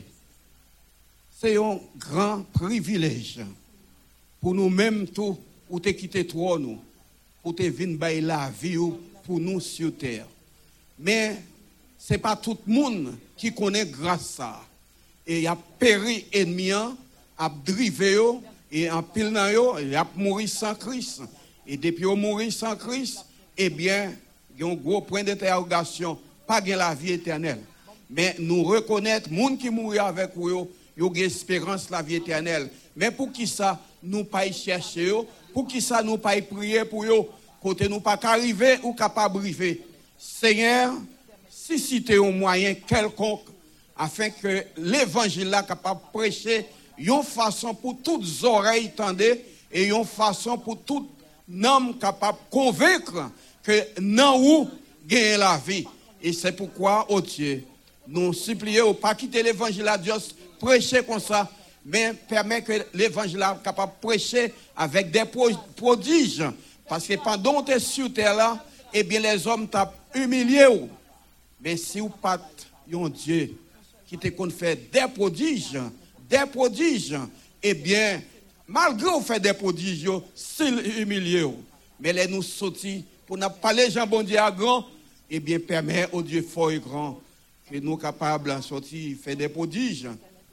C'est un grand privilège pour nous-mêmes tous, pour te quitter toi, nous, pour te venir bailler la vie pour nous sur terre. Mais ce n'est pas tout le monde qui connaît grâce à ça. Et il y a péri ennemi, a drivé, et en pile nan yo, il a mouru sans Christ. Et depuis qu'il mourir sans Christ, eh bien, il y a un gros point d'interrogation, pas de la vie éternelle. Mais nous reconnaître, les gens qui mourent avec vous, ils ont espérance la vie éternelle. Mais pour qui ça, nous pas y chercher, pour qui ça, nous pas y prier pour eux, côté nous pas arriver ou capable arriver. Seigneur, si c'était un moyen quelconque, afin que l'évangile là capable de prêcher, une façon pour toutes les oreilles tendées et une façon pour tout homme capable de convaincre que non où gagne la vie. Et c'est pourquoi, oh Dieu, nous supplions pas quitter l'évangile à Dieu, prêcher comme ça, mais permettre que l'évangile soit capable de prêcher avec des prodiges. Parce que pendant que tu es sur terre là, eh bien les hommes t'ont humilié. Mais si vous pas un Dieu qui te compte faire des prodiges, des prodiges, eh bien, malgré vous faire des prodiges, s'il humilié. Mais les nous sortis pour ne pas les gens bon Dieu à grand, eh bien, permet au Dieu fort et grand que nous capables de sortir faire des prodiges.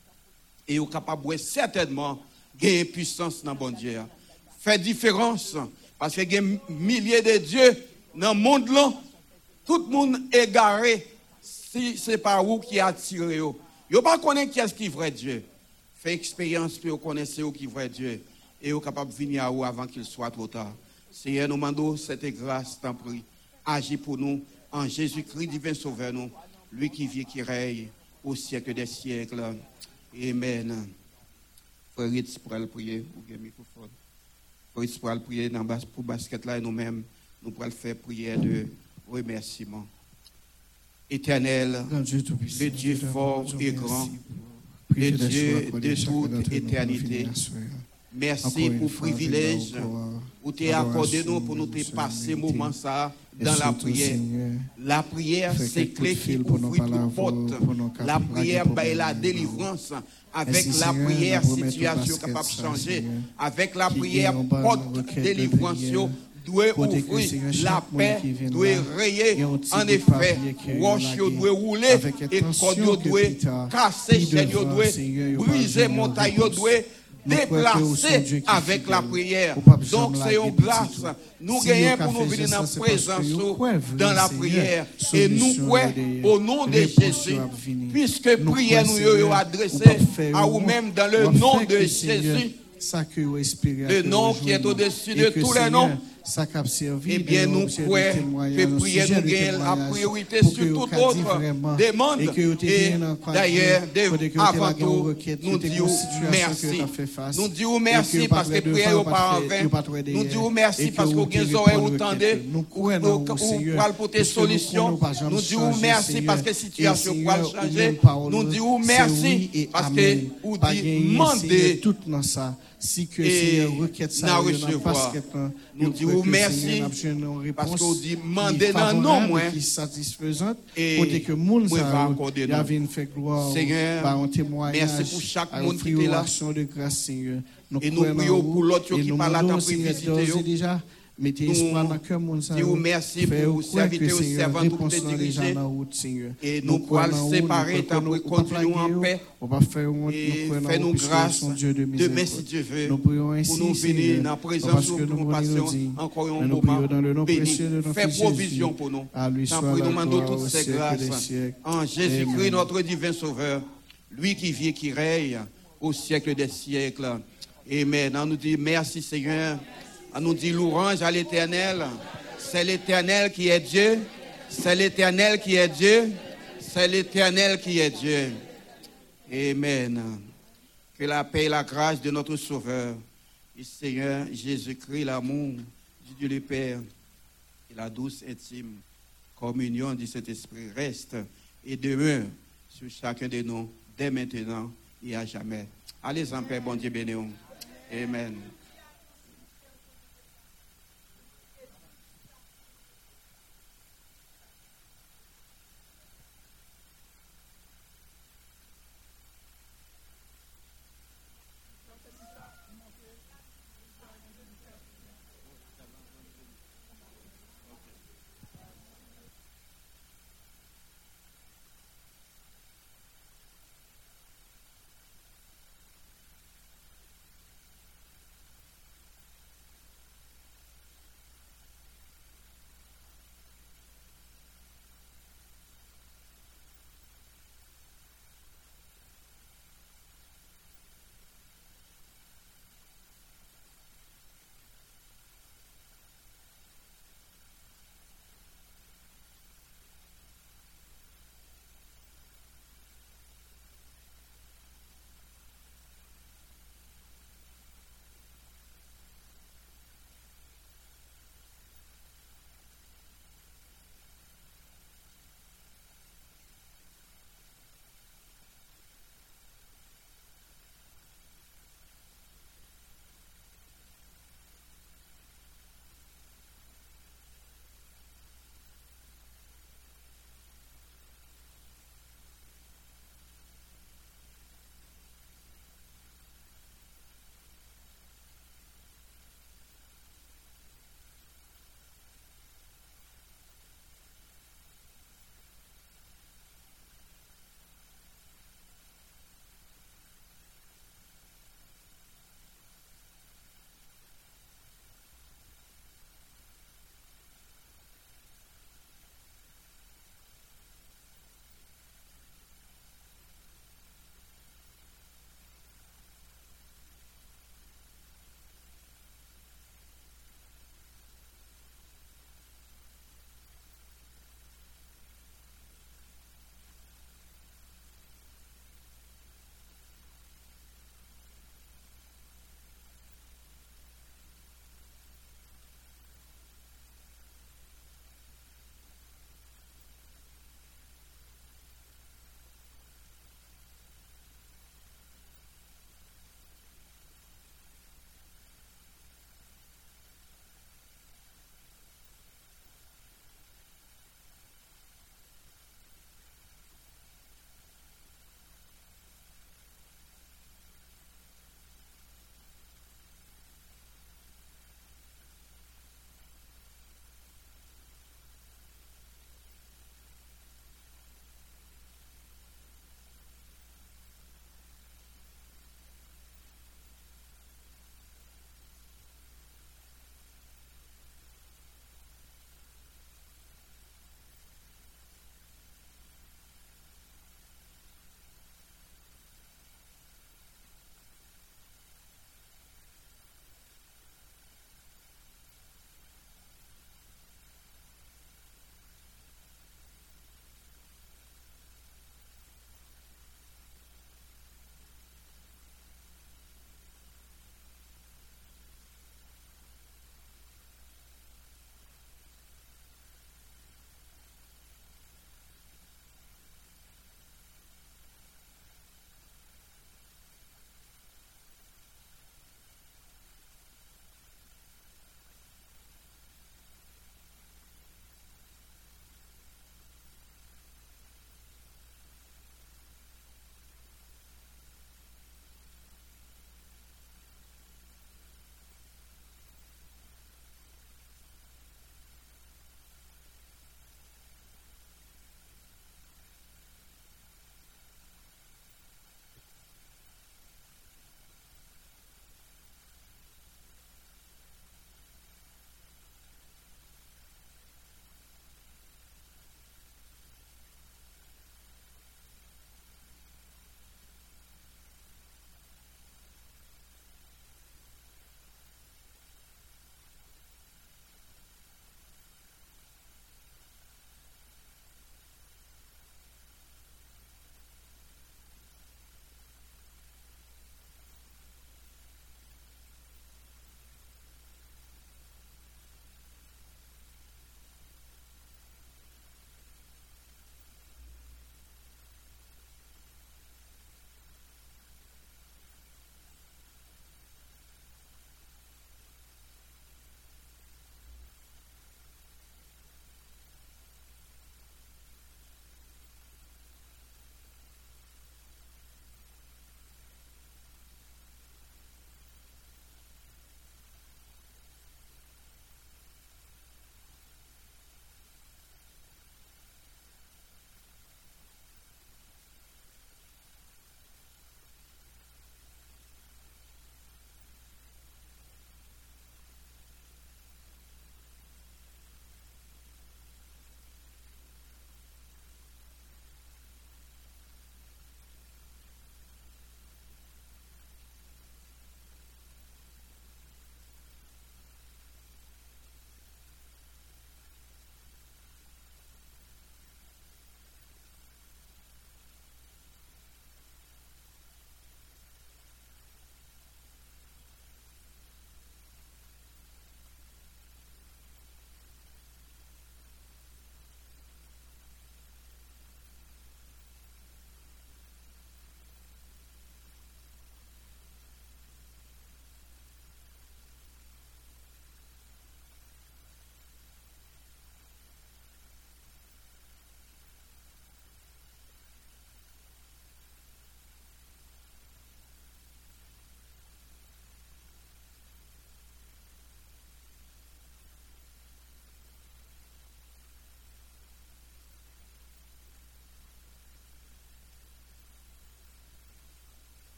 Et nous capables certainement gagner puissance dans bon Dieu. Faire différence. Parce qu'il y a des milliers de dieux dans le monde là. Tout le monde égaré si c'est pas vous qui attirez. Vous ne pas connaître qui est-ce qui est vrai Dieu. Fait expérience pour vous connaître qui est vrai Dieu. Et vous capable de venir à vous avant qu'il soit trop tard. Seigneur, nous demandons cette grâce, t'en prie. Agis pour nous en Jésus-Christ, divin sauveur nous. Lui qui vit, qui règne au siècle des siècles. Amen. Frère Ritz pour le prier. Ou bien microphone. Frère Ritz pour le prier dans pour basket là et nous-mêmes, nous pourrons faire prière de remerciement. Éternel, le Dieu fort et grand, le Dieu de toute éternité. Merci pour le privilège où tu as accordé nous pour nous passer moment ça dans la prière. La prière, c'est clé qui ouvre toute porte. La prière, c'est la délivrance. Avec la prière, situation capable de changer. Avec la prière, porte délivrance doit ouvrir, la paix doit rayer. En effet, roche doit rouler et code doit casser, chaîne doit briser, montagne doit déplacer avec la prière. Donc c'est une grâce. Nous gagnons pour nous venir dans la présence, dans la prière. Et nous croyons au nom de Jésus, puisque prière nous est adressée à vous-même dans le nom de Jésus. Le nom qui est au-dessus de tous les noms. Eh bien, nous croyons que prière nous gagne la priorité sur toute autre demande. Et d'ailleurs, avant tout, nous disons merci. Nous disons merci parce que prière n'est pas en vain. Nous disons merci parce que vous avez oreilles ou tendez, ou parlez pour tes solutions. Nous disons merci parce que la situation peut changer. Nous disons merci parce que vous demandez. Si que c'est requête ça recevoir, nous disons merci parce qu'on dit demander dans nos moyens qui satisfaisante et pour que monde va accorder nous vienne faire gloire par un témoignage. Merci pour chaque monde qui est là de grâce Seigneur. Et nous prions pour l'autre qui parle à ta visiter déjà. Mettez espoir dans le cœur, mon Seigneur. Nous merci pour vous servir aux servants pour te diriger. Et nous pouvons séparer, pour continuer en paix. Et fais-nous grâce demain si Dieu veut. Pour nous venir dans la présence de nous passions encore un moment béni. Fais provision pour nous. Tant pis, nous demandons toutes ces grâces. En Jésus-Christ, notre divin Sauveur, lui qui vit et qui règne au siècle des siècles. Amen. On nous dit merci Seigneur. On nous dit louange à l'Éternel. C'est l'Éternel qui est Dieu. C'est l'Éternel qui est Dieu. C'est l'Éternel qui est Dieu. Amen. Que la paix et la grâce de notre Sauveur, le Seigneur Jésus-Christ, l'amour du Dieu le Père et la douce intime communion du Saint-Esprit reste et demeure sur chacun de nous dès maintenant et à jamais. Allez en paix, bon Dieu béni. Amen.